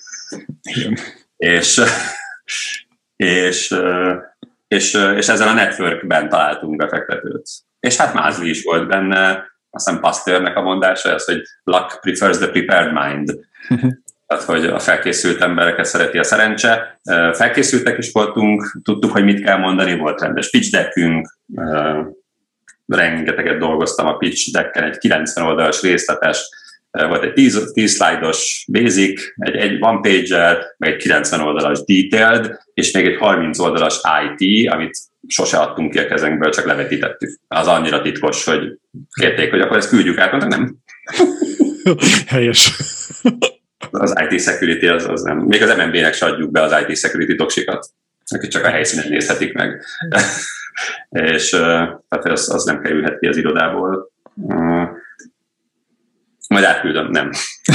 És, és, és, és ezzel a networkben találtunk befektetőt. És hát Mázli is volt benne, azt hiszem Pasteurnek a mondása, az, hogy luck prefers the prepared mind. Tehát, hogy a felkészült embereket szereti a szerencse. Felkészültek is voltunk, tudtuk, hogy mit kell mondani, volt rendes pitch deckünk, rengeteget dolgoztam a pitch decken, egy kilencven oldalas részletes, volt egy tíz szlájdos basic, egy, egy one page-el, meg egy kilencven oldalas detailed, és még egy harminc oldalas i té, amit sose adtunk ki a kezünkből, csak levetítettük. Az annyira titkos, hogy kérték, hogy akkor ezt küldjük át, mondtam, nem. Helyes. Az i té security az, az nem. Még az em en bé-nek se adjuk be az i té security doksikat, akik csak a helyszínen nézhetik meg. És tehát az, az nem kerülhet ki az irodából. Majd átküldöm, nem.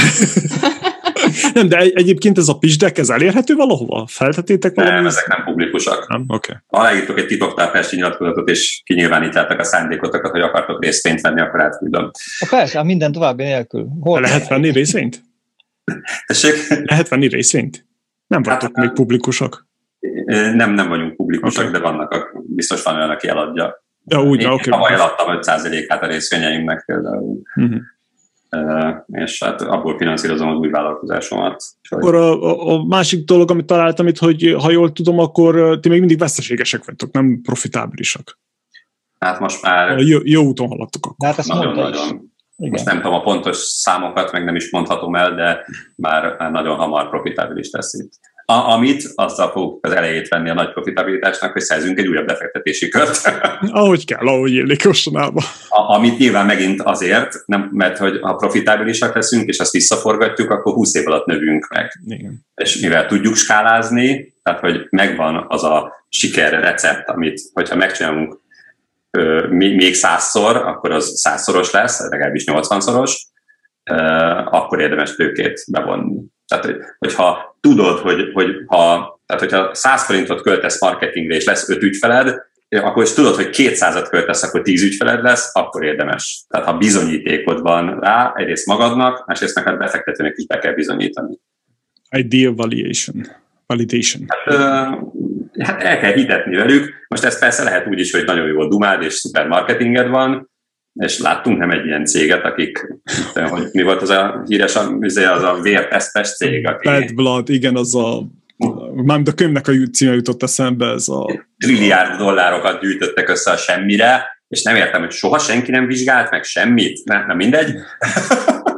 Nem, de egy, egyébként ez a pitch deck, ez elérhető valahova? Feltetétek valami? Nem, ezek nem publikusak. Nem? Oké. Okay. Ha aláírtok egy titoktartási nyilatkozatot, és kinyilvánítjátok a szándékotokat, hogy akartok részvényt venni, akkor átküldöm. Persze, minden további nélkül. Hol lehet venni részvényt? Tessék? Lehet venni részvényt? Nem vagytok hát, még publikusak? Nem, nem vagyunk publikusak, okay. De vannak, a, biztos van olyan, aki eladja. Ja, úgy, én okay. Tavaly eladtam öt százalékát a részvényeimnek például. Uh-huh. Uh, és hát abból finanszírozom az új vállalkozásomat. Akkor a, a, a másik dolog, amit találtam itt, hogy ha jól tudom, akkor ti még mindig veszteségesek vagytok, nem profitábilisak. Hát most már... Jó, jó úton haladtok akkor. Hát nagyon-nagyon. Most nem tudom a pontos számokat, meg nem is mondhatom el, de már, már nagyon hamar profitábilis lesz itt. A, amit azzal fogunk az elejét venni a nagy profitabilitásnak, hogy szerzünk egy újabb befektetési kört. Ahogy kell, ahogy illik mostanában. Amit nyilván megint azért, nem, mert hogy ha profitábilisak leszünk, és azt visszaforgatjuk, akkor húsz év alatt növünk meg. Igen. És mivel tudjuk skálázni, tehát hogy megvan az a siker recept, amit, hogyha megcsinálunk ö, még százszor, akkor az százszoros lesz, legalábbis nyolcvanszoros, ö, akkor érdemes tőkét bevonni. Tehát, hogyha tudod, hogy, hogy ha, tehát, hogyha száz forintot költesz marketingre, és lesz öt ügyfeled, akkor is tudod, hogy kétszázat költesz, akkor tíz ügyfeled lesz, akkor érdemes. Tehát ha bizonyítékod van rá, egyrészt magadnak, másrészt meg a befektetőnek is be kell bizonyítani. Ideal valuation. Validation. Hát, ö, hát el kell hitetni velük. Most ezt persze lehet úgy is, hogy nagyon jól dumád, és szuper marketinged van, és láttunk nem egy ilyen céget, akik, hogy mi volt az a híres, az a vértesztes cég, aki... Bad Blood, igen, az a... Mármint a könyvnek a címe jutott eszembe, ez a... Trilliárd dollárokat gyűjtöttek össze a semmire, és nem értem, hogy soha senki nem vizsgált meg semmit. Nem, nem mindegy.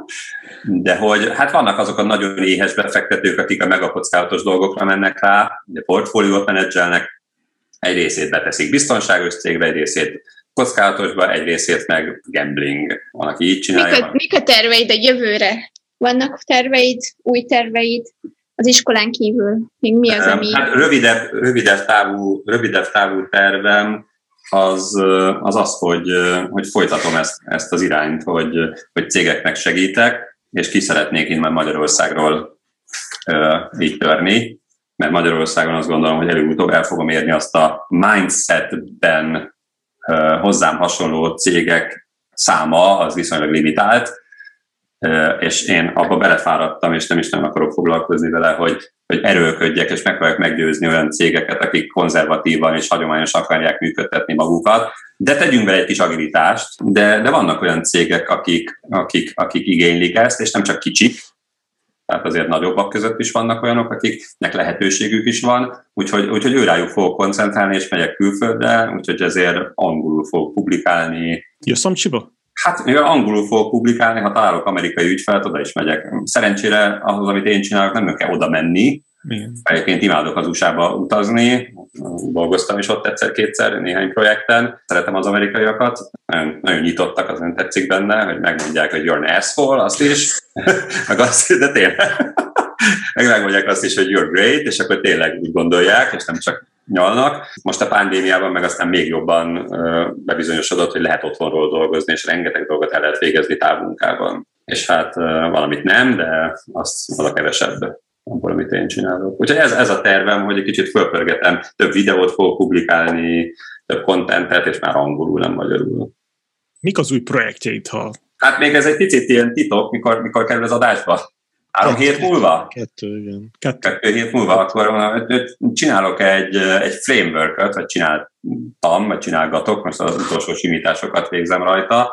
De hogy hát vannak azok a nagyon éhes befektetők, akik a megakockázatos dolgokra mennek rá, ugye portfóliót menedzselnek, egy részét beteszik biztonságos cégbe, egy részét kockázatosba, egy részét meg gambling. Van, aki így csinálja. Mik a, mik a terveid a jövőre? Vannak terveid, új terveid az iskolán kívül? Még mi az, ami... Hát rövidebb, rövidebb, távú, rövidebb távú tervem az az, az hogy, hogy folytatom ezt, ezt az irányt, hogy, hogy cégeknek segítek, és ki szeretnék innen Magyarországról így törni, mert Magyarországon azt gondolom, hogy előbb-utóbb el fogom érni azt a mindsetben hozzám hasonló cégek száma, az viszonylag limitált, és én abba belefáradtam, és nem is nem akarok foglalkozni vele, hogy, hogy erőlködjek, és megpróbálok meggyőzni olyan cégeket, akik konzervatívan és hagyományosan akarják működtetni magukat. De tegyünk bele egy kis agilitást, de, de vannak olyan cégek, akik, akik, akik igénylik ezt, és nem csak kicsik, tehát azért nagyobbak között is vannak olyanok, akiknek lehetőségük is van, úgyhogy, úgyhogy őrájuk fogok koncentrálni, és megyek külföldre, úgyhogy ezért angolul fogok publikálni. Jössz Amcsiba? Hát, mivel angolul fogok publikálni, ha találok amerikai ügyfelet, oda is megyek. Szerencsére ahhoz, amit én csinálok, nem kell oda menni. Igen. Egyébként imádok az u es á-ba utazni, dolgoztam is ott egyszer-kétszer néhány projekten. Szeretem az amerikaiakat, nagyon, nagyon nyitottak, az nem tetszik benne, hogy megmondják, hogy you're an asshole, azt is, meg azt, de tényleg. Meg megmondják azt is, hogy you're great, és akkor tényleg úgy gondolják, és nem csak nyalnak. Most a pandémiában meg aztán még jobban bebizonyosodott, hogy lehet otthonról dolgozni, és rengeteg dolgot el lehet végezni távmunkában. És hát valamit nem, de azt az a kevesebb, abból, amit én csinálok. Úgyhogy ez, ez a tervem, hogy egy kicsit fölpörgetem, több videót fogok publikálni, több kontentet, és már angolul, nem magyarul. Mik az új projektjeid, ha... Hát még ez egy picit ilyen titok, mikor, mikor kerül az adásba. Három Kettő. hét múlva? Kettő, igen. Kettő, Kettő hét múlva, akkor csinálok egy, egy framework-öt, vagy csináltam, vagy csinálgatok, most az utolsó simításokat végzem rajta,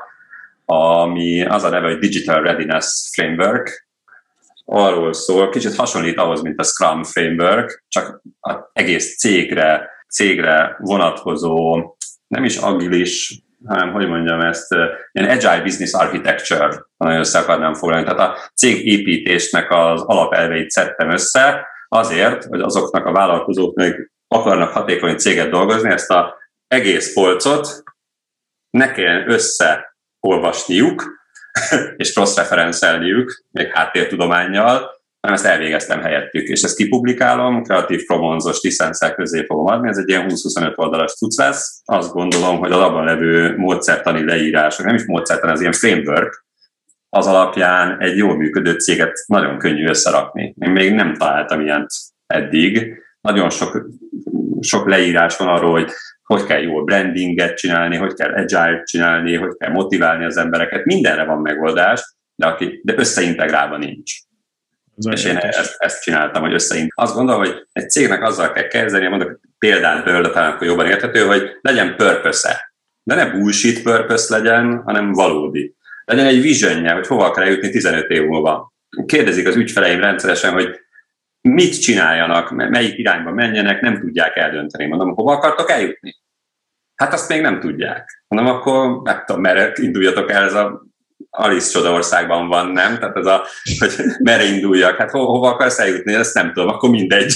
ami az a neve, hogy Digital Readiness Framework. Arról szól, kicsit hasonlít ahhoz, mint a Scrum Framework, csak az egész cégre, cégre vonatkozó, nem is agilis, hanem, hogy mondjam ezt, ilyen Agile Business Architecture, nagyon össze akarnám foglalni. Tehát a cégépítésnek az alapelveit szedtem össze azért, hogy azoknak a vállalkozóknak, akik akarnak hatékony céget dolgozni, ezt az egész polcot ne kelljen összeolvasniuk, és cross-referencelniük, még háttértudománnyal, hanem ezt elvégeztem helyettük. És ezt kipublikálom, Creative Commons-os licenszel közé fogom adni, ez egy ilyen húsz-huszonöt oldalas cucc lesz. Azt gondolom, hogy az abban levő módszertani leírások, nem is módszertani, az ilyen framework, az alapján egy jól működő céget nagyon könnyű összerakni. Én még nem találtam ilyent eddig. Nagyon sok, sok leírás van arról, hogy hogy kell jól brandinget csinálni, hogy kell agile-t csinálni, hogy kell motiválni az embereket. Mindenre van megoldás, de, aki, de összeintegrálva nincs. Ez és én ezt, ezt csináltam, hogy összeint. Azt gondolom, hogy egy cégnek azzal kell kezdeni, mondok példát belőle, talán akkor jobban érthető, hogy legyen purpose-e. De ne bullshit purpose legyen, hanem valódi. Legyen egy visionje, hogy hova kell eljutni tizenöt év múlva. Kérdezik az ügyfeleim rendszeresen, hogy mit csináljanak, melyik irányba menjenek, nem tudják eldönteni. Mondom, hova akartok eljutni? Hát azt még nem tudják. Mondom, akkor nem tudom, merre induljatok el, ez a Alice Csodaországban van, nem? Tehát ez a, hogy merre induljak, hát ho- hova akarsz eljutni, ezt nem tudom, akkor mindegy.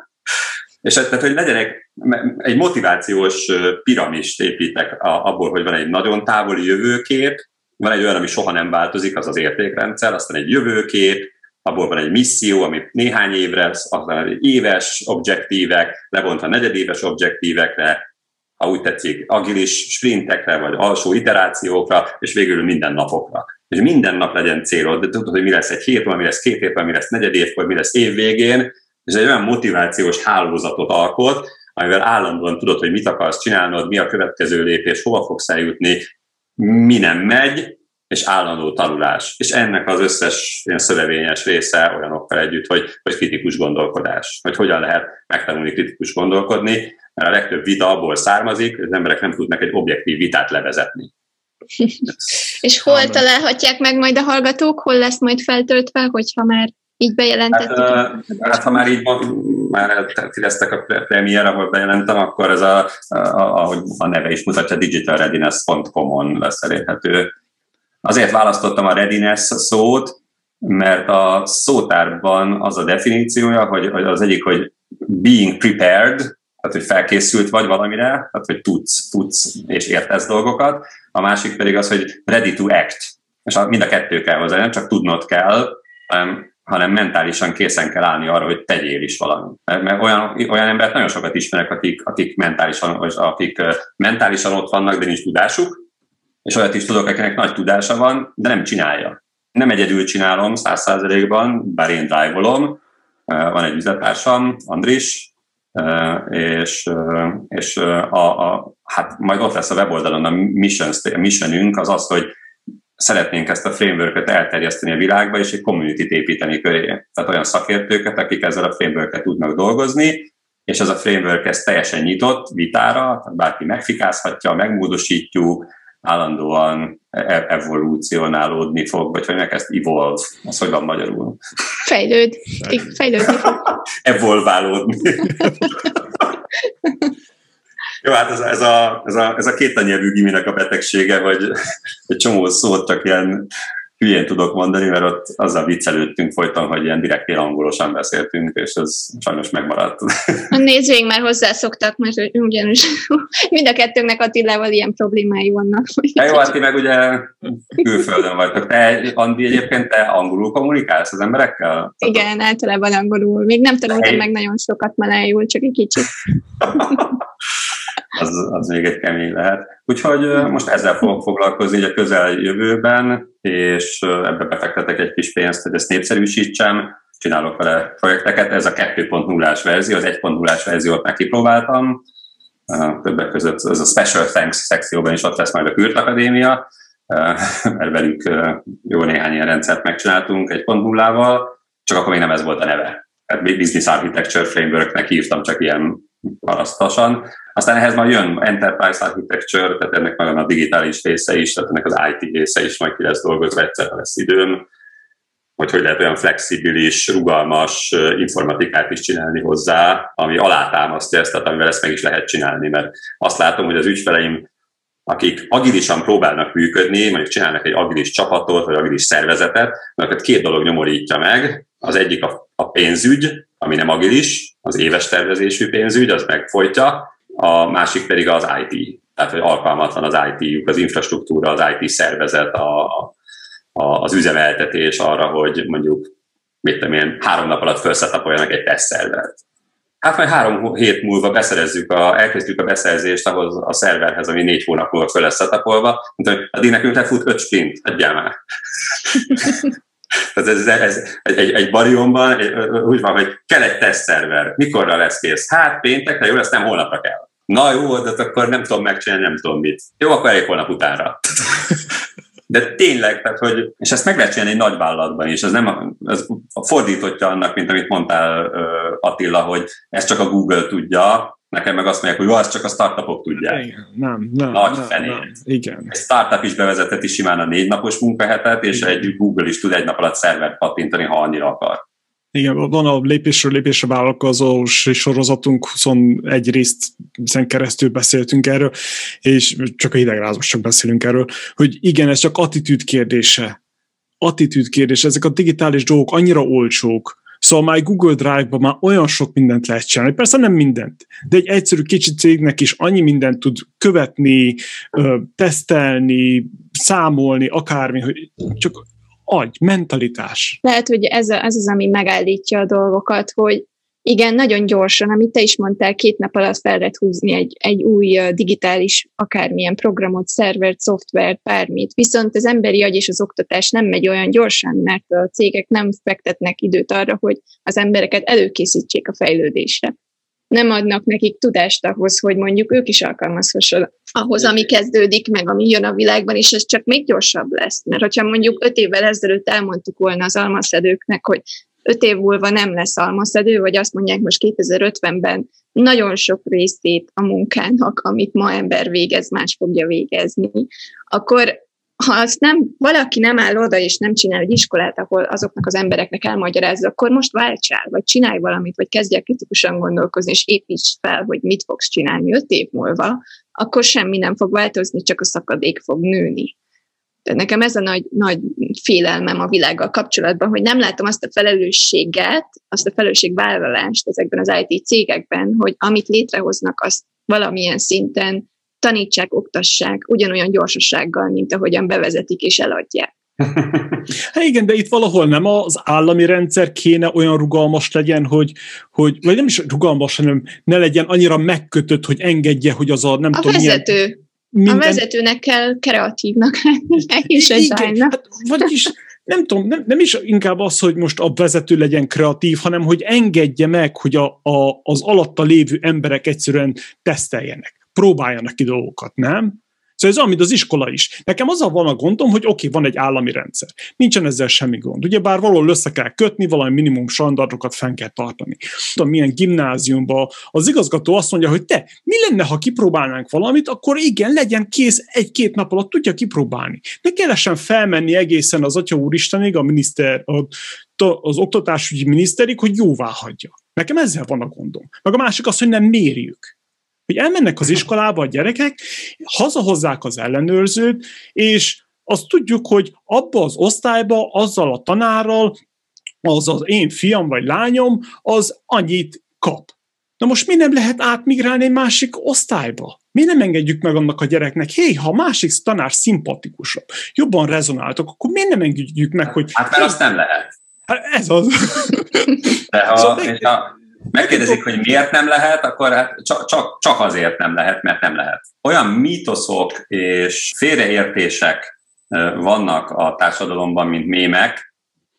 És tehát, hogy legyen egy, egy motivációs piramist építek abból, hogy van egy nagyon távoli jövőkép, van egy olyan, ami soha nem változik, az az értékrendszer, aztán egy jövőkép, abból van egy misszió, ami néhány évre, aztán egy éves objektívek, lebontva negyedéves objektívekre, ha úgy tetszik, agilis sprintekre, vagy alsó iterációkra, és végül minden napokra. És minden nap legyen célod, de tudod, hogy mi lesz egy hét múlva, mi lesz két évvel, mi lesz negyed évkor, mi lesz év végén, és egy olyan motivációs hálózatot alkot, amivel állandóan tudod, hogy mit akarsz csinálnod, mi a következő lépés, hova fogsz eljutni, mi nem megy, és állandó tanulás. És ennek az összes ilyen szövevényes része olyanokkal együtt, hogy, hogy kritikus gondolkodás. Hogy hogyan lehet megtanulni kritikus gondolkodni, mert a legtöbb vita abból származik, hogy az emberek nem tudnak egy objektív vitát levezetni. És hol Amen. találhatják meg majd a hallgatók? Hol lesz majd feltöltve, hogyha már így bejelentettük? Hát, hát ha már így már elterjesztek a premier, ahol bejelentem, akkor ez a, a, ahogy a neve is mutatja, digital readiness pont com-on lesz elérhető. Azért választottam a readiness szót, mert a szótárban az a definíciója, hogy az egyik, hogy being prepared, tehát hogy felkészült vagy valamire, tehát hogy tudsz, tudsz és értesz dolgokat, a másik pedig az, hogy ready to act, és mind a kettő kell hozzá, nem csak tudnod kell, hanem, hanem mentálisan készen kell állni arra, hogy tegyél is valamit. Mert olyan, olyan embert nagyon sokat ismerek, akik, akik, mentálisan, akik mentálisan ott vannak, de nincs tudásuk, és olyat is tudok, akinek nagy tudása van, de nem csinálja. Nem egyedül csinálom száz százalékban, bár én drive-olom, van egy üzlettársam, Andris, és, és a, a, hát majd ott lesz a weboldalon a missionünk, az az, hogy szeretnénk ezt a frameworköt elterjeszteni a világba, és egy community-t építeni köré. Tehát olyan szakértőket, akik ezzel a frameworket tudnak dolgozni, és ez a framework ez teljesen nyitott vitára, tehát bárki megfikázhatja, megmódosítjuk, állandóan evolúcionálódni fog, vagy hogy meg ezt evolve, az hogy van magyarul? Fejlőd. Fejlődni fog. Evolválódni. Jó, hát ez, ez, a, ez, a, ez a kétanyelvű giminek a betegsége, hogy egy csomó szót csak ilyen hülyén tudok mondani, mert ott azzal viccelődtünk folyton, hogy ilyen direkt angolosan beszéltünk, és ez sajnos megmaradt. A nézőink már hozzászoktak, mert ugyanis mind a kettőnknek Attilával ilyen problémái vannak. Ja, jó, hát ti meg ugye külföldön vagytok. Te, Andi, egyébként te angolul kommunikálsz az emberekkel? Igen, általában angolul. Még nem tanultam hey. meg nagyon sokat malájul, csak egy kicsit. Az, az még egy kemény lehet. Úgyhogy most ezzel fogok foglalkozni a közeljövőben, és ebbe befektetek egy kis pénzt, hogy ezt népszerűsítsem, csinálok vele projekteket. Ez a kettő pont nullás verzió, az egy pont nullás verziót meg kipróbáltam. Többek között ez a Special Thanks szekcióban is ott lesz majd a Kürt Akadémia, mert velük jó néhány ilyen rendszert megcsináltunk egy pont nullával, csak akkor még nem ez volt a neve. Business Architecture Frameworknek hívtam, csak ilyen parasztosan. Aztán ehhez majd jön Enterprise Architecture, tehát ennek meg a digitális része is, tehát ennek az i té része is, majd ki lesz dolgozva, egyszer lesz időm, hogy hogy lehet olyan flexibilis, rugalmas informatikát is csinálni hozzá, ami alátámasztja ezt, tehát amivel ezt meg is lehet csinálni, mert azt látom, hogy az ügyfeleim, akik agilisan próbálnak működni, mondjuk csinálnak egy agilis csapatot, vagy agilis szervezetet, mert két dolog nyomorítja meg, az egyik a, a pénzügy, ami nem agilis, az éves tervezésű pénzügy, az megfojtja, a másik pedig az i té, tehát hogy alkalmatlan az i té-juk, az infrastruktúra, az i té szervezet, a, a, az üzemeltetés arra, hogy mondjuk mit tudom én, három nap alatt felszetapoljanak egy tesztszervert. Hát majd három hét múlva beszerezzük a, elkezdjük a beszerzést ahhoz a szerverhez, ami négy hónap múlva föl lesz setupolva, mint hogy addig nekünk lefut öt sprint, adjál már. Tehát ez, ez, egy, egy barionban úgy van, hogy kell egy tesztszerver. Mikorra lesz kész? Hát péntekre, jó, ezt nem holnapra kell. Na jó, de akkor nem tudom megcsinálni, nem tudom mit. Jó, akkor elég holnap utánra. De tényleg, tehát, hogy, és ezt meg lehet csinálni egy nagy vállalatban is, ez nem ez a fordítottja annak, mint amit mondtál Attila, hogy ezt csak a Google tudja, nekem meg azt mondják, hogy jó, azt csak a startupok tudják. Igen, nem, nem, Nagy nem, fenén. nem, igen. Egy startup is bevezetheti simán a négy napos munkahetet, és egy Google is tud egy nap alatt szervert pattintani, ha annyira akar. Igen, van a lépésről lépésre vállalkozós sorozatunk, huszonegy részt keresztül beszéltünk erről, és csak a hidegrázós csak beszélünk erről, hogy igen, ez csak attitűd kérdése. Attitűd kérdése. Ezek a digitális dolgok annyira olcsók, szóval már Google Drive-ban már olyan sok mindent lehet csinálni. Persze nem mindent, de egy egyszerű kicsi cégnek is annyi mindent tud követni, tesztelni, számolni, akármi, hogy csak agy, mentalitás. Lehet, hogy ez, a, ez az, ami megállítja a dolgokat, hogy igen, nagyon gyorsan, amit te is mondtál, két nap alatt fel lehet húzni egy, egy új uh, digitális akármilyen programot, szervert, szoftvert, bármit. Viszont az emberi agy és az oktatás nem megy olyan gyorsan, mert a cégek nem fektetnek időt arra, hogy az embereket előkészítsék a fejlődésre. Nem adnak nekik tudást ahhoz, hogy mondjuk ők is alkalmazhassanak ahhoz, ami kezdődik, meg ami jön a világban, és ez csak még gyorsabb lesz. Mert hogyha mondjuk öt évvel ezelőtt elmondtuk volna az almaszedőknek, hogy öt év múlva nem lesz almaszedő, vagy azt mondják most kétezer-ötvenben nagyon sok részét a munkának, amit ma ember végez, más fogja végezni, akkor ha azt nem, valaki nem áll oda, és nem csinál egy iskolát, ahol azoknak az embereknek elmagyarázza, akkor most váltsál, vagy csinálj valamit, vagy kezdj el kritikusan gondolkozni, és építs fel, hogy mit fogsz csinálni öt év múlva, akkor semmi nem fog változni, csak a szakadék fog nőni. Tehát nekem ez a nagy, nagy félelmem a világgal kapcsolatban, hogy nem látom azt a felelősséget, azt a felelősségvállalást ezekben az i té cégekben, hogy amit létrehoznak, azt valamilyen szinten tanítsák, oktassák ugyanolyan gyorsasággal, mint ahogyan bevezetik és eladják. Hát igen, de itt valahol nem az állami rendszer kéne olyan rugalmas legyen, hogy, hogy vagy nem is rugalmas, hanem ne legyen annyira megkötött, hogy engedje, hogy az a nem a tudom vezető. milyen... Minden... A vezetőnek kell kreatívnak lenni, és agile-nak. Hát, vagyis nem tudom, nem, nem is inkább az, hogy most a vezető legyen kreatív, hanem hogy engedje meg, hogy a, a, az alatta lévő emberek egyszerűen teszteljenek, próbáljanak ki dolgokat, nem? Szóval ez olyan, mint az iskola is. Nekem azzal van a gondom, hogy oké, okay, van egy állami rendszer. Nincsen ezzel semmi gond. Ugyebár valahol össze kell kötni, valami minimum standardokat fenn kell tartani. Tudom, milyen gimnáziumban az igazgató azt mondja, hogy te, mi lenne, ha kipróbálnánk valamit, akkor igen, legyen kész egy-két nap alatt tudja kipróbálni. Ne kellesen felmenni egészen az Atya Úristenig, a miniszter, a, az oktatásügyi miniszterig, hogy jóvá hagyja. Nekem ezzel van a gondom. Meg a másik az, hogy nem mérjük. Hogy elmennek az iskolába a gyerekek, hazahozzák az ellenőrzőt, és azt tudjuk, hogy abba az osztályba, azzal a tanárral, az az én fiam vagy lányom, az annyit kap. Na most mi nem lehet átmigrálni egy másik osztályba? Mi nem engedjük meg annak a gyereknek, hé, ha a másik tanár szimpatikusabb, jobban rezonáltak, akkor miért nem engedjük meg, hogy... Hát mert azt nem lehet. Hát ez az. De ha... Szóval meg... ha... megkérdezik, hogy miért nem lehet, akkor hát csak, csak, csak azért nem lehet, mert nem lehet. Olyan mítoszok és félreértések vannak a társadalomban, mint mémek,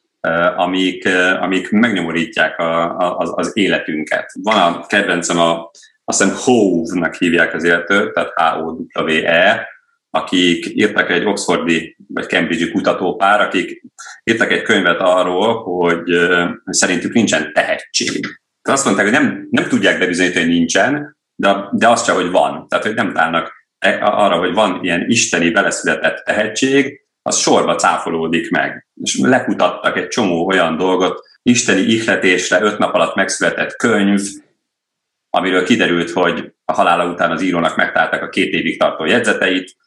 amik, amik megnyomorítják a, a, az, az életünket. Van a kedvencem, a, azt hiszem Hove-nak hívják az illetőt, tehát H O W E, akik írtak egy oxfordi vagy cambridge-i kutatópár, akik írtak egy könyvet arról, hogy, hogy szerintük nincsen tehetség. Tehát azt mondták, hogy nem, nem tudják bebizonyítani, hogy nincsen, de, de az csak, hogy van. Tehát, hogy nem találnak arra, hogy van ilyen isteni beleszületett tehetség, az sorba cáfolódik meg. És lekutattak egy csomó olyan dolgot, isteni ihletésre öt nap alatt megszületett könyv, amiről kiderült, hogy a halála után az írónak megtalálták a két évig tartó jegyzeteit.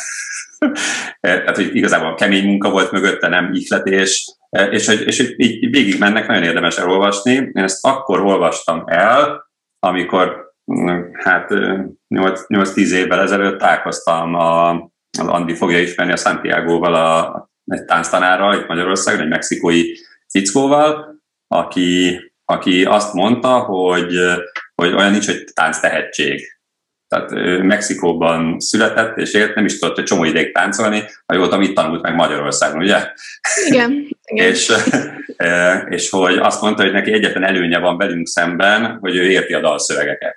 Tehát, hogy igazából kemény munka volt mögötte, nem ihletés. És hogy, és hogy így végig mennek, nagyon érdemes elolvasni. Én ezt akkor olvastam el, amikor hát nyolc-tíz évvel ezelőtt találkoztam, a, az Andi fogja ismerni a Santiagoval, a, egy tánctanárral itt Magyarországon, egy mexikói fickóval, aki, aki azt mondta, hogy, hogy olyan nincs, hogy tánc tehetség. Tehát ő Mexikóban született, és élt, nem is tudott egy csomó ideig táncolni, ha jól tudom, itt tanult meg Magyarországon, ugye? Igen. igen. és, és hogy azt mondta, hogy neki egyetlen előnye van velünk szemben, hogy ő érti a dalszövegeket.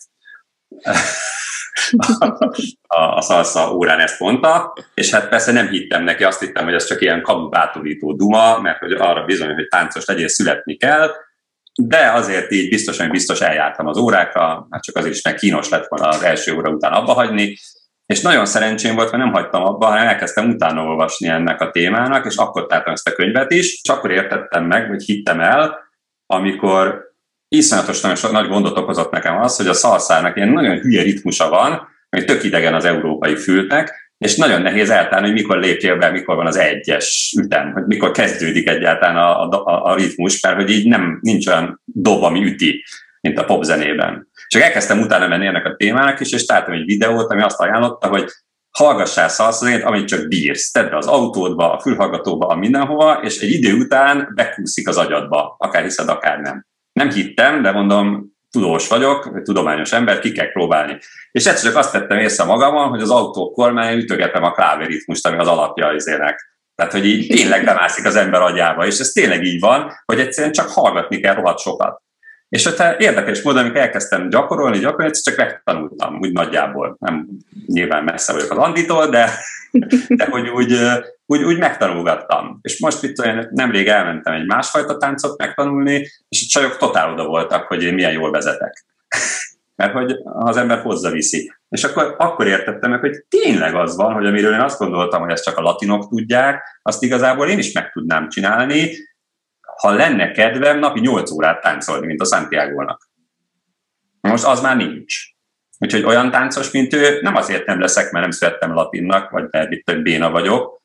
a, a salsa órán ezt mondta, és hát persze nem hittem neki, azt hittem, hogy ez csak ilyen kabubátorító duma, mert hogy arra bizony, hogy táncos legyél, születni kell, de azért így biztosan biztos eljártam az órákra, hát csak azért is meg kínos lett volna az első óra után abba hagyni, és nagyon szerencsém volt, hogy nem hagytam abba, hanem elkezdtem utána olvasni ennek a témának, és akkor találtam ezt a könyvet is, és akkor értettem meg, vagy hittem el, amikor iszonyatos nagyon sok nagy gondot okozott nekem az, hogy a szalszának ilyen nagyon hülye ritmusa van, hogy tök idegen az európai fülnek, és nagyon nehéz eltálni, hogy mikor lépjél be, mikor van az egyes ütem, hogy mikor kezdődik egyáltalán a, a, a ritmus, mert hogy így nem, nincs olyan dob, ami üti, mint a popzenében. Csak elkezdtem utána menni ennek a témának is, és találtam egy videót, ami azt ajánlotta, hogy hallgassál szalszazét, amit csak bírsz. Tedd be az autódba, a fülhallgatóba, a mindenhova, és egy idő után bekúszik az agyadba, akár hiszed, akár nem. Nem hittem, de mondom, tudós vagyok, tudományos ember, ki kell próbálni. És egyszer csak azt tettem észre magamon, hogy az autó kormányon ütögetem a klávéritmust, ami az alapja az ének. Tehát, hogy így tényleg bemászik az ember agyába, és ez tényleg így van, hogy egyszerűen csak hallgatni kell rohadt sokat. És hogyha érdekes módon, amikor elkezdtem gyakorolni, gyakorolni, csak megtanultam, úgy nagyjából. Nem nyilván messze vagyok az Anditól, de, de hogy úgy, úgy, úgy megtanulgattam. És most itt nemrég elmentem egy másfajta táncot megtanulni, és a csajok totál oda voltak, hogy én milyen jól vezetek. Mert hogy az ember hozzaviszi. És akkor, akkor értettem meg, hogy tényleg az van, hogy amiről én azt gondoltam, hogy ezt csak a latinok tudják, azt igazából én is meg tudnám csinálni, ha lenne kedvem napi nyolc órát táncolni, mint a Santiagónak. Most az már nincs. Úgyhogy olyan táncos, mint ő, nem azért nem leszek, mert nem születtem latinnak, vagy mert itt béna vagyok,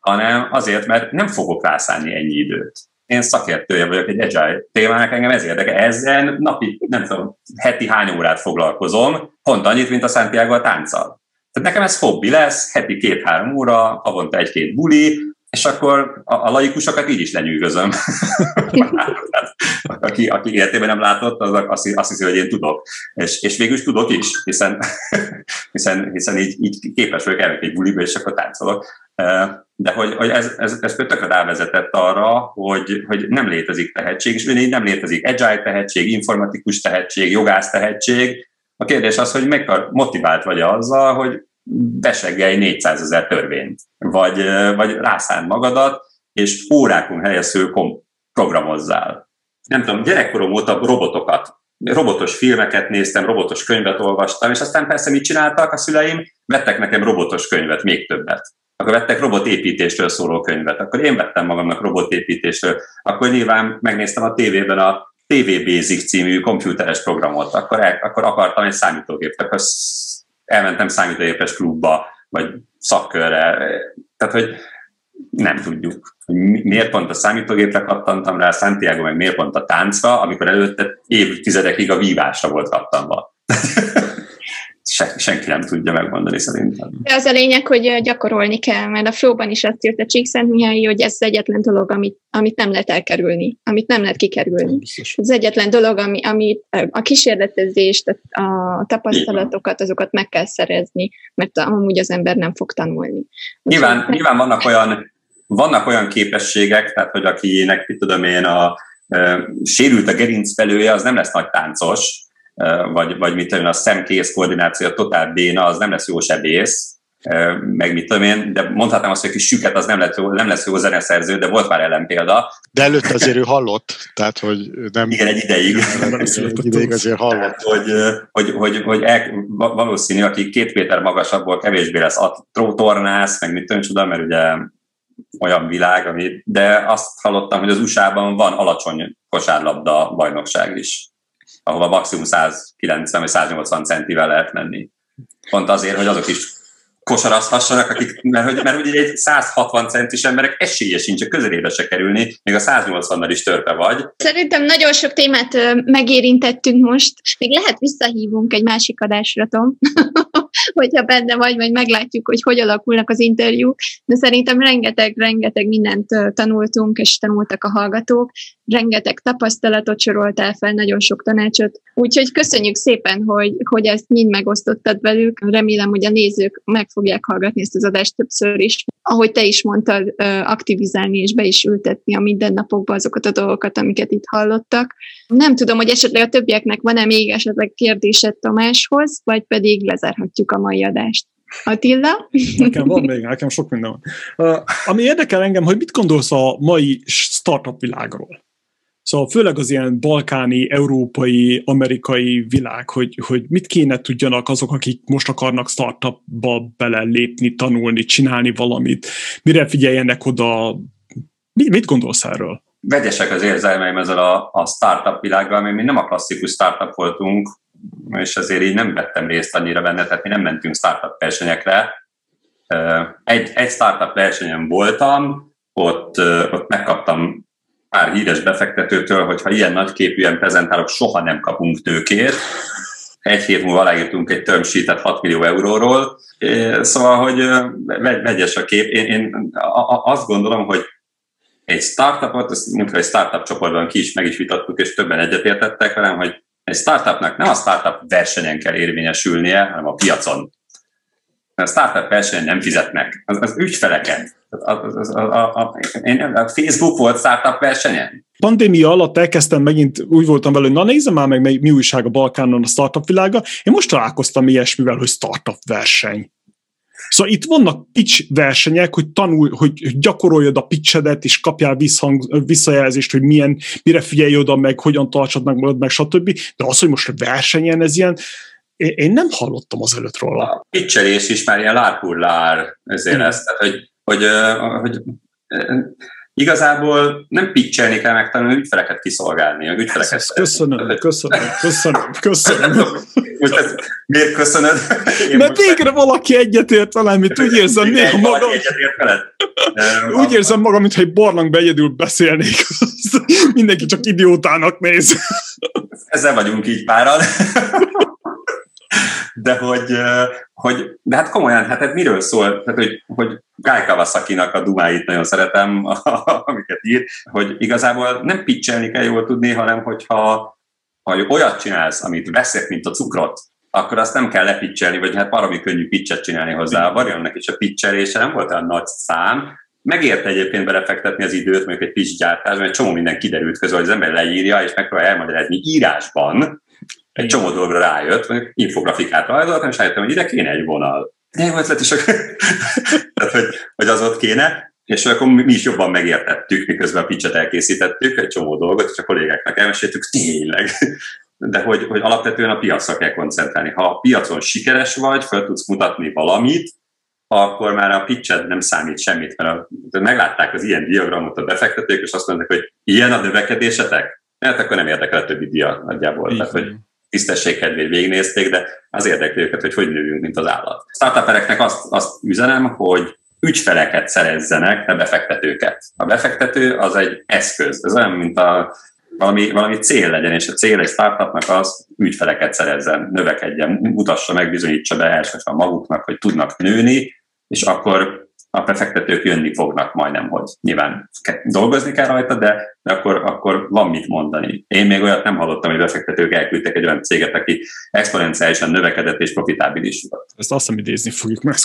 hanem azért, mert nem fogok rászánni ennyi időt. Én szakértője vagyok egy agile témának, engem ez érdekel. Ezzel napi, nem tudom, heti hány órát foglalkozom, pont annyit, mint a Santiago a tánccal. Tehát nekem ez hobbi lesz, heti két-három óra, havonta egy-két buli, és akkor a, a laikusokat így is lenyűgözöm. aki, aki életében nem látott, az azt, azt hiszi, hogy én tudok. És, és végül is tudok is, hiszen, hiszen, hiszen így, így képes vagyok elmenni egy buliba, és akkor táncolok. De hogy, hogy ez, ez, ez tökre rávezetett arra, hogy, hogy nem létezik tehetség, és így nem létezik agile tehetség, informatikus tehetség, jogász tehetség. A kérdés az, hogy meg motivált vagy azzal, hogy beseggelj négyszázezer törvényt, vagy, vagy rászánd magadat, és órákon helyező programozzál. Nem tudom, gyerekkorom óta robotokat, robotos filmeket néztem, robotos könyvet olvastam, és aztán persze mit csináltak a szüleim? Vettek nekem robotos könyvet, még többet. Akkor vettek robotépítésről szóló könyvet, akkor én vettem magamnak robotépítésről, akkor nyilván megnéztem a tévében a té vé Basic című komputeres programot, akkor, el, akkor akartam egy számítógépet, akkor elmentem számítógépes klubba, vagy szakkörre, tehát hogy nem tudjuk, hogy miért pont a számítógépre kattantam rá, Santiago meg miért pont a táncra, amikor előtte évtizedekig a vívásra volt kattanva. Se, senki nem tudja megmondani szerintem. De az a lényeg, hogy gyakorolni kell, mert a Flow-ban is azt írta Csíkszentmihalyi, hogy ez az egyetlen dolog, amit, amit nem lehet elkerülni, amit nem lehet kikerülni. Ez az egyetlen dolog, ami, ami a kísérletezést, a tapasztalatokat, azokat meg kell szerezni, mert amúgy az ember nem fog tanulni. Nyilván, Úgyhogy... nyilván vannak olyan vannak olyan képességek, tehát hogy akinek, mit tudom én, a, e, sérült a gerincvelője, az nem lesz nagy táncos, vagy, vagy mit tudom én, a szemkész koordináció, a totál béna, az nem lesz jó sebész, meg mit tudom én, de mondhatnám azt, hogy a kis süket az nem lesz jó, nem lesz jó zeneszerző, de volt már ellenpélda. De előtt azért ő hallott, tehát hogy nem... Igen, egy ideig. Egy ideig azért hallott. Tehát, hogy, hogy, hogy, hogy el, valószínű, aki két méter magasabbból kevésbé lesz tornász, meg mit tudom csoda, mert ugye olyan világ, ami, de azt hallottam, hogy az u es á-ban van alacsony kosárlabda bajnokság is, ahova maximum száz kilencven vagy száz nyolcvan centivel lehet menni. Pont azért, hogy azok is kosarazhassanak, akik, mert, hogy, mert ugye egy száz hatvan centis emberek esélye sincs a közelébe se kerülni, még a száz nyolcvannal is törpe vagy. Szerintem nagyon sok témát megérintettünk most, még lehet visszahívunk egy másik adásra, Tom, hogyha benne vagy, vagy meglátjuk, hogy hogy alakulnak az interjúk, de szerintem rengeteg-rengeteg mindent tanultunk, és tanultak a hallgatók, rengeteg tapasztalatot soroltál fel, nagyon sok tanácsot, úgyhogy köszönjük szépen, hogy, hogy ezt mind megosztottad velük, remélem, hogy a nézők meg fogják hallgatni ezt az adást többször is. Ahogy te is mondtad, aktivizálni és be is ültetni a mindennapokba azokat a dolgokat, amiket itt hallottak. Nem tudom, hogy esetleg a többieknek van-e még esetleg kérdésed Tamáshoz, vagy pedig lezárhatjuk a mai adást. Attila? Nekem van még, nekem sok minden van. Uh, ami érdekel engem, hogy mit gondolsz a mai startup világról? Szóval főleg az ilyen balkáni, európai, amerikai világ, hogy, hogy mit kéne tudjanak azok, akik most akarnak startupba belelépni, tanulni, csinálni valamit, mire figyeljenek oda, mit, mit gondolsz erről? Vegyesek az érzelmeim ezzel a, a startup világgal, mert mi nem a klasszikus startup voltunk, és ezért így nem vettem részt annyira benne, tehát mi nem mentünk startup versenyekre. Egy, egy startup versenyen voltam, ott, ott megkaptam pár híres befektetőtől, hogy ha ilyen nagyképűen prezentálok, soha nem kapunk tőkét. Egy hét múlva aláírtunk egy term sheetet hat millió euróról. Szóval, hogy vegyes a kép. Én, én azt gondolom, hogy egy startupot, ezt mondjuk egy startup csoportban ki is meg is vitattuk, és többen egyetértettek velem, hogy egy startupnak nem a startup versenyen kell érvényesülnie, hanem a piacon. A startup versenyen nem fizetnek, az, az ügyfeleket. A, a, a, a, a Facebook volt startup versenyen? Pandémia alatt elkezdtem megint, úgy voltam vele, hogy na nézzem már meg, mi újság a Balkánon a startup világa. Én most találkoztam ilyesmivel, hogy startup verseny. Szóval itt vannak pitch versenyek, hogy tanulj, hogy gyakoroljad a pitchedet, és kapjál visszhang, visszajelzést, hogy milyen, mire figyelj oda, meg hogyan tartsad meg magad, meg stb. De az, hogy most versenyen ez ilyen, én nem hallottam az előtt róla. A pitchelés is már ilyen lárpullár ezért lesz. Tehát, hogy, hogy, hogy, hogy igazából nem pitchelni kell megtanulni, ügyfeleket kiszolgálni. Ügyfeleket köszönöm, köszönöm, köszönöm, köszönöm. Most ezt miért köszönöd? Én Mert végre meg... valaki egyetért velem, mint úgy érzem néha magam. Úgy érzem magam, mintha egy barlangba egyedül beszélnék. Mindenki csak idiótának néz. Ezzel vagyunk így páran. De hogy, hogy, de hát komolyan, hát ez miről szól? Tehát, hogy, hogy Guy Kawasakinak a dumáit nagyon szeretem, amiket ír, hogy igazából nem pitchelni kell jól tudni, hanem hogyha ha olyat csinálsz, amit veszek, mint a cukrot, akkor azt nem kell lepitchelni, vagy hát valami könnyű pitchet csinálni hozzá. A Varionnak is a pitchelése nem volt olyan nagy szám. Megérte egyébként belefektetni az időt, mondjuk egy pitch gyártásban, egy csomó minden kiderült közül, hogy az ember leírja, és megpróbálja elmagyarázni írásban. Egy csomó dologra rájött, mondjuk infografikát rajzoltam, és rájöttem, hogy ide kéne egy vonal. De jó ötlet is, tehát, hogy, hogy az ott kéne, és akkor mi is jobban megértettük, miközben a pitchet elkészítettük, egy csomó dolgot, és a kollégáknak elmeséltük, tényleg. De hogy, hogy alapvetően a piacra kell koncentrálni. Ha a piacon sikeres vagy, fel tudsz mutatni valamit, akkor már a pitched nem számít semmit, mert a, meglátták az ilyen diagramot a befektetők, és azt mondták, hogy ilyen a növekedésetek? Hát akkor nem érdekel a többi dia nagyjából. Tehát, hogy tisztesség kedvéért végignézték, de az érdekli őket, hogy hogy nőjünk, mint az állat. Startupereknek azt, azt üzenem, hogy ügyfeleket szerezzenek, ne befektetőket. A befektető az egy eszköz. Ez olyan, mint a, valami, valami cél legyen, és a cél egy startupnak az ügyfeleket szerezzen, növekedjen, mutassa meg, bizonyítsa be elsősorban maguknak, hogy tudnak nőni, és akkor a befektetők jönni fognak majdnem, hogy nyilván dolgozni kell rajta, de, de akkor, akkor van mit mondani. Én még olyat nem hallottam, hogy befektetők elküldtek egy olyan céget, aki exponenciálisan növekedett és profitábilis volt. Ezt azt hiszem idézni fogjuk meg.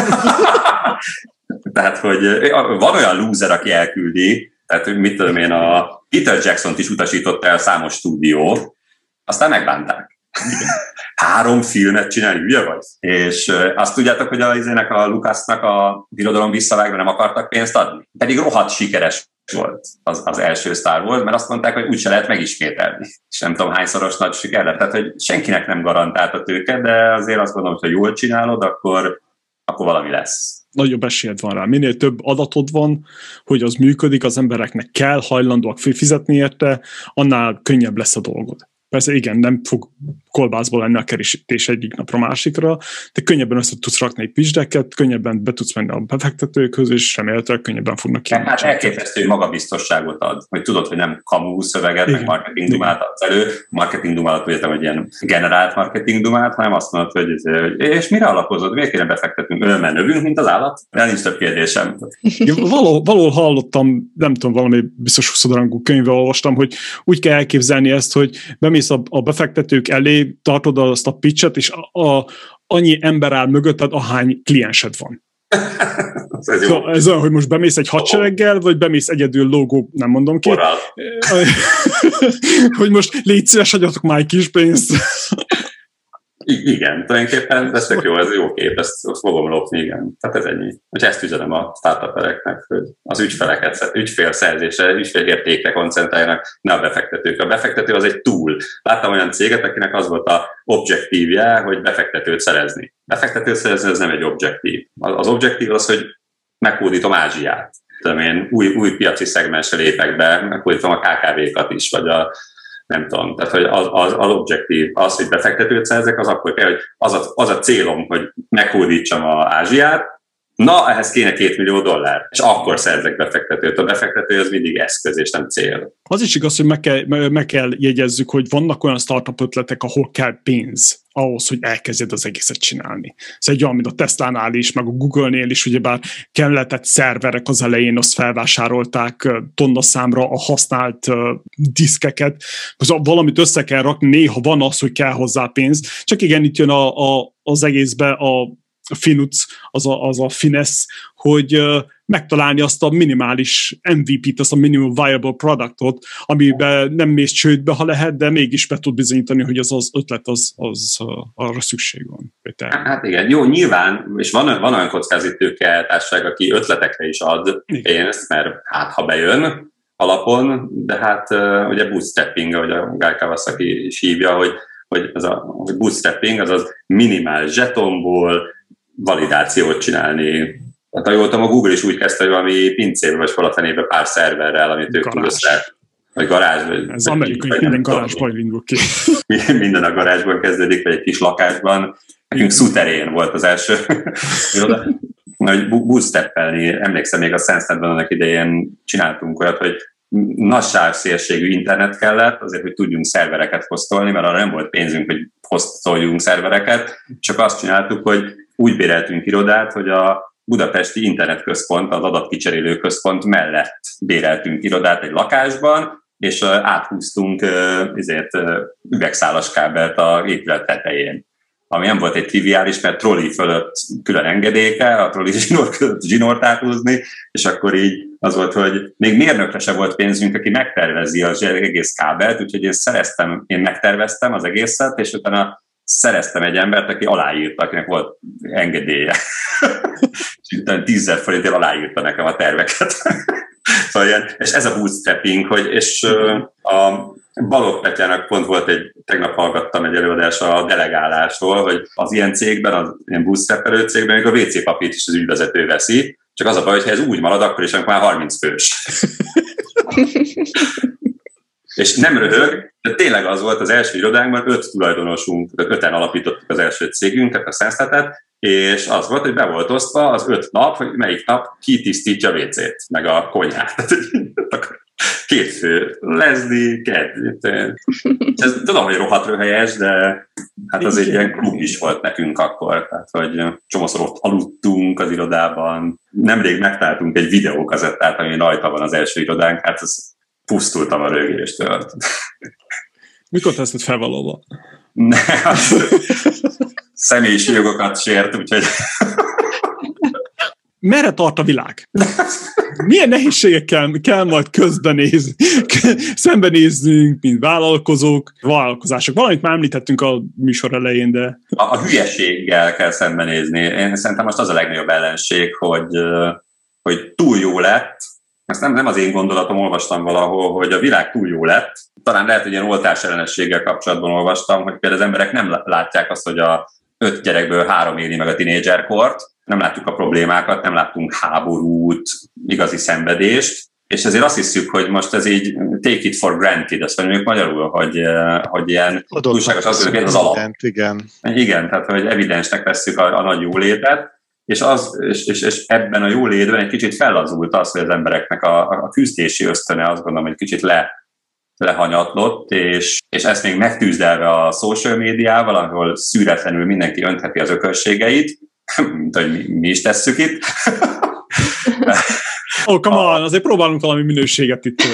Tehát, hogy van olyan loser, aki elküldi, tehát mit tudom én, a Peter Jacksont is utasította el számos stúdió, aztán megbánták. Három filmet csinálni, hülye vagy? És azt tudjátok, hogy a, izének a Lucasnak a Birodalom visszavágva nem akartak pénzt adni? Pedig rohadt sikeres volt az, az első Star Wars, mert azt mondták, hogy úgyse lehet megismételni. És nem tudom hányszoros nagy siker lett. Tehát, hogy senkinek nem garantált a tőke, de azért azt gondolom, hogy ha jól csinálod, akkor, akkor valami lesz. Nagyobb esélyed van rá. Minél több adatod van, hogy az működik, az embereknek kell, hajlandóak fizetni érte, annál könnyebb lesz a dolgod. Persze igen, nem fog kolbászból lenni a kerítés egyik napra másikra, de könnyebben össze tudsz rakni egy pitch-decket, könnyebben be tudsz menni a befektetőkhöz, és remélhetőleg könnyebben fognak kijönni. Hát elképesztő magabiztosságot ad, hogy tudod, hogy nem kamú szöveget, igen, meg marketing dumát adsz elő, marketing dumát, vagy hogy ilyen generált marketing dumát, hanem azt mondod, hogy és mire alapozod, miért kéne befektetünk, ölmen növünk, mint az állat? De nincs több kérdésem. Valahol, valahol hallottam, nem tudom, valami biztos huszodrangú könyvbe olvastam, hogy úgy kell elképzelni ezt, hogy bemész a, a befektetők elé, tartod azt a pitchet, és a, a, annyi ember áll mögötted, ahány kliensed van. ez, szóval ez olyan, hogy most bemész egy hadsereggel, vagy bemész egyedül logó, nem mondom ki. hogy most légy szíves, adjatok már egy kis pénzt. I- igen, tulajdonképpen ez tök jó, ez jó kép, ezt fogom lopni, igen. Tehát ez ennyi. Hogy ezt üzenem a startupereknek, hogy az ügyfeleket, ügyfélszerzésre, ügyfélértékre koncentráljanak, ne a befektetők. A befektető az egy tool. Láttam olyan céget, akinek az volt a objektívje, hogy befektetőt szerezni. Befektetőt szerezni, ez nem egy objektív. Az objektív az, hogy meghódítom Ázsiát. Tudom én, új, új piaci szegmensre lépek be, meghódítom a ká ká vé-kat is, vagy a nem tudom, tehát hogy az, az, az objektív, az, hogy befektetőt szerzek, az akkor kell, hogy az a, az a célom, hogy meghódítsam a Ázsiát, na, ehhez kéne két millió dollár, és akkor szerzek befektetőt. A befektető az mindig eszköz, és nem cél. Az is igaz, hogy meg kell, meg kell jegyezzük, hogy vannak olyan startup ötletek, ahol kell pénz ahhoz, hogy elkezdjed az egészet csinálni. Ez egy olyan, mint a Teslánál is, meg a Google-nél is, ugyebár kelletett szerverek az elején, azt felvásárolták tonnaszámra a használt uh, diszkeket. Valamit össze kell rakni, néha van az, hogy kell hozzá pénz. Csak igen, itt jön a, a, az egészbe a a finuc, az a, az a finesz, hogy uh, megtalálni azt a minimális em vé pét, azt a minimum viable productot, amiben nem mész csődbe, ha lehet, de mégis be tud bizonyítani, hogy az az ötlet, az, az uh, arra szükség van. Hát igen, jó, nyilván, és van, van olyan kockázatítőke társaság, aki ötletekre is ad pénzt, mert hát ha bejön alapon, de hát uh, ugye bootstrapping, ahogy a Guy Kawasaki is hívja, hogy, hogy az a hogy bootstrapping, azaz minimál zsetonból validációt csinálni. Hát, ha jól tudom, a Google is úgy kezdte, hogy valami pincébe vagy falatenébe pár szerverrel, amit ők tud össze vagy garázs. Vagy, Ez amerikai, vagy minden garázsban indul ki. Minden a garázsban kezdődik, vagy egy kis lakásban. Nekünk szuterén volt az első iroda. Hogy bootstrappelni, emlékszem, még a SenseNetben annak idején csináltunk olyat, hogy nagy sávszélességű internet kellett, azért, hogy tudjunk szervereket hoztolni, mert arra nem volt pénzünk, hogy hoztoljunk szervereket, csak azt csináltuk, hogy úgy béreltünk irodát, hogy a budapesti internetközpont, az adatkicserélő központ mellett béreltünk irodát egy lakásban, és áthúztunk ezért üvegszálas kábelt a épület tetején. Ami nem volt egy triviális, mert trolli fölött külön engedéke, a trolli zsinór között zsinort áthúzni, és akkor így az volt, hogy még mérnökre se volt pénzünk, aki megtervezi az egész kábelt, úgyhogy én szereztem, én megterveztem az egészet, és utána szereztem egy embert, aki aláírta, akinek volt engedélye. És utána tízezer forintért aláírta nekem a terveket. Szóval ilyen, és ez a bootstrapping, hogy, és a Balogh Petyának pont volt egy, tegnap hallgattam egy előadás a delegálásról, hogy az ilyen cégben, az ilyen bootstrappelő cégben, még a vé cé papírt is az ügyvezető veszi, csak az a baj, hogy ha ez úgy marad, akkor is amikor már harminc fős. És nem röhög, de tényleg az volt az első irodánkban, öt tulajdonosunk, öten alapítottuk az első cégünket, a SenseNetet, és az volt, hogy be volt osztva az öt nap, hogy melyik nap ki tisztítja a vécét, meg a konyhát. Két fő, Leslie, Ked. Ez, tudom, hogy rohadt röhelyes, de hát az egy ilyen klub is volt nekünk akkor, tehát hogy csomószor ott aludtunk az irodában. Nemrég megtaláltunk egy videókazettát, ami rajta van az első irodánk, hát ez pusztultam a rögéstől. Mikor teszed felvalóba? Ne, személyi jogokat sért, úgyhogy... Merre tart a világ? Milyen nehézségekkel kell majd közbenézni, szembenéznünk, mint vállalkozók, vállalkozások. Valamit már említettünk a műsor elején, de... A, a hülyeséggel kell szembenézni. Én szerintem most az a legnagyobb ellenség, hogy, hogy túl jó lett. Ezt nem, nem az én gondolatom, olvastam valahol, hogy a világ túl jó lett. Talán lehet, hogy ilyen oltás ellenességgel kapcsolatban olvastam, hogy például az emberek nem látják azt, hogy a öt gyerekből három éli meg a tinédzserkort, nem látjuk a problémákat, nem láttunk háborút, igazi szenvedést, és ezért azt hiszük, hogy most ez így take it for granted, azt mondjuk magyarul, hogy, hogy ilyen túlságos az, hogy ez az alap. Igen. Igen, tehát hogy evidensnek vesszük a, a nagy jólétet, és, az, és, és, és ebben a jólétben egy kicsit fellazult az, hogy az embereknek a, a küzdési ösztöne azt gondolom, hogy kicsit le, lehanyatlott, és, és ezt még megtűzdelve a social médiával, ahol szűretlenül mindenki öntheti az ökölségeit, mint hogy mi, mi is tesszük itt. Ó, oh, come on, azért próbálunk valami minőséget itt.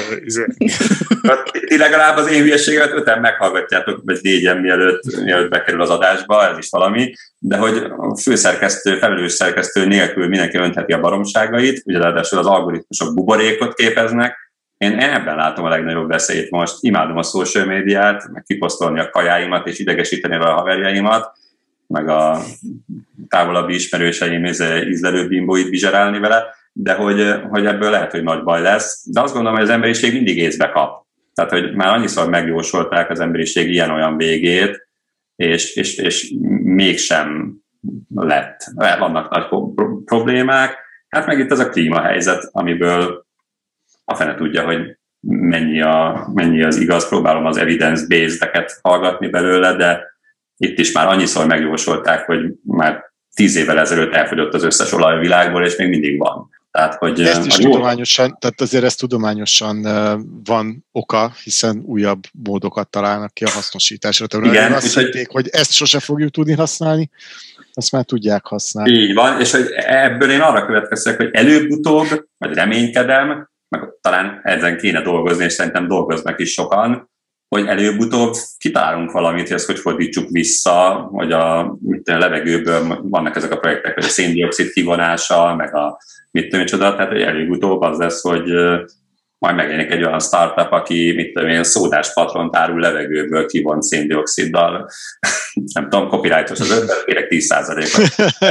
Ti legalább az én hülyeséget öten meghallgatjátok, vagy négyen mielőtt, mielőtt bekerül az adásba, ez is valami, de hogy a főszerkesztő, felelős szerkesztő nélkül mindenki öntheti a baromságait, ugye ráadásul az algoritmusok buborékot képeznek. Én ebben látom a legnagyobb veszélyt most. Imádom a social médiát, meg kiposztolni a kajáimat, és idegesíteni vele a haverjaimat, meg a távolabbi ismerőseim ízlelő bimbóit bizserálni vele, de hogy, hogy ebből lehet, hogy nagy baj lesz. De azt gondolom, hogy az emberiség mindig észbe kap. Tehát, hogy már annyiszor megjósolták az emberiség ilyen-olyan végét, és, és, és mégsem lett. Vannak nagy problémák. Hát meg itt ez a klímahelyzet, amiből a fene tudja, hogy mennyi, a, mennyi az igaz. Próbálom az evidence-based-eket hallgatni belőle, de itt is már annyiszor megjósolták, hogy már tíz évvel ezelőtt elfogyott az összes olaj a világból, és még mindig van. Tehát, hogy ezt is tudományosan, tehát azért ez tudományosan van oka, hiszen újabb módokat találnak ki a hasznosításra. Tehát igen, azt hitték, hogy ezt sose fogjuk tudni használni, azt már tudják használni. Így van, és hogy ebből én arra következtek, hogy előbb-utóbb, vagy reménykedem, meg talán ezen kéne dolgozni, és szerintem dolgoznak is sokan, hogy előbb-utóbb kitalálunk valamit, hogy ezt hogy fordítsuk vissza, hogy a, mit tudom, a levegőből vannak ezek a projektek, hogy a széndioxid kivonása, meg a mit tudom, csoda, tehát előbb-utóbb az lesz, hogy majd megjelenik egy olyan startup, aki mit tudom, ilyen szódás patront árul levegőből kivont széndioxiddal. Nem tudom, copyrightos az ötven, kérek tíz százalékot.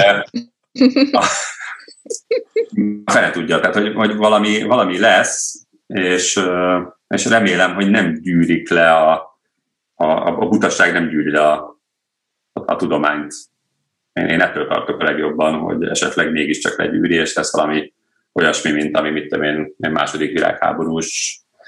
A fene tudja, tehát hogy, hogy valami, valami lesz, és, és remélem, hogy nem gyűrik le a, a, a butaság, nem gyűri le a, a, a tudományt. Én, én ettől tartok a legjobban, hogy esetleg mégiscsak legyűri, és lesz valami olyasmi, mint ami, mit tudom én, második világháborús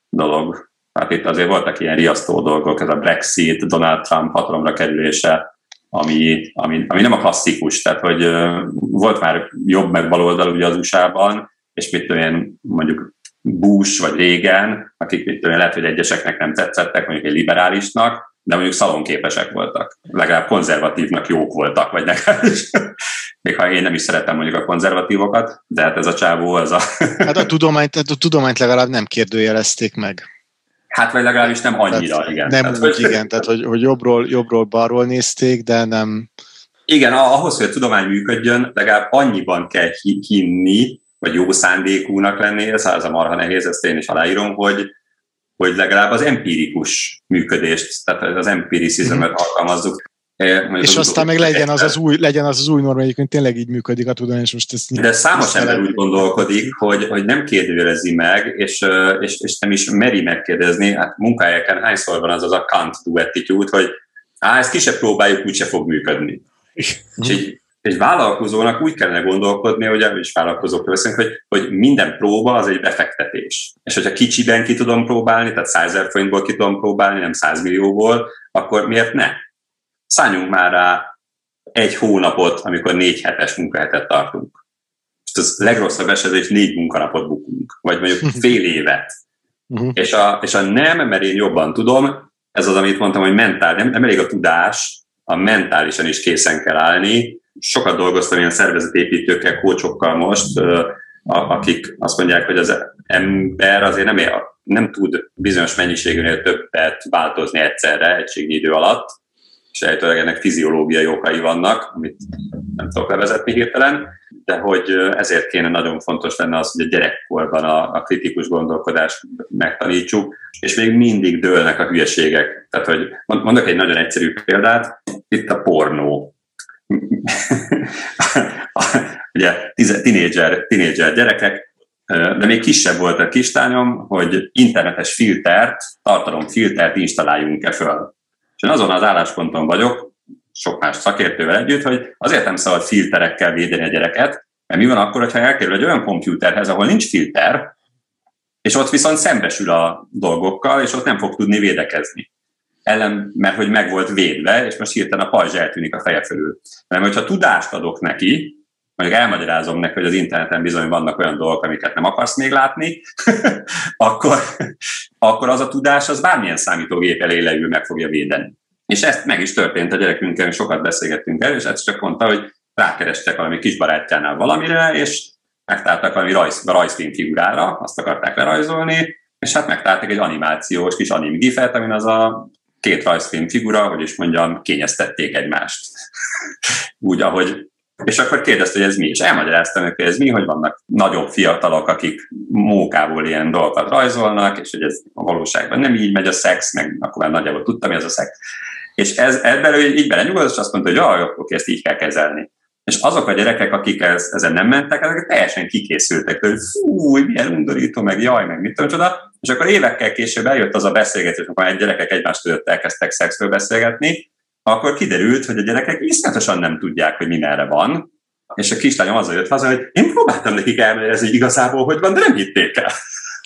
dolog. Hát itt azért voltak ilyen riasztó dolgok, ez a Brexit, Donald Trump hatalomra kerülése, ami, ami, ami nem a klasszikus, tehát hogy uh, volt már jobb meg baloldal ugye az u es á-ban, és mit tudom én, mondjuk Bush vagy Reagan, akik mit tudom én, lehet, hogy egyeseknek nem tetszettek, mondjuk egy liberálisnak, de mondjuk szalonképesek voltak. Legalább konzervatívnak jók voltak, vagy legalábbis. Még ha én nem is szeretem mondjuk a konzervatívokat, de hát ez a csávó, az a... Hát a tudományt, a tudományt legalább nem kérdőjelezték meg. Hát vagy legalábbis nem annyira, tehát igen. Nem tehát, úgy, hogy... igen, tehát hogy, hogy jobbról, jobbról balról nézték, de nem... Igen, ahhoz, hogy a tudomány működjön, legalább annyiban kell hinni, vagy jó szándékúnak lenni, ez az a marha nehéz, ezt én is aláírom, hogy, hogy legalább az empirikus működést, tehát az empiricizmet mm. alkalmazzuk. Mondjuk és az aztán meg legyen az az új, legyen az, az új norma, egyébként tényleg így működik a tudomány, és most ezt... De számos ember úgy gondolkodik, hogy, hogy nem kérdőjelezi meg, és, és, és nem is meri megkérdezni, hát munkahelyeken hányszor van az az a can't do attitude, hogy á, ezt ki se próbáljuk, úgyse fog működni. És így, egy vállalkozónak úgy kellene gondolkodni, hogy is vállalkozókról beszélünk, hogy, hogy minden próba az egy befektetés. És hogyha kicsiben ki tudom próbálni, tehát százezer forintból ki tudom próbálni, nem százmillióból, akkor miért ne? Szálljunk már rá egy hónapot, amikor négy hetes munkahetet tartunk. És az legrosszabb esetben is négy munkanapot bukunk, vagy mondjuk fél évet. Uh-huh. És, a, és a nem, mert én jobban tudom, ez az, amit mondtam, hogy mentál, nem, nem elég a tudás, a mentálisan is készen kell állni. Sokat dolgoztam ilyen szervezetépítőkkel, kócsokkal most, akik azt mondják, hogy az ember azért nem, ér, nem tud bizonyos mennyiségűnél többet változni egyszerre, egységnyi idő alatt, és eljöttőleg ennek fiziológiai okai vannak, amit nem tudok levezetni hirtelen, de hogy ezért kéne nagyon fontos lenne az, hogy a gyerekkorban a, a kritikus gondolkodást megtanítsuk, és még mindig dőlnek a hülyeségek. Tehát, hogy mondok egy nagyon egyszerű példát, itt a pornó. Ugye tinédzser, tinédzser gyerekek, de még kisebb volt a kislányom, hogy internetes filtert, tartalomfiltert installáljunk-e föl. És én azon az állásponton vagyok, sok más szakértővel együtt, hogy azért nem szabad filterekkel védeni a gyereket, mert mi van akkor, hogyha elkerül egy olyan kompjúterhez, ahol nincs filter, és ott viszont szembesül a dolgokkal, és ott nem fog tudni védekezni. Ellen, mert hogy meg volt védve, és most hirtelen a pajzs eltűnik a feje fölül. Mert hogyha tudást adok neki, mondjuk elmagyarázom neki, hogy az interneten bizony vannak olyan dolgok, amiket nem akarsz még látni, akkor, akkor az a tudás, az bármilyen számítógép elé leül, meg fogja védeni. És ezt meg is történt a gyerekünkkel, sokat beszélgettünk erről, és ezt csak mondta, hogy rákerestek valami kis barátjánál valamire, és megtaláltak valami rajz, rajzfilm figurára, azt akarták lerajzolni, és hát megtaláltak egy animációs kis anim gifet, amin az a két rajzfilm figura, hogy is mondjam, kényeztették egymást. Úgy, ahogy... És akkor kérdezte, hogy ez mi, és elmagyaráztam neki, hogy ez mi, hogy vannak nagyobb fiatalok, akik mókából ilyen dolgokat rajzolnak, és hogy ez a valóságban nem így megy a szex, meg akkor már nagyjából tudtam, hogy ez a szex. És ez, ebben így belenyugodott, és azt mondta, hogy jaj, oké, ezt így kell kezelni. És azok a gyerekek, akik ez, ezen nem mentek, ezek teljesen kikészültek, hogy fú, milyen undorító, meg jaj, meg mit tudom csoda. És akkor évekkel később eljött az a beszélgetés, amikor egy gyerekek egymást között elkezdtek szexről beszélgetni, akkor kiderült, hogy a gyerekek iszonyatosan nem tudják, hogy mi merre van, és a kislányom azzal jött haza, hogy én próbáltam nekik elmagyarázni, hogy igazából hogy van, de nem hitték el.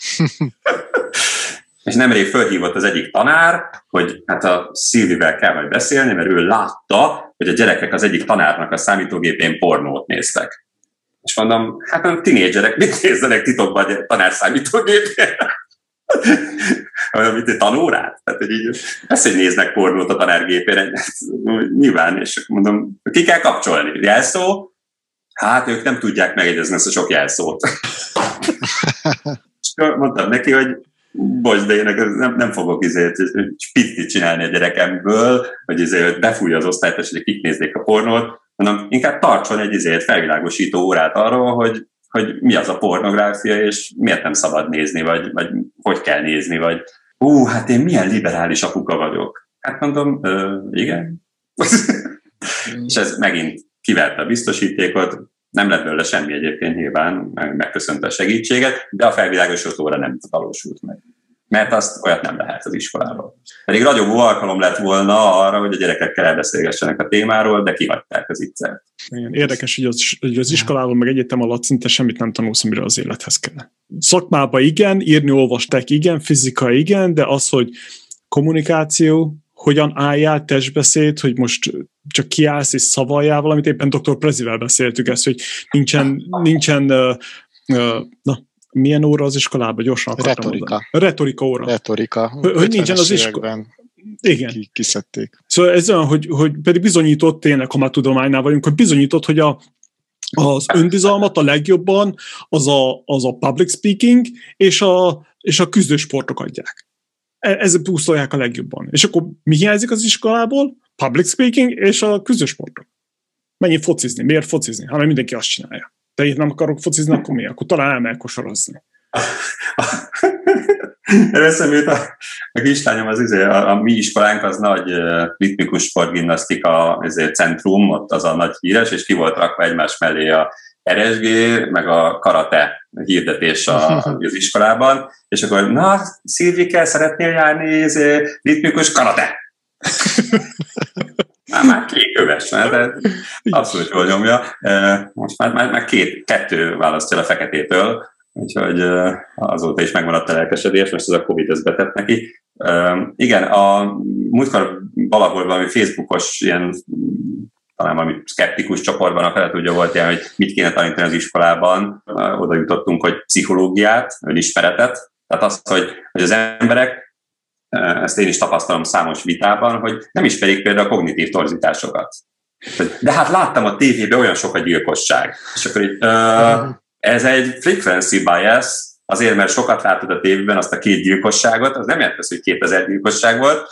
És nemrég fölhívott az egyik tanár, hogy hát a Szilvivel kell majd beszélni, mert ő látta, hogy a gyerekek az egyik tanárnak a számítógépén pornót néztek. És mondom, hát a tinédzserek mit nézzenek titokban a tanár számítógépén? Amit egy tanórát? Tehát, hogy így ezt, hogy néznek pornót a tanárgépére, nyilván, és mondom, ki kell kapcsolni? Jelszó? Hát ők nem tudják megegyezni ezt a sok jelszót. És mondtam neki, hogy bocs, de én nem, nem fogok izét, spittit csinálni a gyerekemből, hogy izét befújja az osztályt, és hogy kik néznék a pornót, hanem inkább tartson egy izét felvilágosító órát arról, hogy hogy mi az a pornográfia, és miért nem szabad nézni, vagy, vagy hogy kell nézni, vagy ú, hát én milyen liberális apuka vagyok. Hát mondom, igen. És ez megint kiverte a biztosítékot, nem lett belőle semmi egyébként nyilván, megköszönte a segítséget, de a felvilágosítóra nem valósult meg. Mert azt olyat nem lehet az iskolában. Pedig ragyogó alkalom lett volna arra, hogy a gyerekekkel elbeszélgessenek a témáról, de kihagyták az ittszert. Igen, érdekes, hogy az, hogy az iskolában, meg egyetem alatt szinte semmit nem tanulsz, amire az élethez kell. Szakmában igen, írni, olvasták igen, fizika igen, de az, hogy kommunikáció, hogyan álljál, testbeszéd, hogy most csak kiállsz és szavaljál valamit, éppen doktor Prezivel beszéltük ezt, hogy nincsen, nincsen uh, uh, na, milyen óra az iskolában? Gyorsan akartam Retorika. mondani. Retorika óra. Retorika. Hogy nincsen az iskolában. Igen. Kiszedték. Szóval ez olyan, hogy, hogy pedig bizonyított tényleg, ha már tudománynál vagyunk, hogy bizonyított, hogy a, az önbizalmat a legjobban az a, az a public speaking és a, és a küzdősportok adják. Ezek pusztolják a legjobban. És akkor mi hiányzik az iskolából? Public speaking és a küzdősportok. Mennyi focizni? Miért focizni? Ha mindenki azt csinálja. De én nem akarok focizni, akkor mi? Akkor talán elmegy kosarazni. Először jut a, a kislányom, az izé, a, a mi iskolánk az nagy uh, ritmikus sportgimnasztika izé, centrum, ott az a nagy híres, és ki volt rakva egymás mellé a er es gé, meg a karate hirdetés a, az iskolában, és akkor, na, Szilvike, szeretnél járni izé, ritmikus karate? Már, már két köves, mert abszolút jól nyomja. Most már, már, már két, kettő választja a feketétől, úgyhogy azóta is megmaradt a lelkesedés, most az a Covid ez betett neki. Igen, a múltkor valahol valami Facebookos ilyen, talán valami szkeptikus csoportban a fele tudja volt ilyen, hogy mit kéne tanítani az iskolában. Oda jutottunk, hogy pszichológiát, önismeretet, tehát azt, hogy, hogy az emberek, ezt én is tapasztalom számos vitában, hogy nem ismerik például a kognitív torzításokat. De hát láttam a tévében olyan sok a gyilkosság. És akkor így, uh, ez egy frequency bias, azért, mert sokat látod a tévében azt a két gyilkosságot, az nem jelent az, hogy kétezer gyilkosság volt.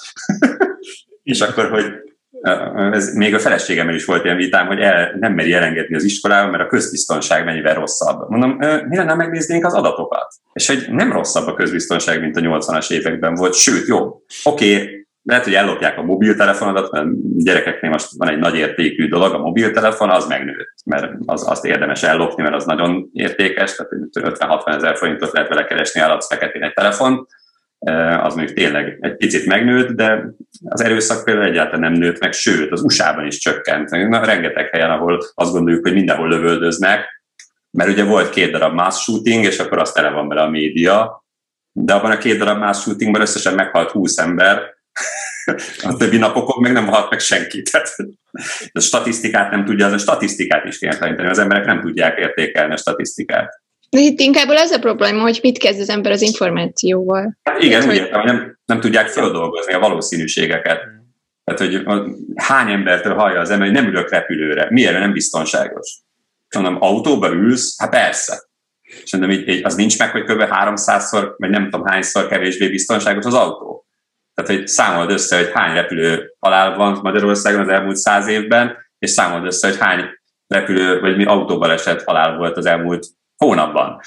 És akkor, hogy uh, ez, még a feleségemmel is volt ilyen vitám, hogy el, nem meri elengedni az iskolában, mert a közbiztonság mennyivel rosszabb. Mondom, uh, mi lenne megnéznénk az adatokat? És hogy nem rosszabb a közbiztonság, mint a nyolcvanas években volt, sőt, jobb. Oké, okay, lehet, hogy ellopják a mobiltelefonodat, mert gyerekeknél most van egy nagy értékű dolog, a mobiltelefon, az megnőtt, mert az, azt érdemes ellopni, mert az nagyon értékes, tehát ötven-hatvan ezer forintot lehet vele keresni, állatsz feketén egy telefon, az mondjuk tényleg egy picit megnőtt, de az erőszak például egyáltalán nem nőtt meg, sőt, az u es á-ban is csökkent. Na, rengeteg helyen, ahol azt gondoljuk, hogy mindenhol lövöldöznek, mert ugye volt két darab mass shooting, és akkor azt tele van vele a média, de abban a két darab mass shootingban összesen meghalt húsz ember, a többi napokon meg nem halt meg senki. Tehát a statisztikát nem tudja, az a statisztikát is kéne tanítani, az emberek nem tudják értékelni a statisztikát. De itt inkább az a probléma, hogy mit kezd az ember az információval. Hát igen, úgy értem, hogy nem, nem tudják feldolgozni a valószínűségeket. Tehát, hogy hány embertől hallja az ember, hogy nem ülök repülőre, miért nem biztonságos? Mondom, autóba ülsz? Hát persze. És mondom, így, az nincs meg, hogy kb. háromszázszor, vagy nem tudom hányszor kevésbé biztonságos az autó. Tehát, hogy számold össze, hogy hány repülő halál van Magyarországon az elmúlt száz évben, és számold össze, hogy hány repülő, vagy mi autóbaleset halál volt az elmúlt hónapban.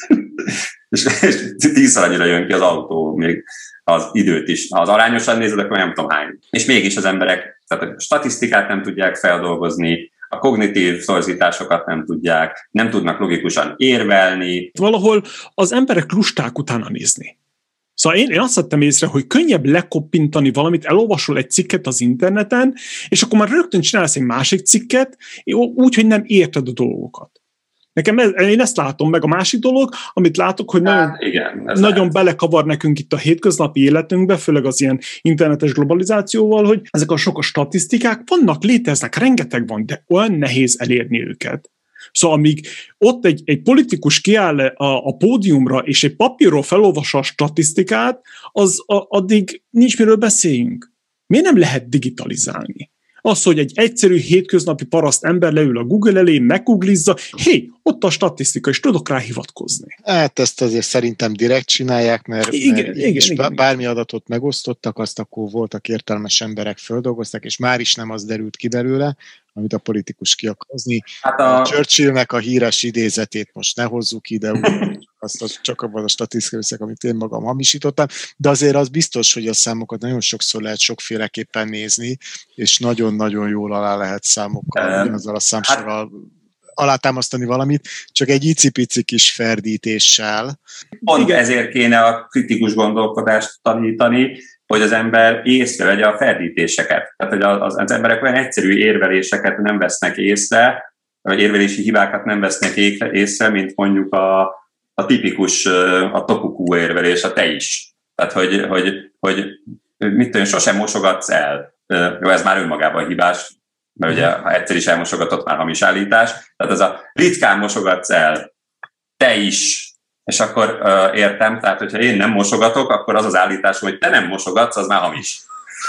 és, és tízszer annyira jön ki az autó, még az időt is. Ha az arányosan nézed, akkor nem tudom hány. És mégis az emberek, tehát a statisztikát nem tudják feldolgozni, a kognitív szorzításokat nem tudják, nem tudnak logikusan érvelni. Valahol az emberek lusták utána nézni. Szóval én, én azt vettem észre, hogy könnyebb lekoppintani valamit, elolvasol egy cikket az interneten, és akkor már rögtön csinálsz egy másik cikket, úgy, hogy nem érted a dolgokat. Nekem ez, én ezt látom, meg a másik dolog, amit látok, hogy nagyon, hát, igen, nagyon lehet. belekavar nekünk itt a hétköznapi életünkbe, főleg az ilyen internetes globalizációval, hogy ezek a sok a statisztikák vannak, léteznek, rengeteg van, de olyan nehéz elérni őket. Szóval amíg ott egy, egy politikus kiáll a, a pódiumra, és egy papírról felolvassa a statisztikát, az a, addig nincs miről beszéljünk. Miért nem lehet digitalizálni? Az, hogy egy egyszerű, hétköznapi paraszt ember leül a Google elé, meggooglizza, hé, ott a statisztika, és tudok rá hivatkozni. Hát ezt azért szerintem direkt csinálják, mert, igen, mert igen, is igen, bármi igen. adatot megosztottak, azt akkor voltak értelmes emberek földolgoztak, és már is nem az derült ki belőle, amit a politikus ki akar hozni. Hát a... a Churchillnek a híres idézetét most ne hozzuk ide, úgy, azt az csak abban a statisztikai összeg, amit én magam hamisítottam, de azért az biztos, hogy a számokat nagyon sokszor lehet sokféleképpen nézni, és nagyon-nagyon jól alá lehet számokkal, azzal a számsorral alátámasztani valamit, csak egy icipici kis ferdítéssel. Pont igen. Ezért kéne a kritikus gondolkodást tanítani, hogy az ember észrevegye a ferdítéseket. Tehát, hogy az, az emberek olyan egyszerű érveléseket nem vesznek észre, vagy érvelési hibákat nem vesznek észre, mint mondjuk a, a tipikus, a topukú érvelés, a te is. Tehát, hogy, hogy, hogy mit tudom, sosem mosogatsz el. Jó, ez már önmagában hibás, mert ugye, ha egyszer is elmosogatott, már hamis állítás. Tehát ez a ritkán mosogatsz el, te is. És akkor uh, értem, tehát hogyha én nem mosogatok, akkor az az állítás, hogy te nem mosogatsz, az már hamis.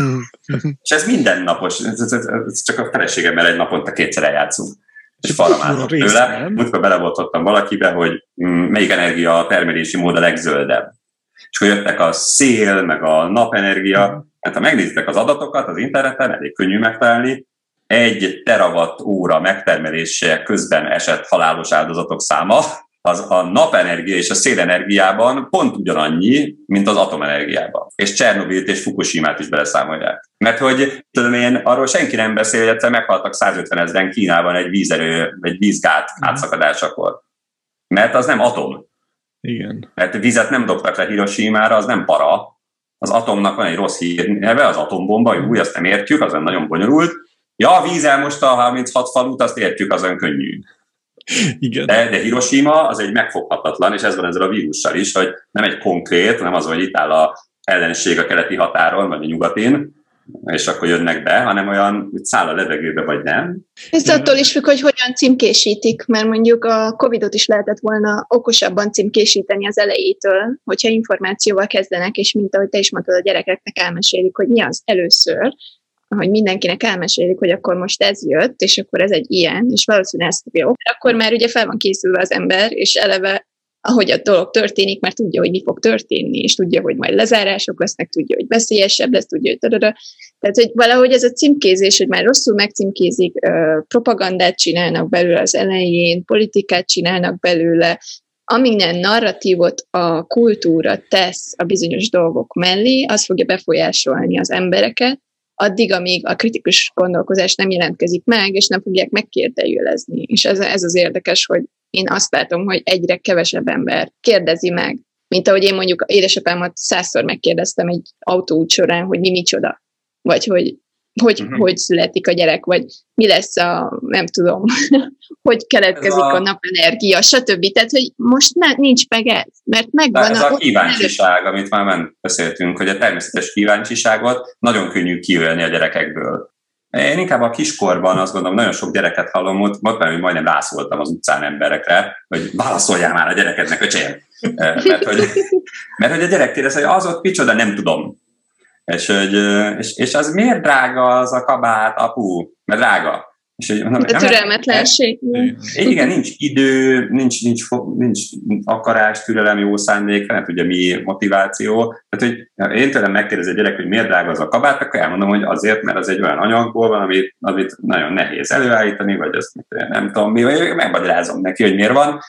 És ez mindennapos, ez, ez, ez csak a feleségemmel egy naponta kétszer eljátszunk. És faramáltam tőle, múltkor belevoltottam valakibe, hogy melyik energia termelési mód a legzöldebb. És akkor jöttek a szél, meg a napenergia, hát ha megnézitek az adatokat az interneten, elég könnyű megtalálni, egy terawatt óra megtermelése közben esett halálos áldozatok száma, az a napenergia és a szélenergiában pont ugyanannyi, mint az atomenergiában. És Csernobilt és Fukushimát is beleszámolják. Mert hogy tudom én, arról senki nem beszél, hogy egyszer meghaltak százötven ezren Kínában egy vízerő, egy vízgát átszakadásakor. Mert az nem atom. Igen. Mert vizet nem dobtak le Hiroshimára, az nem para. Az atomnak van egy rossz hírneve, az atombomba, hogy új, azt nem értjük, azon nagyon bonyolult. Ja, a víz elmosta a harminchat falut, azt értjük, azon könnyű. Igen. De, de Hiroshima az egy megfoghatatlan, és ez van ezzel a vírussal is, hogy nem egy konkrét, nem az, hogy itt áll a ellenség a keleti határon, vagy a nyugatin, és akkor jönnek be, hanem olyan, hogy száll a levegőbe, vagy nem. Ez attól is függ, hogy hogyan címkésítik, mert mondjuk a Covidot is lehetett volna okosabban címkésíteni az elejétől, hogyha információval kezdenek, és mint ahogy te is mondtad, a gyerekeknek elmesélik, hogy mi az először, hogy mindenkinek elmesélik, hogy akkor most ez jött, és akkor ez egy ilyen, és valószínűleg ez jó. Akkor már ugye fel van készülve az ember, és eleve, ahogy a dolog történik, már tudja, hogy mi fog történni, és tudja, hogy majd lezárások lesznek, tudja, hogy veszélyesebb lesz, tudja, hogy tadada. Tehát, hogy valahogy ez a címkézés, hogy már rosszul megcímkézik, propagandát csinálnak belőle az elején, politikát csinálnak belőle, amilyen narratívot a kultúra tesz a bizonyos dolgok mellé, az fogja befolyásolni az embereket, addig, amíg a kritikus gondolkozás nem jelentkezik meg, és nem fogják megkérdőjelezni. És ez, ez az érdekes, hogy én azt látom, hogy egyre kevesebb ember kérdezi meg, mint ahogy én mondjuk édesapámat százszor megkérdeztem egy autóút során, hogy mi micsoda, vagy hogy hogy, uh-huh. hogy születik a gyerek, vagy mi lesz a, nem tudom, hogy keletkezik a... a napenergia, stb. Tehát, hogy most ne, nincs meg ez, mert megvan ez a... a kíváncsiság, amit már ment beszéltünk, hogy a természetes kíváncsiságot nagyon könnyű kiölni a gyerekekből. Én inkább a kiskorban azt gondolom, nagyon sok gyereket hallom, ott, ott hogy majdnem rászóltam az utcán emberekre, hogy válaszoljál már a gyerekednek, öcsém. Mert hogy, mert hogy a gyerek kérdez, hogy az ott micsoda, nem tudom. És, hogy, és, és az miért drága az a kabát, apu? Mert drága. És, hogy, mondom, de türelmetlenség. Igen, nincs idő, nincs, nincs, nincs akarás, türelem, jó szándék, nem tudja mi motiváció. Tehát, hogy én tőlem megkérdezi a gyerek, hogy miért drága az a kabát, akkor elmondom, hogy azért, mert az egy olyan anyagból van, amit, amit nagyon nehéz előállítani, vagy azt nem tudom mi, vagy megmagyarázom neki, hogy miért van.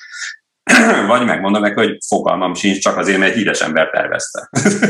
Vagy megmondom neki, hogy fogalmam sincs, csak azért, mert egy híres ember tervezte.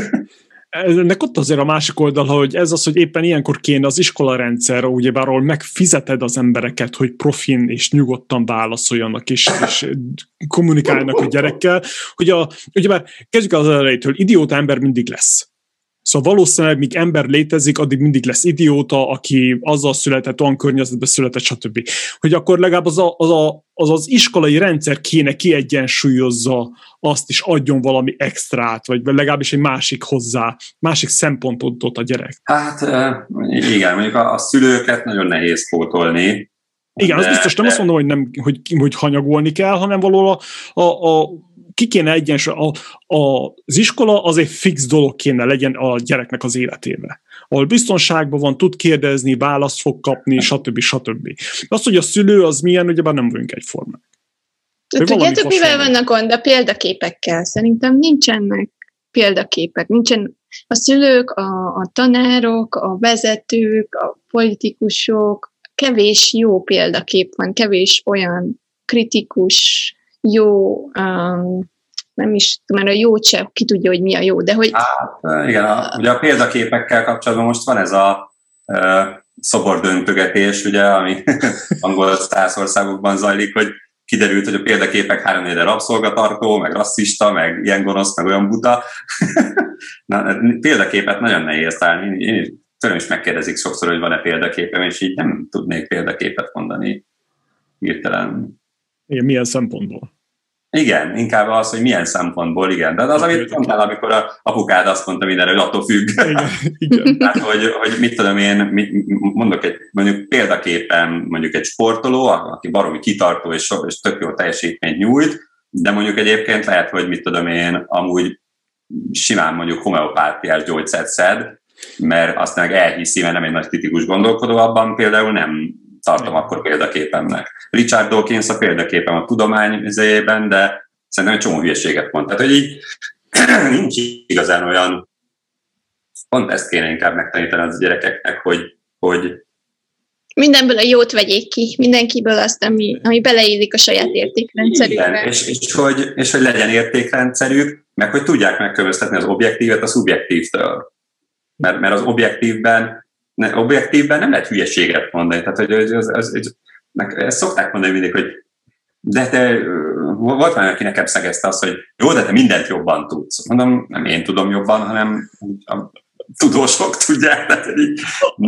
Ennek ott azért a másik oldal, hogy ez az, hogy éppen ilyenkor kéne az iskolarendszer, ugyebár ahol megfizeted az embereket, hogy profin és nyugodtan válaszoljanak, és, és kommunikálnak a gyerekkel, hogy a, ugyebár kezdjük az elejétől, idióta ember mindig lesz. Szóval valószínűleg, míg ember létezik, addig mindig lesz idióta, aki azzal született, olyan környezetben született, stb. Hogy akkor legalább az, a, az, a, az az iskolai rendszer kéne kiegyensúlyozza azt is, adjon valami extrát, vagy legalábbis egy másik hozzá, másik szempontot a gyerek. Hát igen, mondjuk a, a szülőket nagyon nehéz pótolni. Igen, de, az biztos nem de... azt mondom, hogy, nem, hogy, hogy hanyagolni kell, hanem valahol a, a, a ki kéne egyensúly, a, a, az iskola az egy fix dolog kéne legyen a gyereknek az életébe. Ahol biztonságban van, tud kérdezni, választ fog kapni, stb. stb. Azt, hogy a szülő az milyen, ugyebár nem vagyunk egyformák. Tudjátok, mivel vannak gond? A példaképekkel. Szerintem nincsenek példaképek. Nincsen a szülők, a, a tanárok, a vezetők, a politikusok, kevés jó példakép van, kevés olyan kritikus, jó, um, nem is tudom, mert a jó se, ki tudja, hogy mi a jó, de hogy... Hát, igen, a, ugye a példaképekkel kapcsolatban most van ez a uh, szobordöntögetés, ugye, ami angol szászországokban zajlik, hogy kiderült, hogy a példaképek három négyre rabszolgatartó, meg rasszista, meg ilyen gonosz, meg olyan buta. Na, példaképet nagyon nehéz találni. Én is, tőlem is megkérdezik sokszor, hogy van-e példaképem, és így nem tudnék példaképet mondani hirtelen. Igen, milyen szempontból? Igen, inkább az, hogy milyen szempontból, igen. De az, amit mondtál, amikor a apukád azt mondta mindenre, hogy attól függ. Igen, igen. Tehát, hogy, hogy mit tudom én, mit, mondok egy mondjuk példaképpen mondjuk egy sportoló, aki baromi kitartó és, és tök jó teljesítményt nyújt, de mondjuk egyébként lehet, hogy mit tudom én, amúgy simán mondjuk homeopátiás gyógyszert szed, mert azt meg elhiszi, mert nem egy nagy kritikus gondolkodó, abban például nem tartom akkor példaképemnek. Richard Dawkins a példaképem a tudomány izéjében, de szerintem egy csomó hülyeséget mond. Tehát, hogy így nincs igazán olyan, pont ezt kéne inkább megtanítani az gyerekeknek, hogy, hogy mindenből a jót vegyék ki, mindenkiből azt, ami, ami beleillik a saját értékrendszerükbe. Igen, és, és, hogy, és hogy legyen értékrendszerük, meg hogy tudják megkülönböztetni az objektívet a szubjektívtől. Mert, mert az objektívben Ne, objektívben nem lehet hülyeséget mondani. Tehát, hogy az, az, az, az, ezt szokták mondani mindig, hogy de te, volt már, aki nekem szegezte azt, hogy jó, de te mindent jobban tudsz. Mondom, nem én tudom jobban, hanem a tudósok tudják. Tehát, így,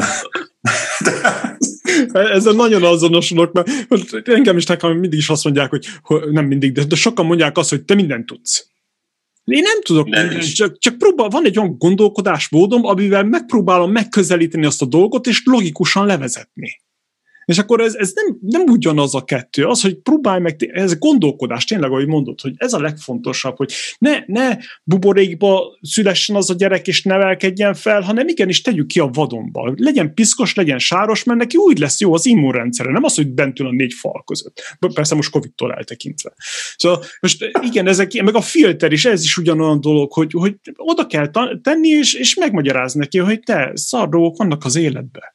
ezzel nagyon azonosulok, mert engem is nekem mindig is azt mondják, hogy, hogy nem mindig, de, de sokan mondják azt, hogy te mindent tudsz. Én nem tudok, nem csak, csak próbál, van egy olyan gondolkodásmódom, amivel megpróbálom megközelíteni azt a dolgot, és logikusan levezetni. És akkor ez, ez nem, nem ugyanaz a kettő, az, hogy próbálj meg, ez gondolkodás, tényleg, ahogy mondod, hogy ez a legfontosabb, hogy ne, ne buborékba szülessen az a gyerek, és nevelkedjen fel, hanem igenis tegyük ki a vadonba. Legyen piszkos, legyen sáros, mert neki úgy lesz jó az immunrendszere, nem az, hogy bent ül a négy fal között. Persze most Covid-tól eltekintve. Szóval most igen, ezek, meg a filter is, ez is ugyanolyan dolog, hogy, hogy oda kell tenni, és, és megmagyarázni neki, hogy te, szar dolgok vannak az életben.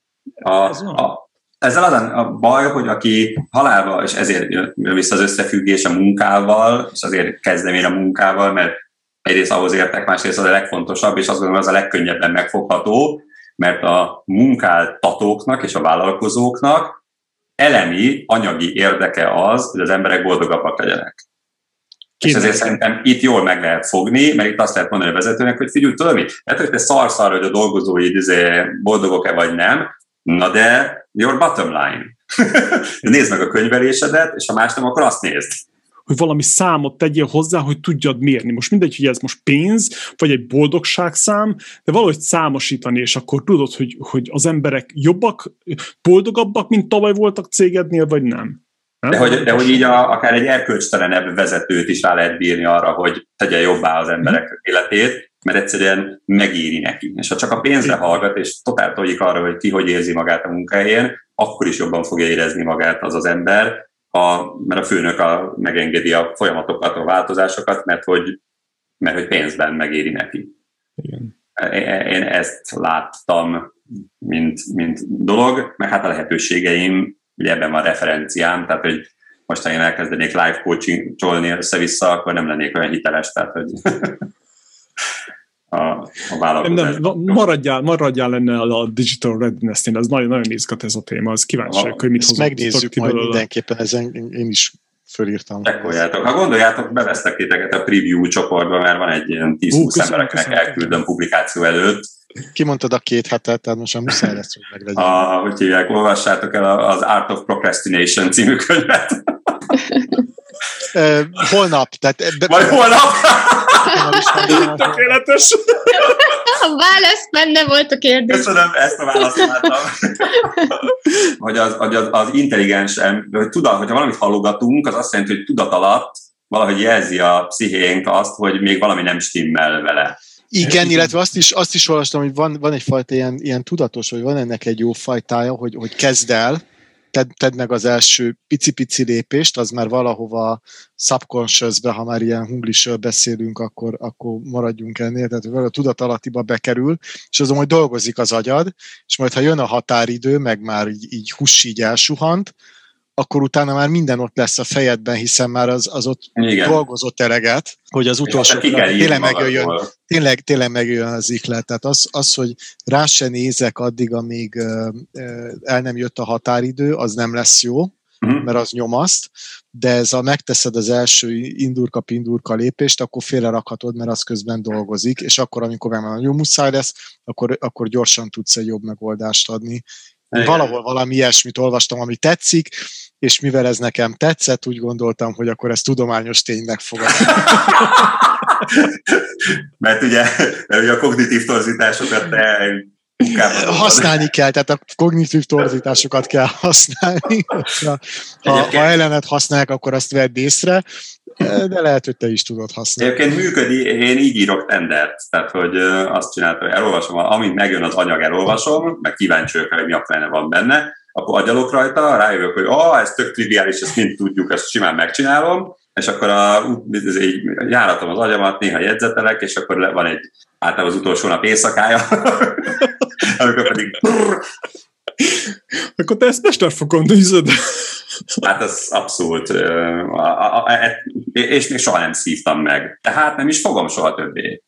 A, a Ezzel az a baj, hogy aki halálba, és ezért jön vissza az összefüggés a munkával, és azért kezdem én a munkával, mert egyrészt ahhoz értek, másrészt az a legfontosabb, és azt gondolom, az a legkönnyebben megfogható, mert a munkáltatóknak és a vállalkozóknak elemi, anyagi érdeke az, hogy az emberek boldogabbak legyenek. Kéne. És ezért szerintem itt jól meg lehet fogni, mert itt azt lehet mondani a vezetőnek, hogy figyelj, tudod mit? Hát, hogy te szarsz arra, hogy a dolgozóid boldogok-e vagy nem, na de your bottom line. Nézd meg a könyvelésedet, és ha más nem, akkor azt nézd. Hogy valami számot tegyél hozzá, hogy tudjad mérni. Most mindegy, hogy ez most pénz, vagy egy boldogságszám, de valahogy számosítani, és akkor tudod, hogy, hogy az emberek jobbak, boldogabbak, mint tavaly voltak cégednél, vagy nem. De hogy, de hogy így a, akár egy erkölcstelenebb vezetőt is rá lehet bírni arra, hogy tegye jobbá az emberek életét, mert egyszerűen megéri neki. És ha csak a pénzre hallgat, és totál tojik arra, hogy ki hogy érzi magát a munkahelyén, akkor is jobban fogja érezni magát az az ember, a, mert a főnök a, megengedi a folyamatokat, a változásokat, mert hogy, mert hogy pénzben megéri neki. Igen. Én ezt láttam, mint, mint dolog, meg hát a lehetőségeim, ugye ebben van referenciám, tehát hogy most, ha én elkezdenék live coaching-csolni össze-vissza, akkor nem lennék olyan hiteles, tehát hogy a, a vállalkozás. Nem, nem, maradjál, maradjál lenne a digital readiness-nél, ez nagyon, nagyon izgat ez a téma, az kíváncsiak, hogy mit hozok. Megnézzük majd belőle. Mindenképpen, ezen én is fölírtam. Csekkoljátok. Ha gondoljátok, bevesztek titeket a preview csoportba, mert van egy ilyen tíz-húsz ember, akinek elküldöm publikáció előtt. Kimondtad a két hetet, tehát most már muszáj lesz, hogy meglegyen. A, hogy hívják, olvassátok el az Art of Procrastination című könyvet. Uh, holnap. Tehát, de, Vagy holnap! Tökéletes! A válasz benne volt a kérdés. Köszönöm, ezt a választ láttam. Hogy az, hogy az, az intelligens, hogy tudat, hogyha valamit hallogatunk, az azt jelenti, hogy tudat alatt valahogy jelzi a pszichénk azt, hogy még valami nem stimmel vele. Igen, illetve azt is, azt is olvastam, hogy van, van egyfajta ilyen, ilyen tudatos, hogy van ennek egy jó fajtája, hogy, hogy kezd el, tedd, tedd meg az első pici-pici lépést, az már valahova subconscious-be, ha már ilyen hunglisről beszélünk, akkor, akkor maradjunk ennél, tehát a tudatalattiba bekerül, és azon, hogy dolgozik az agyad, és majd ha jön a határidő, meg már így, így huss így elsuhant, akkor utána már minden ott lesz a fejedben, hiszen már az, az ott Igen. dolgozott eleget, hogy az utolsó tényleg megjöjjön, tényleg, tényleg megjöjjön az ihlet. Tehát az, az, hogy rá se nézek addig, amíg uh, el nem jött a határidő, az nem lesz jó, uh-huh. mert az nyomaszt, de ez a megteszed az első indurka-pindurka lépést, akkor félre rakhatod, mert az közben dolgozik, és akkor, amikor már nagyon muszáj lesz, akkor, akkor gyorsan tudsz egy jobb megoldást adni. Igen. Valahol valami ilyesmit olvastam, ami tetszik, és mivel ez nekem tetszett, úgy gondoltam, hogy akkor ezt tudományos ténynek fogadom. Mert ugye, mert ugye a kognitív torzításokat te használni kell, tehát a kognitív torzításokat kell használni. Ha, ha ellenet használják, akkor azt vedd észre, de lehet, hogy te is tudod használni. Egyébként működik, én így írok tendert, tehát hogy azt csináltam, hogy elolvasom, amint megjön az anyag, elolvasom, meg kíváncsi vagyok, hogy mi a plene van benne, akkor agyalok rajta, rájövök, hogy ah, ez tök triviális, ezt mind tudjuk, ezt simán megcsinálom, és akkor a, ez így járatom az agyamat, néha jegyzetelek, és akkor van egy általában az utolsó nap éjszakája, amikor pedig... Akkor te ezt mesterfokon nézed. Hát az abszolút. A, a, a, és még soha nem szívtam meg. Tehát nem is fogom soha többé.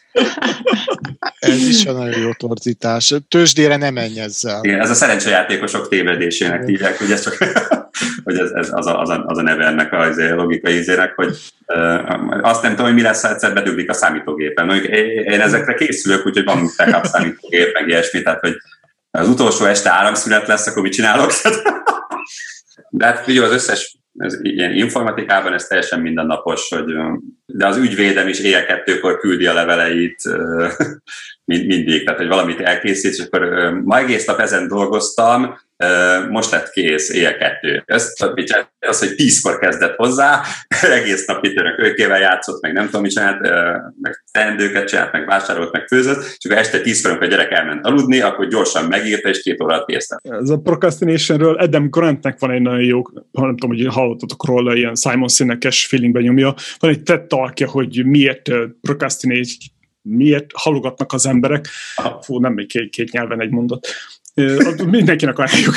Ez is a nagyon jó torzítás. Tőzsdére nem menj ezzel. Igen, ez a szerencsejátékosok tévedésének hívják, hogy ez csak hogy ez, ez az, a, az, a, az a neve ennek a logikai izének, hogy uh, azt nem tudom, hogy mi lesz, ha egyszer beduglik a számítógépen. Én, én ezekre készülök, úgyhogy van backup számítógép, meg ilyesmi, tehát hogy az utolsó este áramszünet lesz, akkor mit csinálok? De hát ugye az összes ez ilyen informatikában ez teljesen mindennapos, hogy, de az ügyvédem is éjjel kettőkor küldi a leveleit mindig, tehát hogy valamit elkészít, és akkor ma egész nap ezen dolgoztam, most lett kész, éjjel kettő. Ez az, hogy tízkor kezdett hozzá, egész nap itt önök őkével játszott, meg nem tudom, mit csinált, meg teendőket csinált, meg vásárolt, meg főzött, és akkor este tízkor, amikor a gyerek elment aludni, akkor gyorsan megírta, és két órát készített. Ez a procrastinationről Adam Grantnek van egy nagyon jó, nem tudom, hogy hallottatok róla, ilyen Simon Sinekes feelingben nyomja, van egy TED talkja, hogy miért procrastinate, miért halogatnak az emberek. Aha. Fú, nem még két, két nyelven egy mondat. Mindenkinek ajánljuk.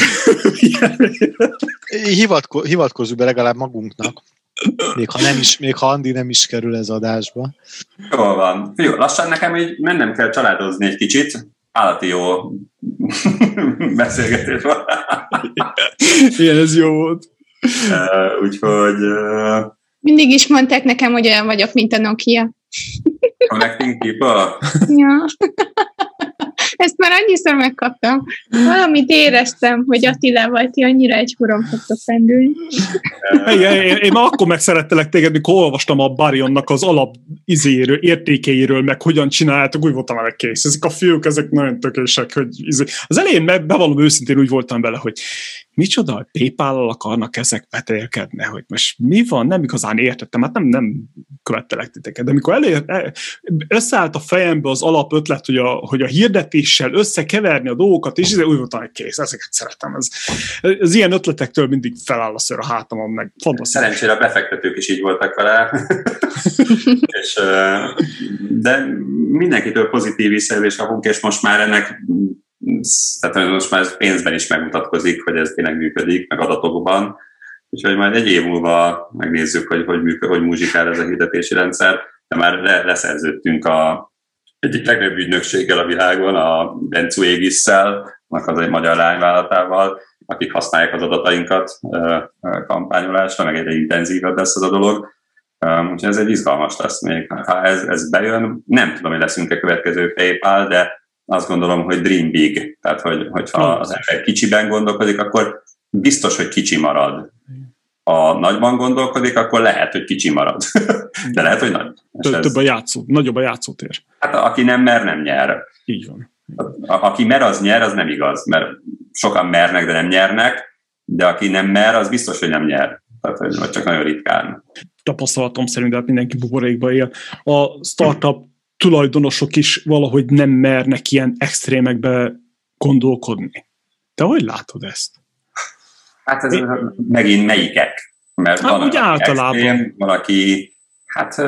Hivatko, hivatkozzuk be legalább magunknak. Még ha, nem is, még ha Andi nem is kerül ez adásba. Jól van. Jó, lassan nekem így mennem kell családozni egy kicsit. Állati jó beszélgetés van. Igen, ez jó volt. Uh, úgyhogy... Uh... Mindig is mondták nekem, hogy olyan vagyok, mint a Nokia. Connecting people? Ja. Ezt már annyiszor megkaptam. Valamit éreztem, hogy Attilával ti annyira egy huron fogtok pendülni. Igen, én, én már akkor megszerettelek téged, mikor olvastam a Barionnak az alap izéről, értékeiről, meg hogyan csináljátok, úgy voltam vele kész. Ezek a fiúk, ezek nagyon tökéletesek. Hogy izé. Az elején bevallom őszintén úgy voltam vele, hogy micsoda, hogy PayPal-al akarnak ezek vetélkedni, hogy most mi van, nem igazán értettem, hát nem, nem követtelek titeket, de amikor elé, összeállt a fejembe az alapötlet, hogy a, hogy a hirdetéssel összekeverni a dolgokat, és úgy voltam, hogy kész, ezeket szeretem. Ez, ez ilyen ötletektől mindig feláll a szőr a hátamon, meg fantasztikus. Szerencsére a befektetők is így voltak vele, és, de mindenkitől pozitív visszajelzést kapunk, és most már ennek tehát most már ez pénzben is megmutatkozik, hogy ez tényleg működik, meg adatokban. Úgyhogy majd egy év múlva megnézzük, hogy hogy, működik, hogy muzsikál ez a hirdetési rendszer. De már le, leszerződtünk a egyik legnagyobb ügynökséggel a világon, a Dentsu Aegis-szel, az egy magyar lányvállalatával, akik használják az adatainkat kampányolásra, meg egyre intenzívebb lesz ez a dolog. Úgyhogy ez egy izgalmas lesz még. Ha ez, ez bejön, nem tudom, hogy leszünk-e következő PayPal, de azt gondolom, hogy dream big. Tehát, hogy, hogyha az ember kicsiben gondolkodik, akkor biztos, hogy kicsi marad. Ha nagyban gondolkodik, akkor lehet, hogy kicsi marad. De lehet, hogy nagy. Több ez... a játszó, nagyobb a játszótér. Hát aki nem mer, nem nyer. Így van. A, aki mer, az nyer, az nem igaz, mert sokan mernek, de nem nyernek, de aki nem mer, az biztos, hogy nem nyer. Tehát, vagy csak nagyon ritkán. Tapasztalatom szerint, de hát mindenki buborékba él. A startup tulajdonosok is valahogy nem mernek ilyen extrémekbe gondolkodni. Te hogy látod ezt? Hát ez Én... megint melyikek? Mert hát, van, úgy általában. Extrém, valaki, hát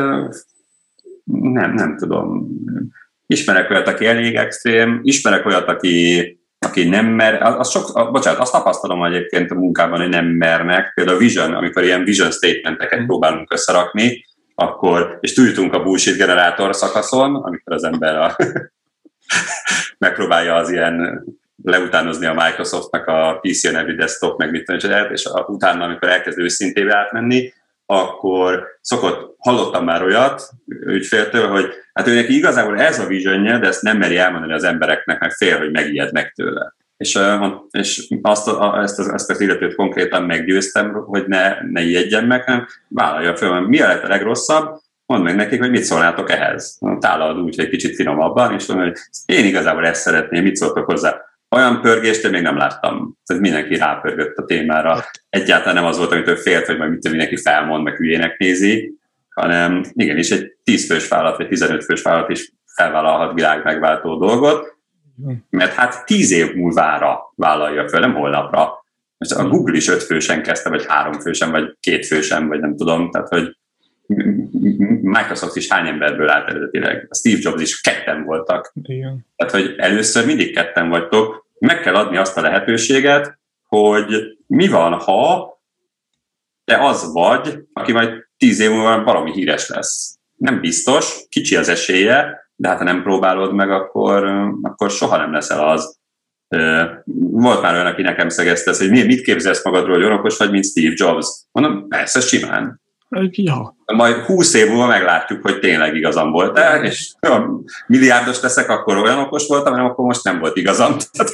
nem, nem tudom. Ismerek olyat, aki elég extrém, ismerek olyat, aki aki nem mer, az sok, bocsánat, azt tapasztalom egyébként a munkában, hogy nem mernek, például a vision, amikor ilyen vision statementeket próbálunk összerakni, akkor, és túljutunk a bullshit generátor szakaszon, amikor az ember a megpróbálja az ilyen leutánozni a Microsoftnak a pé cé nevű desktop, meg mit tudom, és utána, amikor elkezd őszintébe átmenni, akkor szokott, hallottam már olyat ügyféltől, hogy hát ő neki igazából ez a visionje, de ezt nem meri elmondani az embereknek, meg fél, hogy megijednek tőle. És, és azt, ezt, az, ezt az illetőt konkrétan meggyőztem, hogy ne, ne ijedjen meg, hanem vállalja fel, mi a lehet a legrosszabb, mondd meg nekik, hogy mit szólnátok ehhez. Tálald úgy, hogy kicsit finomabban, és mondom, hogy én igazából ezt szeretném, mit szóltok hozzá. Olyan pörgést én még nem láttam. Tehát mindenki rápörgött a témára. Egyáltalán nem az volt, amitől félt, hogy majd mit mindenki felmond, meg hülyének nézi, hanem igenis egy tíz fős vállalat, vagy tizenöt fős vállalat is felvállalhat világ megváltó dolgot, mert hát tíz év múlvára vállalja föl, nem holnapra. Most a Google is öt fősen kezdte, vagy három fősen, vagy két fősen, vagy nem tudom, tehát hogy Microsoft is hány emberből állt eredetileg. A Steve Jobs is ketten voltak. Igen. Tehát, hogy először mindig ketten vagytok, meg kell adni azt a lehetőséget, hogy mi van, ha te az vagy, aki majd tíz év múlva valami híres lesz. Nem biztos, kicsi az esélye, de hát ha nem próbálod meg, akkor, akkor soha nem leszel az. Volt már olyan, aki nekem szegezte, hogy mit képzelsz magadról, hogy olyan okos vagy, mint Steve Jobs. Mondom, persze, simán. Ja. Majd húsz év múlva meglátjuk, hogy tényleg igazam volt-e, és ha milliárdos leszek, akkor olyan okos voltam, hanem akkor most nem volt igazam.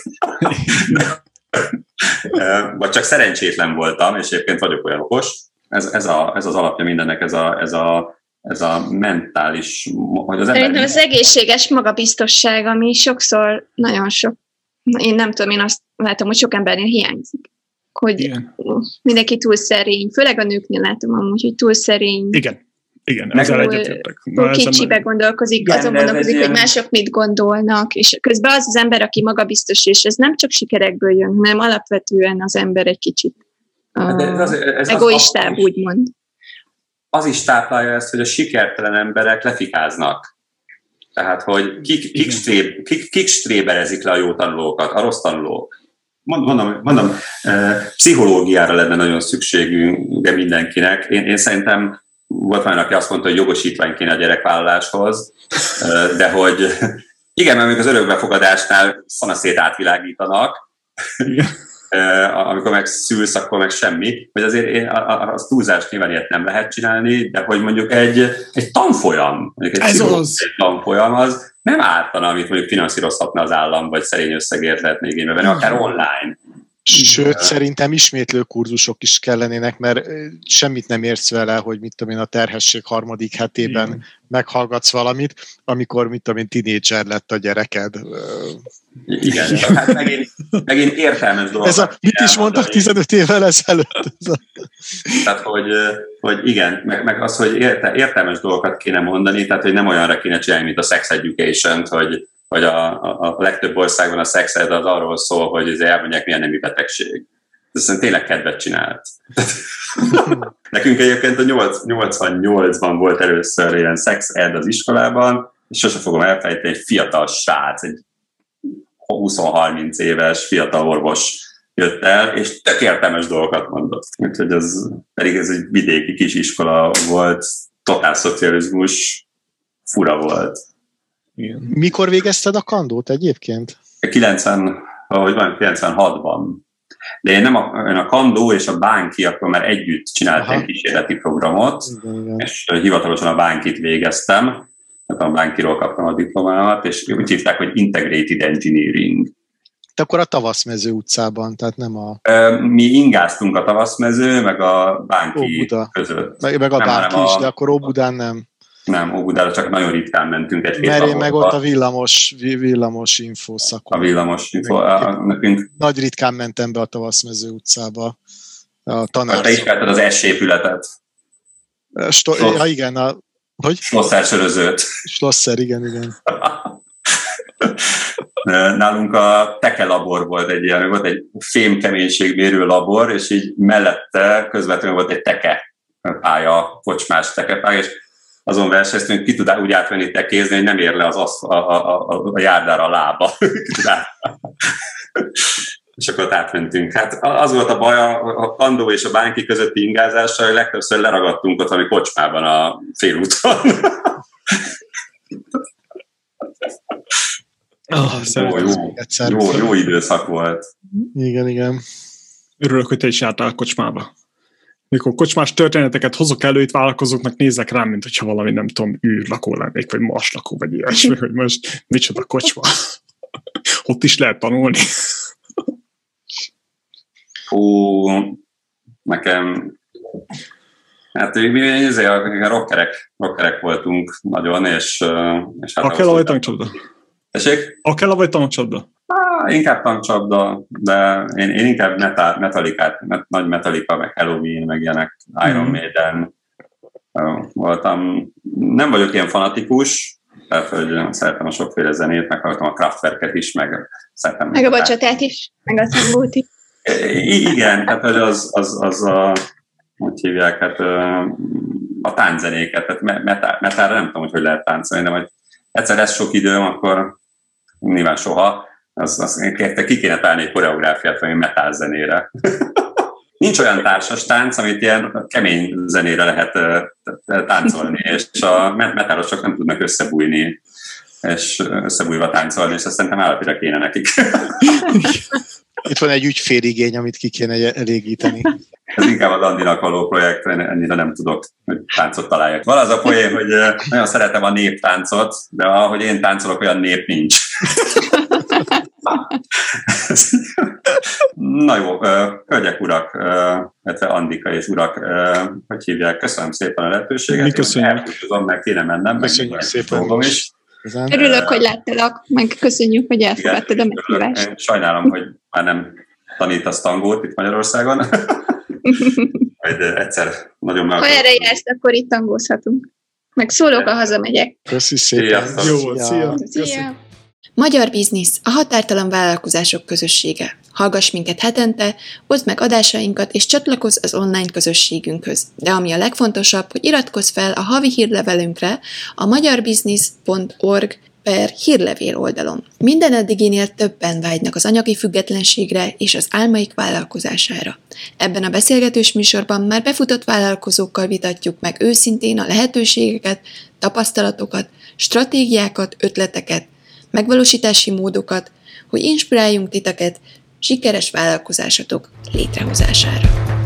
Vagy csak szerencsétlen voltam, és egyébként vagyok olyan okos. Ez, ez, a, ez az alapja mindennek, ez a, ez a, ez a mentális... Hogy az Szerintem az egészséges magabiztosság, ami sokszor nagyon sok, én nem tudom, én azt látom, hogy sok embernél hiányzik. Hogy igen. Mindenki túl szerény, főleg a nőknél látom amúgy, hogy túl szerény. Igen, igen, ezzel egyetértek. Túl kicsibe gondolkozik, igen, azon gondolkozik, hogy mások mit gondolnak, és közben az az ember, aki magabiztos, és ez nem csak sikerekből jön, hanem alapvetően az ember egy kicsit uh, ez, ez egoistább, az, úgymond. Az is táplálja ezt, hogy a sikertelen emberek lefikáznak. Tehát, hogy kik, kik, stréb, kik, kik stréberezik le a jó tanulókat, a rossz tanulók. Mondom, mondom, pszichológiára lenne nagyon szükségünk de mindenkinek. Én, én szerintem volt már, aki azt mondta, hogy jogosítvány kéne a gyerekvállaláshoz, de hogy igen, mert még az örökbefogadásnál szanaszét átvilágítanak, amikor meg szülsz, akkor meg semmi. Hogy azért én, az túlzást nyilván ilyet nem lehet csinálni, de hogy mondjuk egy, egy tanfolyam, mondjuk egy pszichológiai tanfolyam, az nem ártana, amit mondjuk finanszírozhatna az állam, vagy szerény összegért lehetne igénybe venni, akár online. Sőt, szerintem ismétlő kurzusok is kellenének, mert semmit nem érsz vele, hogy mit tudom én, a terhesség harmadik hetében igen. meghallgatsz valamit, amikor mit tudom én, tinédzser lett a gyereked. Igen, hát megint, megint értelmes dolog. Ez a, mit is mondtak tizenöt évvel ezelőtt? Tehát, hogy, hogy igen, meg, meg az, hogy érte, értelmes dolgokat kéne mondani, tehát, hogy nem olyanra kéne csinálni, mint a sex education-t, hogy hogy a, a, a legtöbb országban a sex ed az arról szól, hogy elmondják, milyen nemű betegség. Ez szerintem tényleg kedvet csinált. Nekünk egyébként a nyolcvannyolcban volt először ilyen sex ed az iskolában, és sose fogom elfelejteni, egy fiatal srác, egy húsz-harminc éves fiatal orvos jött el, és tök értelmes dolgokat mondott. Úgyhogy ez, pedig ez egy vidéki kis iskola volt, totál szocializmus, fura volt. Igen. Mikor végezted a kandót egyébként? kilencven, ahogy van, kilencvenhatban. De én nem a, én a kandó és a bánki, akkor már együtt csináltam egy kísérleti programot, igen, igen. És hivatalosan a bánkit végeztem, tehát a bánkiról kaptam a diplomámat, és úgy hívták, hogy Integrated Engineering. Te akkor a Tavaszmező utcában, tehát nem a... Mi ingáztunk a Tavaszmező, meg a bánki Óbuda között. Meg, meg a nem, bánki is, a... de akkor Óbudán nem. Nem, Óbudára csak nagyon ritkán mentünk egy-két Mert én meg ott a villamos, villamos info szakon. A villamos info. A, nekünk... Nagy ritkán mentem be a Tavaszmező utcába. A tanár. Te ismerted az S épületet. Sto- Schloss... Ja, igen. A... Hogy? Schlosser sörözőt. Schlosser, igen, igen. Nálunk a Teke labor volt egy ilyen, volt egy fémkeménységmérő labor, és így mellette közvetlenül volt egy teke pálya, kocsmás tekepálya, és azon versenyztünk, ki tud úgy átvenni tekézni, hogy nem ér le az asz, a, a, a, a járdára a lába. És akkor ott átmentünk. Hát az volt a baj a Kandó és a Bánki közötti ingázással, hogy legtöbbször leragadtunk ott valami kocsmában a félúton. Oh, jó, jó, jó, jó időszak volt. Igen, igen. Örülök, hogy te is jártál a kocsmába. Mikor kocsmás történeteket hozok elő, itt vállalkozóknak nézek rám, mint hogyha valami, nem tudom, űrlakó lennék, vagy marslakó, vagy ilyesmi, hogy most micsoda kocsma. Ott is lehet tanulni. Hú, nekem... Hát mi azért a rockerek, rockerek voltunk nagyon, és... és hát Akella vagy tankcsapda? Tessék? Akella vagy tankcsapda? Ah, inkább tankcsapda, de én, én inkább metal, metalikát, met, nagy Metallica, meg Halloween, meg ilyenek, Iron mm. Maiden uh, voltam. Nem vagyok ilyen fanatikus, tehát hogy szeretem a sokféle zenét, meghallgatom a Kraftwerket is, meg szeretem... Meg a bacsatát is, meg a szambót is. I- igen, tehát az, az, az a... hogy hívják, hát a tánczenéket, tehát metál, metálra nem tudom, hogy hogy lehet táncolni, de majd egyszer lesz sok időm, akkor nyilván soha, az, az kérte, ki kéne találni egy koreográfiát, vagy metál zenére. Nincs olyan társas tánc, amit ilyen kemény zenére lehet táncolni, és a metálosok nem tudnak összebújni, és összebújva táncolni, és azt szerintem állapira kéne nekik. Itt van egy ügyféligény, amit ki kéne elégíteni. Ez inkább a Dandinak való projekt, ennyire nem tudok, hogy táncot találjak. Van az a poén, hogy nagyon szeretem a néptáncot, de ahogy én táncolok, olyan nép nincs. Na jó, hölgyek, urak, illetve Andika és urak, hogy hívják, köszönöm szépen a lehetőséget. Mi köszönjük. Elkülönbözöm, meg kéne mennem. Köszönjük szépen is. Örülök, hogy láttalak, meg köszönjük, hogy elfogadtad a meghívást. Sajnálom, hogy már nem tanítasz tangót itt Magyarországon. Majd egyszer nagyon meg... Ha erre jársz, akkor itt tangózhatunk. Meg szólok, ha hazamegyek. Köszi szépen. Jó, szia. Szia. Magyar Biznisz, a határtalan vállalkozások közössége. Hallgass minket hetente, oszd meg adásainkat és csatlakozz az online közösségünkhöz. De ami a legfontosabb, hogy iratkozz fel a havi hírlevelünkre a magyarbiznisz pont org per hírlevél oldalon. Minden eddiginél többen vágynak az anyagi függetlenségre és az álmaik vállalkozására. Ebben a beszélgetős műsorban már befutott vállalkozókkal vitatjuk meg őszintén a lehetőségeket, tapasztalatokat, stratégiákat, ötleteket, megvalósítási módokat, hogy inspiráljunk titeket sikeres vállalkozásatok létrehozására.